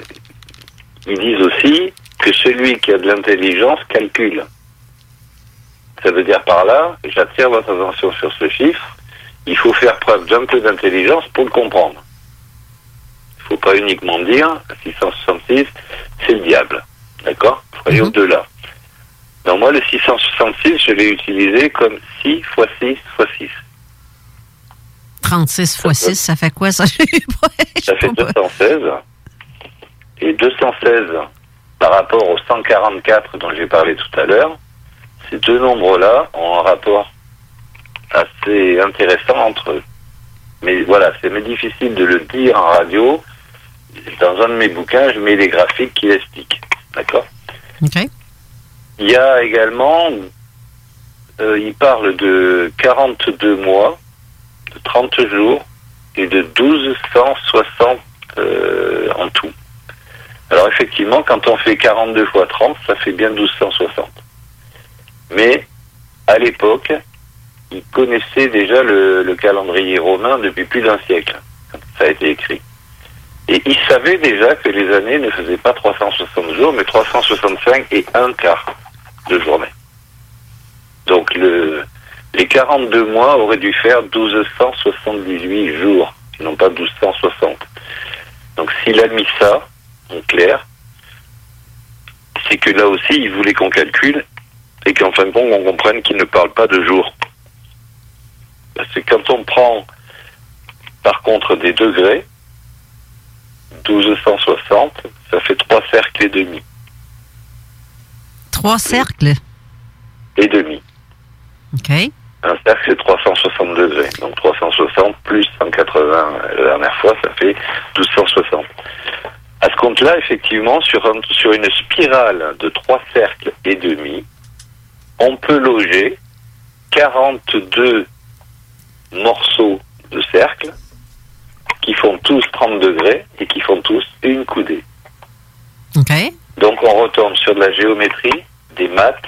ils disent aussi que celui qui a de l'intelligence calcule. Ça veut dire par là, j'attire votre attention sur ce chiffre, il faut faire preuve d'un peu d'intelligence pour le comprendre. Il ne faut pas uniquement dire, six cent soixante-six, c'est le diable. D'accord? Il faut aller mm-hmm. au-delà. Donc moi, le six cent soixante-six, je l'ai utilisé comme six fois six fois six. trente-six fois six, ça fait quoi, ça? Ça fait deux cent seize. Et deux cent seize, par rapport aux cent quarante-quatre dont j'ai parlé tout à l'heure, ces deux nombres-là ont un rapport assez intéressant entre eux. Mais voilà, c'est mais difficile de le dire en radio. Dans un de mes bouquins, je mets des graphiques qui l'expliquent. D'accord? OK. Il y a également euh, il parle de quarante-deux mois, de trente jours et de douze cent soixante euh, en tout. Alors effectivement, quand on fait quarante-deux fois trente, ça fait bien douze cent soixante. Mais à l'époque, ils connaissaient déjà le, le calendrier romain depuis plus d'un siècle, quand ça a été écrit. Et ils savaient déjà que les années ne faisaient pas trois cent soixante jours, mais trois cent soixante-cinq et un quart de journée. Donc le, les quarante-deux mois auraient dû faire douze cent soixante-dix-huit jours, et non pas douze cent soixante. Donc s'il a mis ça, en clair, c'est que là aussi, il voulait qu'on calcule et qu'en fin de compte, on comprenne qu'il ne parle pas de jours. Parce que quand on prend, par contre, des degrés, douze cent soixante, ça fait trois cercles et demi. Trois cercles? Et demi. OK. Un cercle, c'est trois cent soixante degrés. Donc trois cent soixante plus cent quatre-vingts la dernière fois, ça fait douze cent soixante. À ce compte-là, effectivement, sur, un, sur une spirale de trois cercles et demi, on peut loger quarante-deux morceaux de cercles qui font tous trente degrés et qui font tous une coudée. OK. Donc on retombe sur de la géométrie, des maths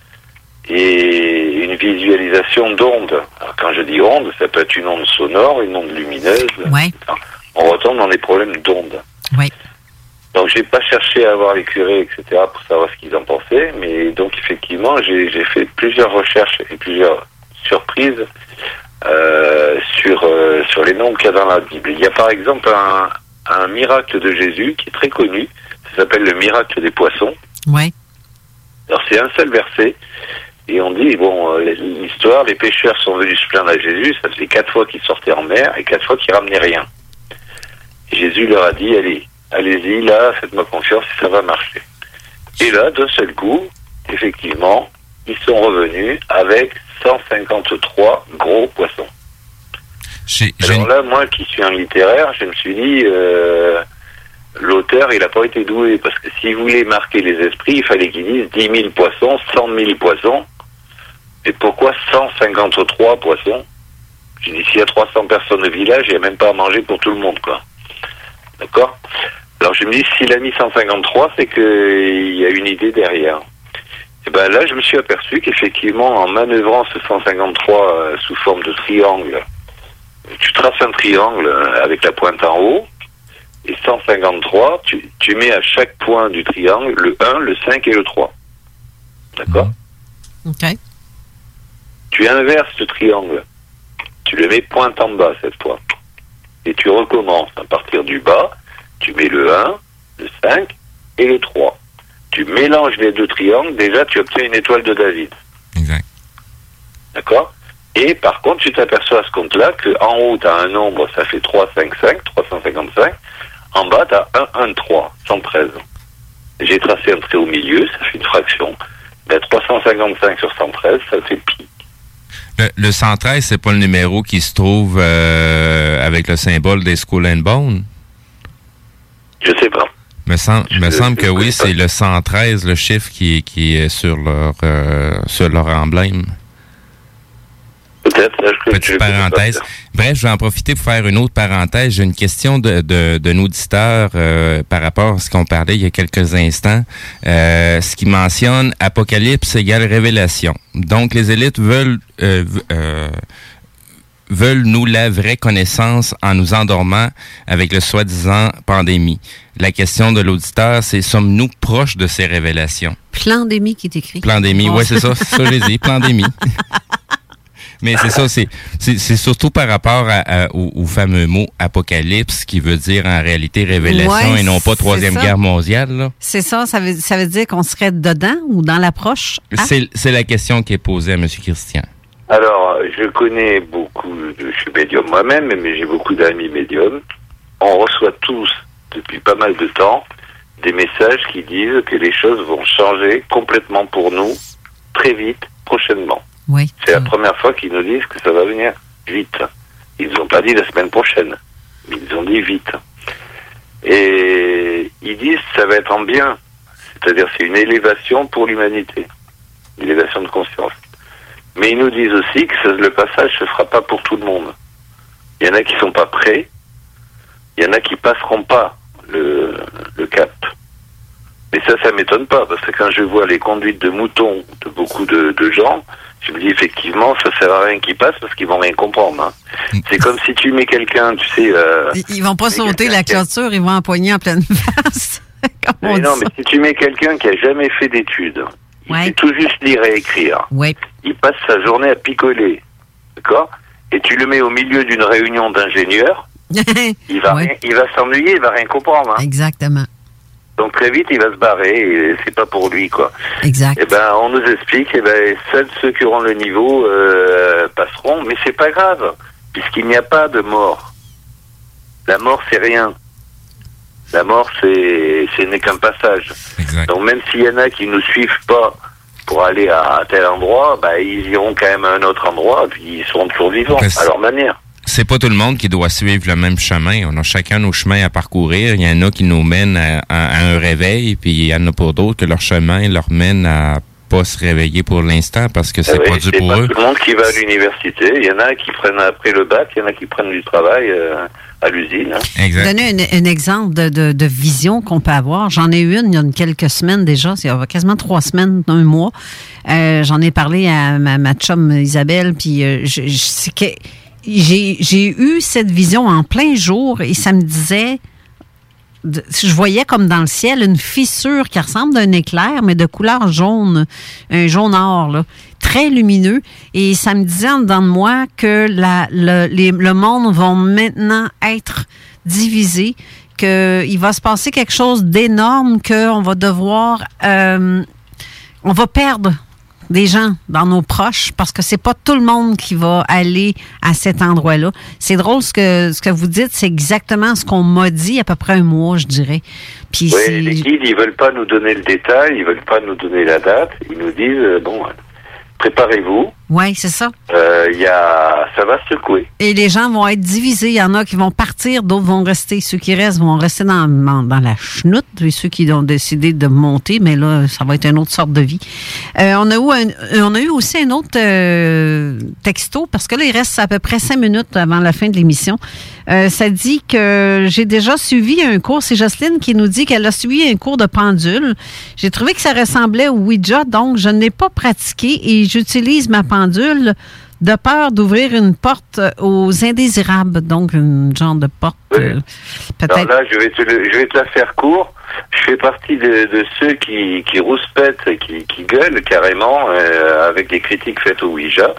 et une visualisation d'ondes. Alors quand je dis onde, ça peut être une onde sonore, une onde lumineuse. Ouais. On retombe dans des problèmes d'ondes. Oui. Donc j'ai pas cherché à avoir les curés, et cetera pour savoir ce qu'ils en pensaient, mais donc effectivement j'ai, j'ai fait plusieurs recherches et plusieurs surprises euh, sur euh, sur les noms qu'il y a dans la Bible. Il y a par exemple un, un miracle de Jésus qui est très connu, ça s'appelle le miracle des poissons. Oui. Alors c'est un seul verset, et on dit, bon, euh, l'histoire, les pêcheurs sont venus se plaindre à Jésus, ça faisait quatre fois qu'ils sortaient en mer et quatre fois qu'ils ramenaient rien. Et Jésus leur a dit, allez, allez-y, là, faites-moi confiance, ça va marcher. Et là, d'un seul coup, effectivement, ils sont revenus avec cent cinquante-trois gros poissons. J'ai, Alors là, moi qui suis un littéraire, je me suis dit, euh, l'auteur, il n'a pas été doué, parce que s'il voulait marquer les esprits, il fallait qu'il dise dix mille poissons, cent mille poissons. Et pourquoi cent cinquante-trois poissons? J'ai dit, s'il y a trois cents personnes au village, il n'y a même pas à manger pour tout le monde, quoi. D'accord? Alors je me dis, s'il a mis cent cinquante-trois, c'est qu'il y a une idée derrière. Et ben là, je me suis aperçu qu'effectivement, en manœuvrant ce cent cinquante-trois euh, sous forme de triangle, tu traces un triangle euh, avec la pointe en haut, et cent cinquante-trois, tu, tu mets à chaque point du triangle le un, le cinq et le trois. D'accord? OK. Tu inverses ce triangle. Tu le mets pointe en bas, cette fois. Et tu recommences à partir du bas. Tu mets le un, le cinq et le trois. Tu mélanges les deux triangles. Déjà, tu obtiens une étoile de David. Exact. D'accord? Et par contre, tu t'aperçois à ce compte-là qu'en haut, tu as un nombre, ça fait trois, cinq, cinq, trois cent cinquante-cinq. En bas, tu as un, un, trois, cent treize. J'ai tracé un trait au milieu, ça fait une fraction. Ben, trois cent cinquante-cinq sur cent treize, ça fait pi. Le, le cent treize, c'est pas le numéro qui se trouve euh, avec le symbole des Skull and Bones? Je sais pas. Me, sem- je me je semble je que oui, c'est le cent treize, le chiffre qui, qui est sur leur, euh, sur leur emblème. Peut-être. Là, je, Petite je parenthèse. Bref, je vais en profiter pour faire une autre parenthèse. J'ai une question de, de, d'un auditeur euh, par rapport à ce qu'on parlait il y a quelques instants. Euh, ce qui mentionne Apocalypse égale révélation. Donc, les élites veulent euh, euh, veulent nous la vraie connaissance en nous endormant avec le soi-disant pandémie. La question de l'auditeur, c'est sommes-nous proches de ces révélations? Plandémie qui est écrit. Plandémie, oui, c'est ça. C'est ça, j'ai dit. Plandémie. Mais c'est ça, c'est, c'est, c'est surtout par rapport à, à, au, au fameux mot apocalypse qui veut dire en réalité révélation ouais, et non pas troisième guerre mondiale. Là. C'est ça, ça veut, ça veut dire qu'on serait dedans ou dans l'approche? Hein? C'est, c'est la question qui est posée à M. Christian. Alors, je connais beaucoup, de, je suis médium moi-même, mais j'ai beaucoup d'amis médiums. On reçoit tous, depuis pas mal de temps, des messages qui disent que les choses vont changer complètement pour nous, très vite, prochainement. Oui. C'est la première fois qu'ils nous disent que ça va venir vite. Ils n'ont pas dit la semaine prochaine, mais ils ont dit vite. Et ils disent que ça va être en bien, c'est-à-dire c'est une élévation pour l'humanité, une élévation de conscience. Mais ils nous disent aussi que ce- le passage se fera pas pour tout le monde. Il y en a qui sont pas prêts. Il y en a qui passeront pas le, le cap. Mais ça, ça m'étonne pas, parce que quand je vois les conduites de moutons de beaucoup de, de gens, je me dis effectivement, ça sert à rien qu'ils passent parce qu'ils vont rien comprendre. Hein. C'est comme si tu mets quelqu'un, tu sais... Euh, Ils, ils vont pas sauter la clôture, ils vont empoigner en pleine face. mais non, mais si tu mets quelqu'un qui a jamais fait d'études, il Ouais. sait tout juste lire et écrire, ouais. il passe sa journée à picoler, d'accord? Et tu le mets au milieu d'une réunion d'ingénieurs, il va, Ouais. rien- il va s'ennuyer, il va rien comprendre. Hein. Exactement. Donc très vite, il va se barrer et c'est pas pour lui, quoi. Exact. Eh ben, on nous explique, eh ben, seuls ceux qui auront le niveau euh, passeront, mais c'est pas grave, puisqu'il n'y a pas de mort. La mort, c'est rien. La mort, c'est, ce n'est qu'un passage. Donc même s'il y en a qui ne nous suivent pas pour aller à tel endroit, bah, ils iront quand même à un autre endroit, puis ils seront toujours vivants, à leur manière. C'est pas tout le monde qui doit suivre le même chemin. On a chacun nos chemins à parcourir. Il y en a qui nous mènent à, à- à un réveil, puis il y en a pour d'autres que leur chemin leur mène à pas se réveiller pour l'instant parce que c'est Ah oui, pas dû c'est pour pas eux. tout le monde qui va à l'université. Il y en a qui prennent après le bac, il y en a qui prennent du travail euh, à l'usine. Hein. Donner un, un exemple de, de, de vision qu'on peut avoir. J'en ai eu une il y a une quelques semaines déjà, il y a quasiment trois semaines, un mois. Euh, j'en ai parlé à ma, ma chum Isabelle, puis euh, je, je sais que j'ai, j'ai eu cette vision en plein jour et ça me disait, de- je voyais comme dans le ciel une fissure qui ressemble à un éclair, mais de couleur jaune, un jaune or, là, très lumineux. Et ça me disait en dedans de moi que la, le, les- le monde va maintenant être divisé, qu'il va se passer quelque chose d'énorme, qu'on va devoir... euh, on va perdre des gens dans nos proches parce que c'est pas tout le monde qui va aller à cet endroit-là. C'est drôle ce que ce que vous dites, c'est exactement ce qu'on m'a dit il y a à peu près un mois, je dirais. Puis Oui, c'est- les guides, ils veulent pas nous donner le détail, ils veulent pas nous donner la date. Ils nous disent, euh, bon, euh, préparez-vous, ouais, c'est ça. euh, il y a, ça va secouer. Et les gens vont être divisés. Il y en a qui vont partir, d'autres vont rester. Ceux qui restent vont rester dans, dans, dans la chenoute. Et ceux qui ont décidé de monter, mais là, ça va être une autre sorte de vie. Euh, on, a eu un, on a eu aussi un autre euh, texto, parce que là, il reste à peu près cinq minutes avant la fin de l'émission. Euh, ça dit que j'ai déjà suivi un cours. C'est Jocelyne qui nous dit qu'elle a suivi un cours de pendule. J'ai trouvé que ça ressemblait au Ouija, donc je ne l'ai pas pratiqué et j'utilise ma pendule de peur d'ouvrir une porte aux indésirables, donc une genre de porte euh, Alors peut-être. là, je vais te, le- je vais te la faire court. Je fais partie de, de ceux qui, qui rouspètent, qui, qui gueulent carrément euh, avec les critiques faites au Ouija.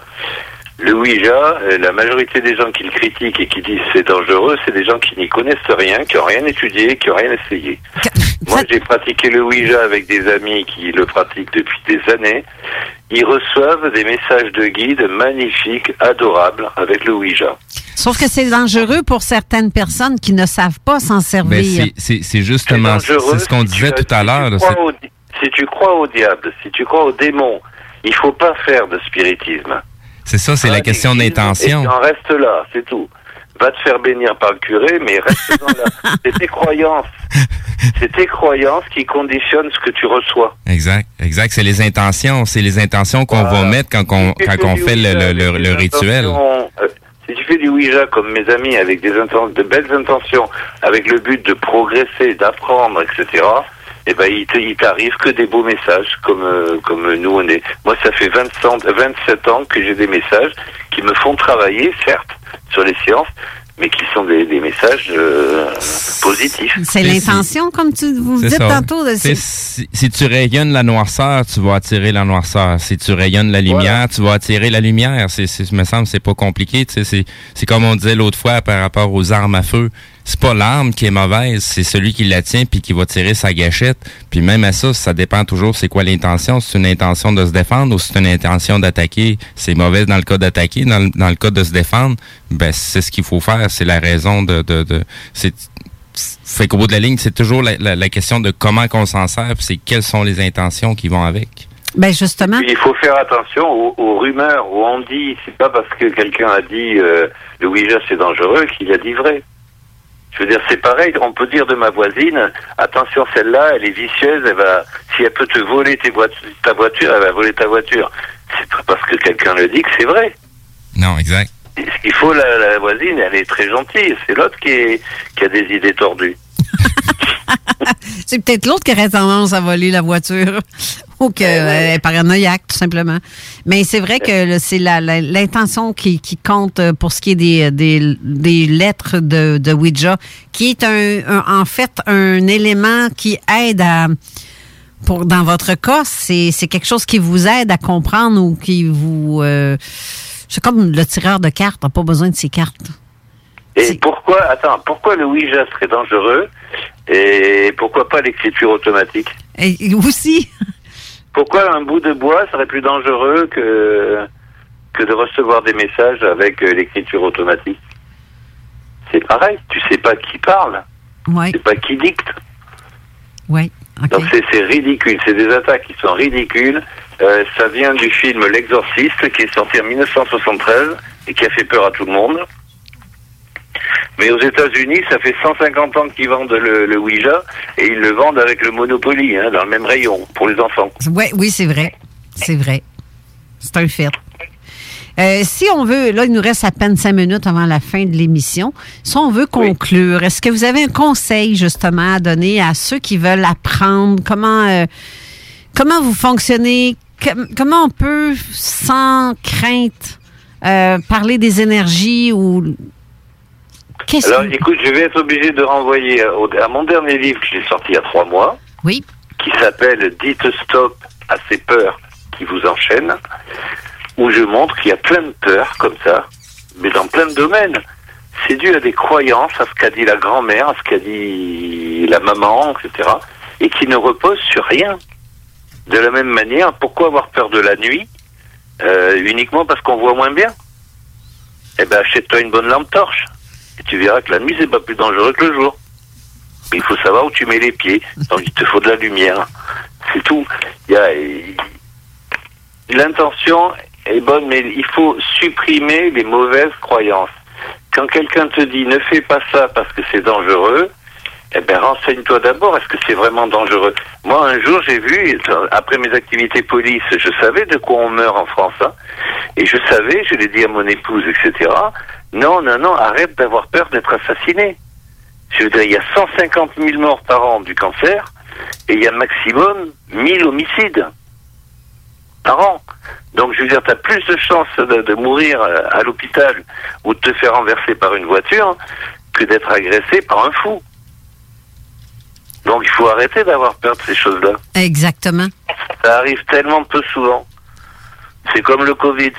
Le Ouija, euh, la majorité des gens qui le critiquent et qui disent c'est dangereux, c'est des gens qui n'y connaissent rien, qui n'ont rien étudié, qui n'ont rien essayé. Moi, j'ai pratiqué le Ouija avec des amis qui le pratiquent depuis des années. Ils reçoivent des messages de guide magnifiques, adorables avec le Ouija. Sauf que c'est dangereux pour certaines personnes qui ne savent pas s'en Ben, servir. c'est- c'est c'est justement C'est dangereux c'est ce qu'on si disait tu- tout à si l'heure. tu là, crois c'est- au di- Si tu crois au diable, si tu crois au démon, il faut pas faire de spiritisme. C'est ça, c'est la question d'intention. Et en reste là, c'est tout. Va te faire bénir par le curé, mais reste dans la... C'est tes croyances. C'est tes croyances qui conditionnent ce que tu reçois. Exact, exact. C'est les intentions, c'est les intentions qu'on va mettre quand on, Si tu quand fais on du fait le, Ouija le, avec le- des le rituel. intentions, euh, si tu fais du Ouija comme mes amis avec des inten- de belles intentions, avec le but de progresser, d'apprendre, et cetera, eh ben, il te- il t'arrive que des beaux messages, comme, euh, comme nous on est. Moi, ça fait vingt, vingt-sept ans que j'ai des messages qui me font travailler, certes, sur les sciences, mais qui sont des, des messages euh, positifs. C'est l'intention, comme tu vous C'est dites ça. tantôt. De, C'est- Si, si tu rayonnes la noirceur, tu vas attirer la noirceur. Si tu rayonnes la lumière, tu vas attirer la lumière. C'est, c'est, me semble, c'est pas compliqué. Tu sais, c'est, c'est comme on disait l'autre fois par rapport aux armes à feu. C'est pas l'arme qui est mauvaise, c'est celui qui la tient puis qui va tirer sa gâchette. Puis même à ça, ça dépend toujours c'est quoi l'intention. Si c'est une intention de se défendre ou si c'est une intention d'attaquer, c'est mauvais dans le cas d'attaquer. Dans le, dans le cas de se défendre, ben c'est ce qu'il faut faire. C'est la raison de... de, de c'est, fait qu'au bout de la ligne, c'est toujours la, la, la question de comment qu'on s'en sert, puis c'est quelles sont les intentions qui vont avec. Ben justement. Puis, il faut faire attention aux, aux rumeurs, où on dit, c'est pas parce que quelqu'un a dit euh, le Ouija c'est dangereux qu'il a dit vrai. Je veux dire, c'est pareil, on peut dire de ma voisine, attention, celle-là, elle est vicieuse, elle va, si elle peut te voler tes voitures, ta voiture, elle va voler ta voiture. c'est pas parce que quelqu'un le dit que c'est vrai. Non, exact. Ce qu'il faut, la, la voisine, elle est très gentille. C'est l'autre qui, est, qui a des idées tordues. C'est peut-être l'autre qui aurait tendance à voler la voiture ou qu'elle euh, est paranoïaque, tout simplement. Mais c'est vrai que là, c'est la, la, l'intention qui, qui compte pour ce qui est des, des, des lettres de, de Ouija, qui est un, un, en fait un élément qui aide à... Pour, dans votre cas, c'est, c'est quelque chose qui vous aide à comprendre ou qui vous... Euh, c'est comme le tireur de cartes, n'a pas besoin de ses cartes. Et c'est... pourquoi, attends, pourquoi le Ouija serait dangereux et pourquoi pas l'écriture automatique? Et aussi. Pourquoi un bout de bois serait plus dangereux que, que de recevoir des messages avec euh, l'écriture automatique? C'est pareil, tu sais pas qui parle. Ouais. Tu sais pas qui dicte. Oui. Okay. Donc c'est, c'est ridicule, c'est des attaques qui sont ridicules. Euh, ça vient du film L'Exorciste qui est sorti en dix-neuf cent soixante-treize et qui a fait peur à tout le monde. Mais aux États-Unis, ça fait cent cinquante ans qu'ils vendent le, le Ouija et ils le vendent avec le Monopoly, hein, dans le même rayon, pour les enfants. Ouais, oui, c'est vrai. C'est vrai. C'est un fait. Euh, si on veut, là, il nous reste à peine cinq minutes avant la fin de l'émission. Si on veut conclure, oui. Est-ce que vous avez un conseil, justement, à donner à ceux qui veulent apprendre comment, euh, comment vous fonctionnez, com- comment on peut, sans crainte, euh, parler des énergies ou... Qu'est-ce Alors, que... écoute, je vais être obligé de renvoyer à, à mon dernier livre que j'ai sorti il y a trois mois. Oui. Qui s'appelle « Dites stop à ces peurs qui vous enchaînent », où je montre qu'il y a plein de peurs comme ça, mais dans plein de domaines. C'est dû à des croyances, à ce qu'a dit la grand-mère, à ce qu'a dit la maman, et cetera, et qui ne reposent sur rien. De la même manière, pourquoi avoir peur de la nuit euh, uniquement parce qu'on voit moins bien? Eh ben, achète-toi une bonne lampe torche. Et tu verras que la nuit, c'est pas plus dangereux que le jour. Mais il faut savoir où tu mets les pieds. Donc, il te faut de la lumière. C'est tout. Il y a... L'intention est bonne, mais il faut supprimer les mauvaises croyances. Quand quelqu'un te dit « ne fais pas ça parce que c'est dangereux », eh bien, renseigne-toi d'abord, est-ce que c'est vraiment dangereux? Moi, un jour, j'ai vu, après mes activités police, je savais de quoi on meurt en France, hein, et je savais, je l'ai dit à mon épouse, et cetera, non, non, non, arrête d'avoir peur d'être assassiné. Je veux dire, il y a cent cinquante mille morts par an du cancer, et il y a maximum mille homicides par an. Donc, je veux dire, tu as plus de chances de, de mourir à l'hôpital ou de te faire renverser par une voiture que d'être agressé par un fou. Donc, il faut arrêter d'avoir peur de ces choses-là. Exactement. Ça arrive tellement peu souvent. C'est comme le Covid.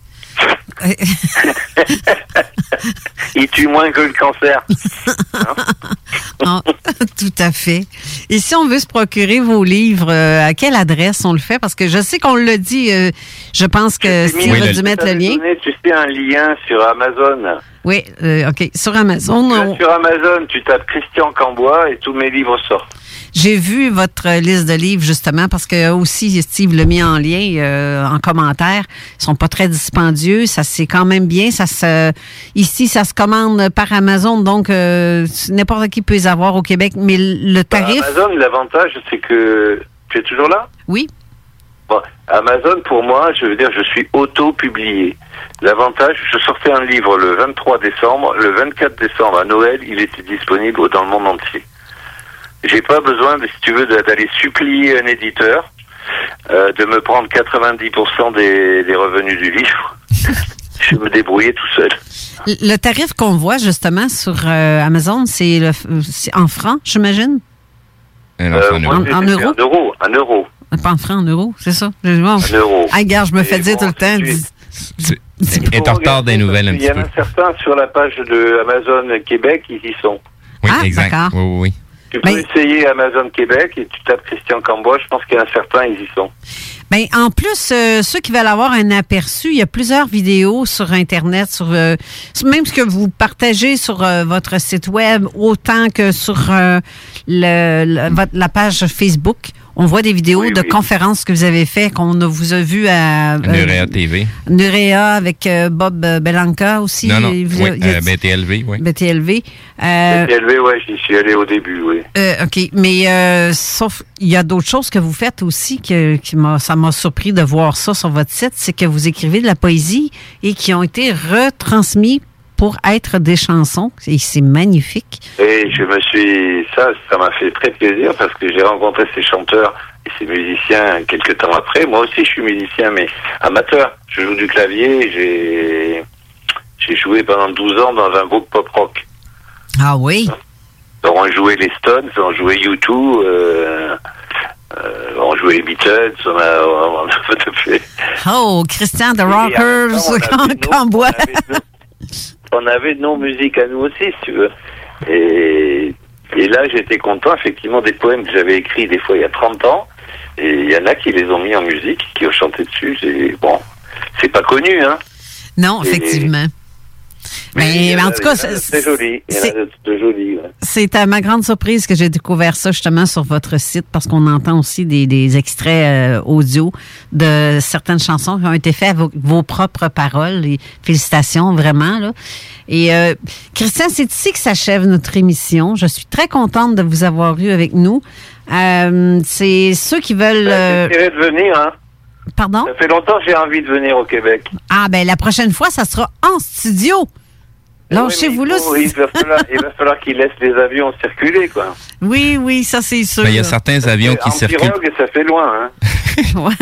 Il tue moins que le cancer. Non, tout à fait. Et si on veut se procurer vos livres, euh, à quelle adresse on le fait? Parce que je sais qu'on l'a dit, euh, je pense que Steve oui, a dû mettre le lien. Donné, tu sais, un lien sur Amazon. Oui, euh, OK. Sur Amazon. On... Sur Amazon, tu tapes Christian Cambois et tous mes livres sortent. J'ai vu votre liste de livres, justement, parce que aussi, Steve l'a mis en lien, euh, en commentaire. Ils sont pas très dispendieux. Ça, c'est quand même bien. Ça se, ici, ça se commande par Amazon. Donc, euh, n'importe qui peut les avoir au Québec. Mais le tarif... Par Amazon, l'avantage, c'est que... Tu es toujours là? Oui. Bon, Amazon, pour moi, je veux dire, je suis auto-publié. L'avantage, je sortais un livre le vingt-trois décembre. Le vingt-quatre décembre, à Noël, il était disponible dans le monde entier. J'ai pas besoin, de, si tu veux, d'aller supplier un éditeur euh, de me prendre quatre-vingt-dix pour cent des, des revenus du livre. Je vais me débrouiller tout seul. Le tarif qu'on voit justement sur euh, Amazon, c'est, le, c'est en francs, j'imagine? Euh, en, moi, en, en euros? En euros, en euros. Pas en francs, en euros, c'est ça? Bon. En euros. Ah, regarde, je me fais dire bon, tout le temps. Tu... C'est, c'est, est en retard des nouvelles un petit peu. Il y en a certains sur la page de Amazon Québec, ils y sont. Oui, ah, exact. D'accord. Oui, oui, oui. Tu peux ben, essayer Amazon Québec et tu tapes Christian Cambois. Je pense qu'il y en a certains, ils y sont. Ben, en plus, euh, ceux qui veulent avoir un aperçu, il y a plusieurs vidéos sur Internet, sur euh, même ce que vous partagez sur euh, votre site web, autant que sur euh, le, le, votre, la page Facebook. On voit des vidéos oui, de oui. conférences que vous avez faites, qu'on a, vous a vu à... Nurea euh, T V. Nurea avec euh, Bob Belanca aussi. Non, non, vous, oui, euh, B T L V, oui. B T L V. Euh, B T L V, oui, j'y suis allé au début, oui. Euh, OK, mais euh, sauf, il y a d'autres choses que vous faites aussi, que, qui m'a, ça m'a surpris de voir ça sur votre site, c'est que vous écrivez de la poésie et qui ont été retransmis pour être des chansons, et c'est magnifique. Et je me suis... Ça, ça m'a fait très plaisir parce que j'ai rencontré ces chanteurs et ces musiciens quelques temps après. Moi aussi, je suis musicien, mais amateur. Je joue du clavier, j'ai... J'ai joué pendant douze ans dans un groupe pop-rock. Ah oui? Donc, on jouait les Stones, on jouait U deux, euh, euh, on jouait les Beatles, on a... On a fait... Oh, Christian The Rockers, Cambois. On avait nos musiques à nous aussi, si tu veux. Et, et là, j'étais content, effectivement, des poèmes que j'avais écrits des fois il y a trente ans. Et il y en a qui les ont mis en musique, qui ont chanté dessus. J'ai, bon, c'est pas connu, hein. Non, effectivement. Mais, mais en tout cas, c'est, c'est joli. C'est, c'est joli. Ouais. C'est à ma grande surprise que j'ai découvert ça justement sur votre site parce qu'on entend aussi des, des extraits euh, audio de certaines chansons qui ont été faites avec vos, vos propres paroles. Et félicitations vraiment là. Et euh, Christian, c'est ici que s'achève notre émission. Je suis très contente de vous avoir eu avec nous. Euh, c'est ceux qui veulent. Euh... J'essaierai de venir, hein. Pardon? Ça fait longtemps que j'ai envie de venir au Québec. Ah, ben la prochaine fois, ça sera en studio. Lâchez-vous là. Il, il va falloir, il va falloir qu'ils laissent les avions circuler, quoi. Oui, oui, ça c'est sûr. Ben, il y a certains avions qui en circulent. Pirogue, ça fait loin, hein.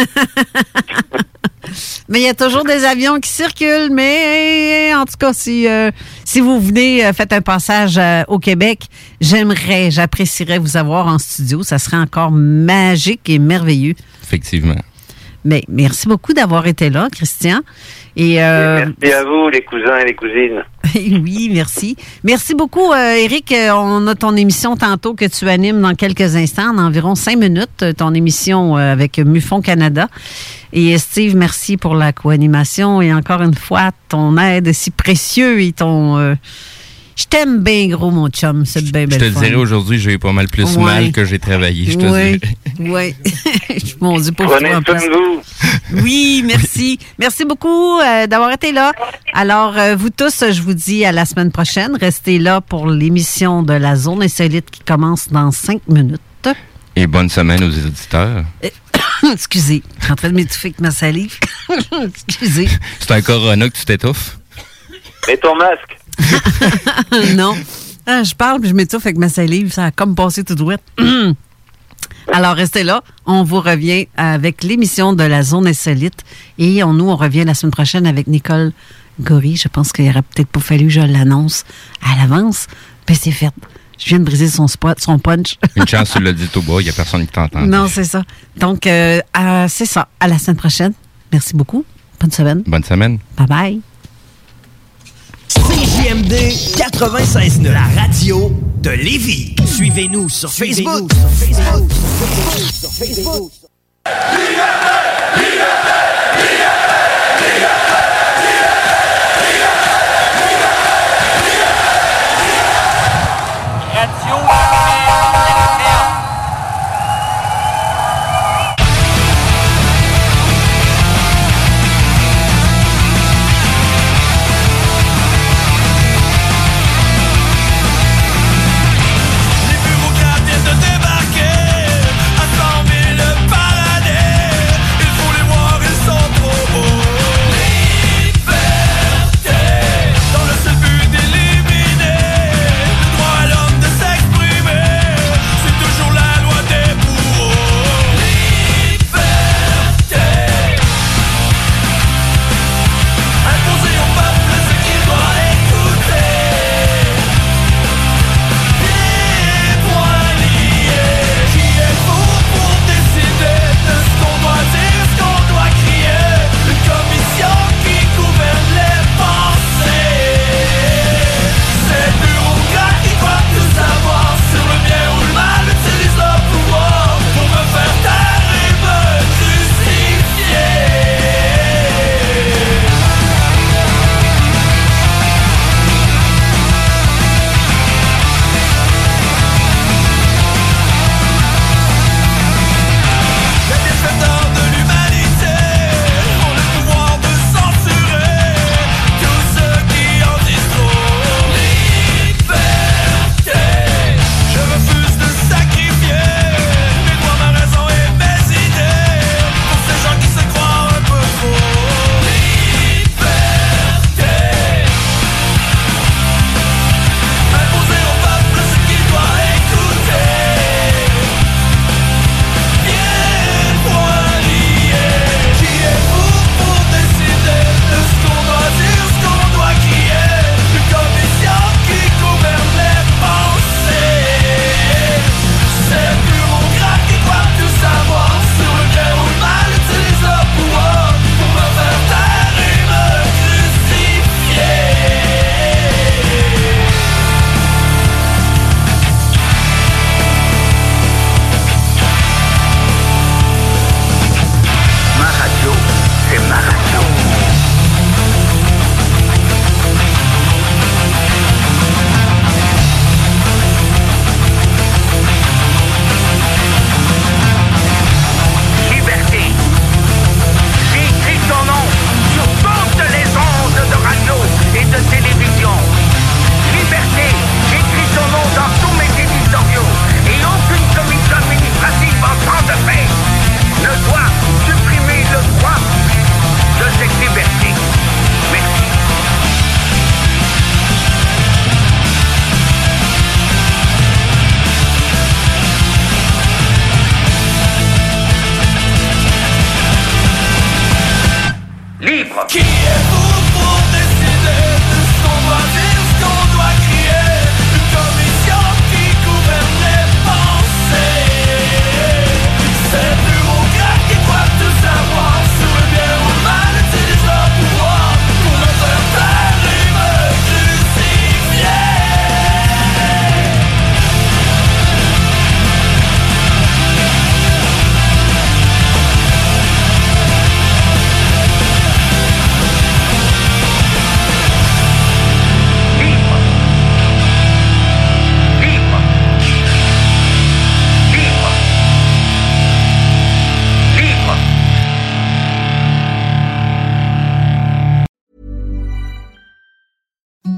Mais il y a toujours des avions qui circulent. Mais en tout cas, si, euh, si vous venez, euh, faites un passage euh, au Québec, j'aimerais, j'apprécierais vous avoir en studio. Ça serait encore magique et merveilleux. Effectivement. Mais merci beaucoup d'avoir été là, Christian. Et, euh, et merci à vous, les cousins et les cousines. Oui, merci. Merci beaucoup, euh, Éric. On a ton émission tantôt que tu animes dans quelques instants, en environ cinq minutes, ton émission euh, avec MUFON Canada. Et Steve, merci pour la co-animation. Et encore une fois, ton aide si précieux et ton... Euh, je t'aime bien gros, mon chum. C'est bien belle. Je te dirais aujourd'hui, j'ai eu pas mal plus ouais. mal que j'ai travaillé, je te oui. dirais. Oui, mon Dieu, pour Prenez soin de vous. Oui, merci. Merci beaucoup euh, d'avoir été là. Alors, euh, vous tous, je vous dis à la semaine prochaine. Restez là pour l'émission de la Zone Insolite qui commence dans cinq minutes. Et bonne semaine aux auditeurs. Excusez, je suis en train de m'étouffer avec ma salive. Excusez. C'est un corona que tu t'étouffes? Mets ton masque. Non. Ah, je parle puis je m'étouffe avec ma salive. Ça a comme passé tout douette. Alors, restez là. On vous revient avec l'émission de la Zone Insolite. Et on, nous, on revient la semaine prochaine avec Nicole Gory. Je pense qu'il n'aurait peut-être pas fallu que je l'annonce à l'avance. Mais c'est fait. Je viens de briser son spot, son punch. Une chance, tu l'as dit tout bas. Il n'y a personne qui t'entend. Non, c'est ça. Donc, euh, euh, c'est ça. À la semaine prochaine. Merci beaucoup. Bonne semaine. Bonne semaine. Bye-bye. C J M D quatre-vingt-seize neuf, la radio de Lévis. Suivez-nous sur Suivez-nous Facebook. sur Facebook. Sur Facebook. De débarquer à cent mille par année.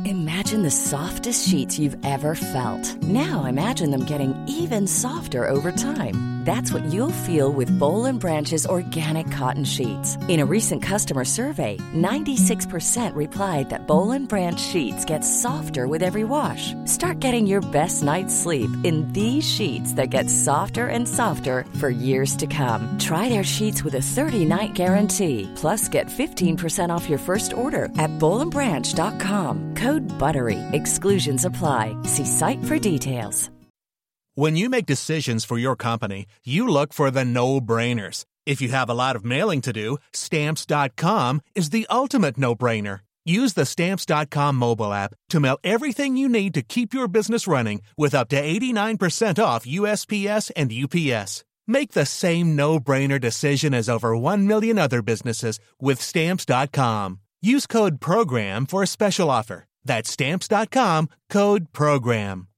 Imagine the softest sheets you've ever felt. Now imagine them getting even softer over time. That's what you'll feel with Boll and Branch's organic cotton sheets. In a recent customer survey, ninety-six percent replied that Boll and Branch sheets get softer with every wash. Start getting your best night's sleep in these sheets that get softer and softer for years to come. Try their sheets with a thirty-night guarantee. Plus, get fifteen percent off your first order at boll and branch dot com. Code BUTTERY. Exclusions apply. See site for details. When you make decisions for your company, you look for the no-brainers. If you have a lot of mailing to do, Stamps dot com is the ultimate no-brainer. Use the Stamps dot com mobile app to mail everything you need to keep your business running with up to eighty-nine percent off U S P S and U P S. Make the same no-brainer decision as over one million other businesses with Stamps dot com. Use code PROGRAM for a special offer. That's Stamps dot com, code PROGRAM.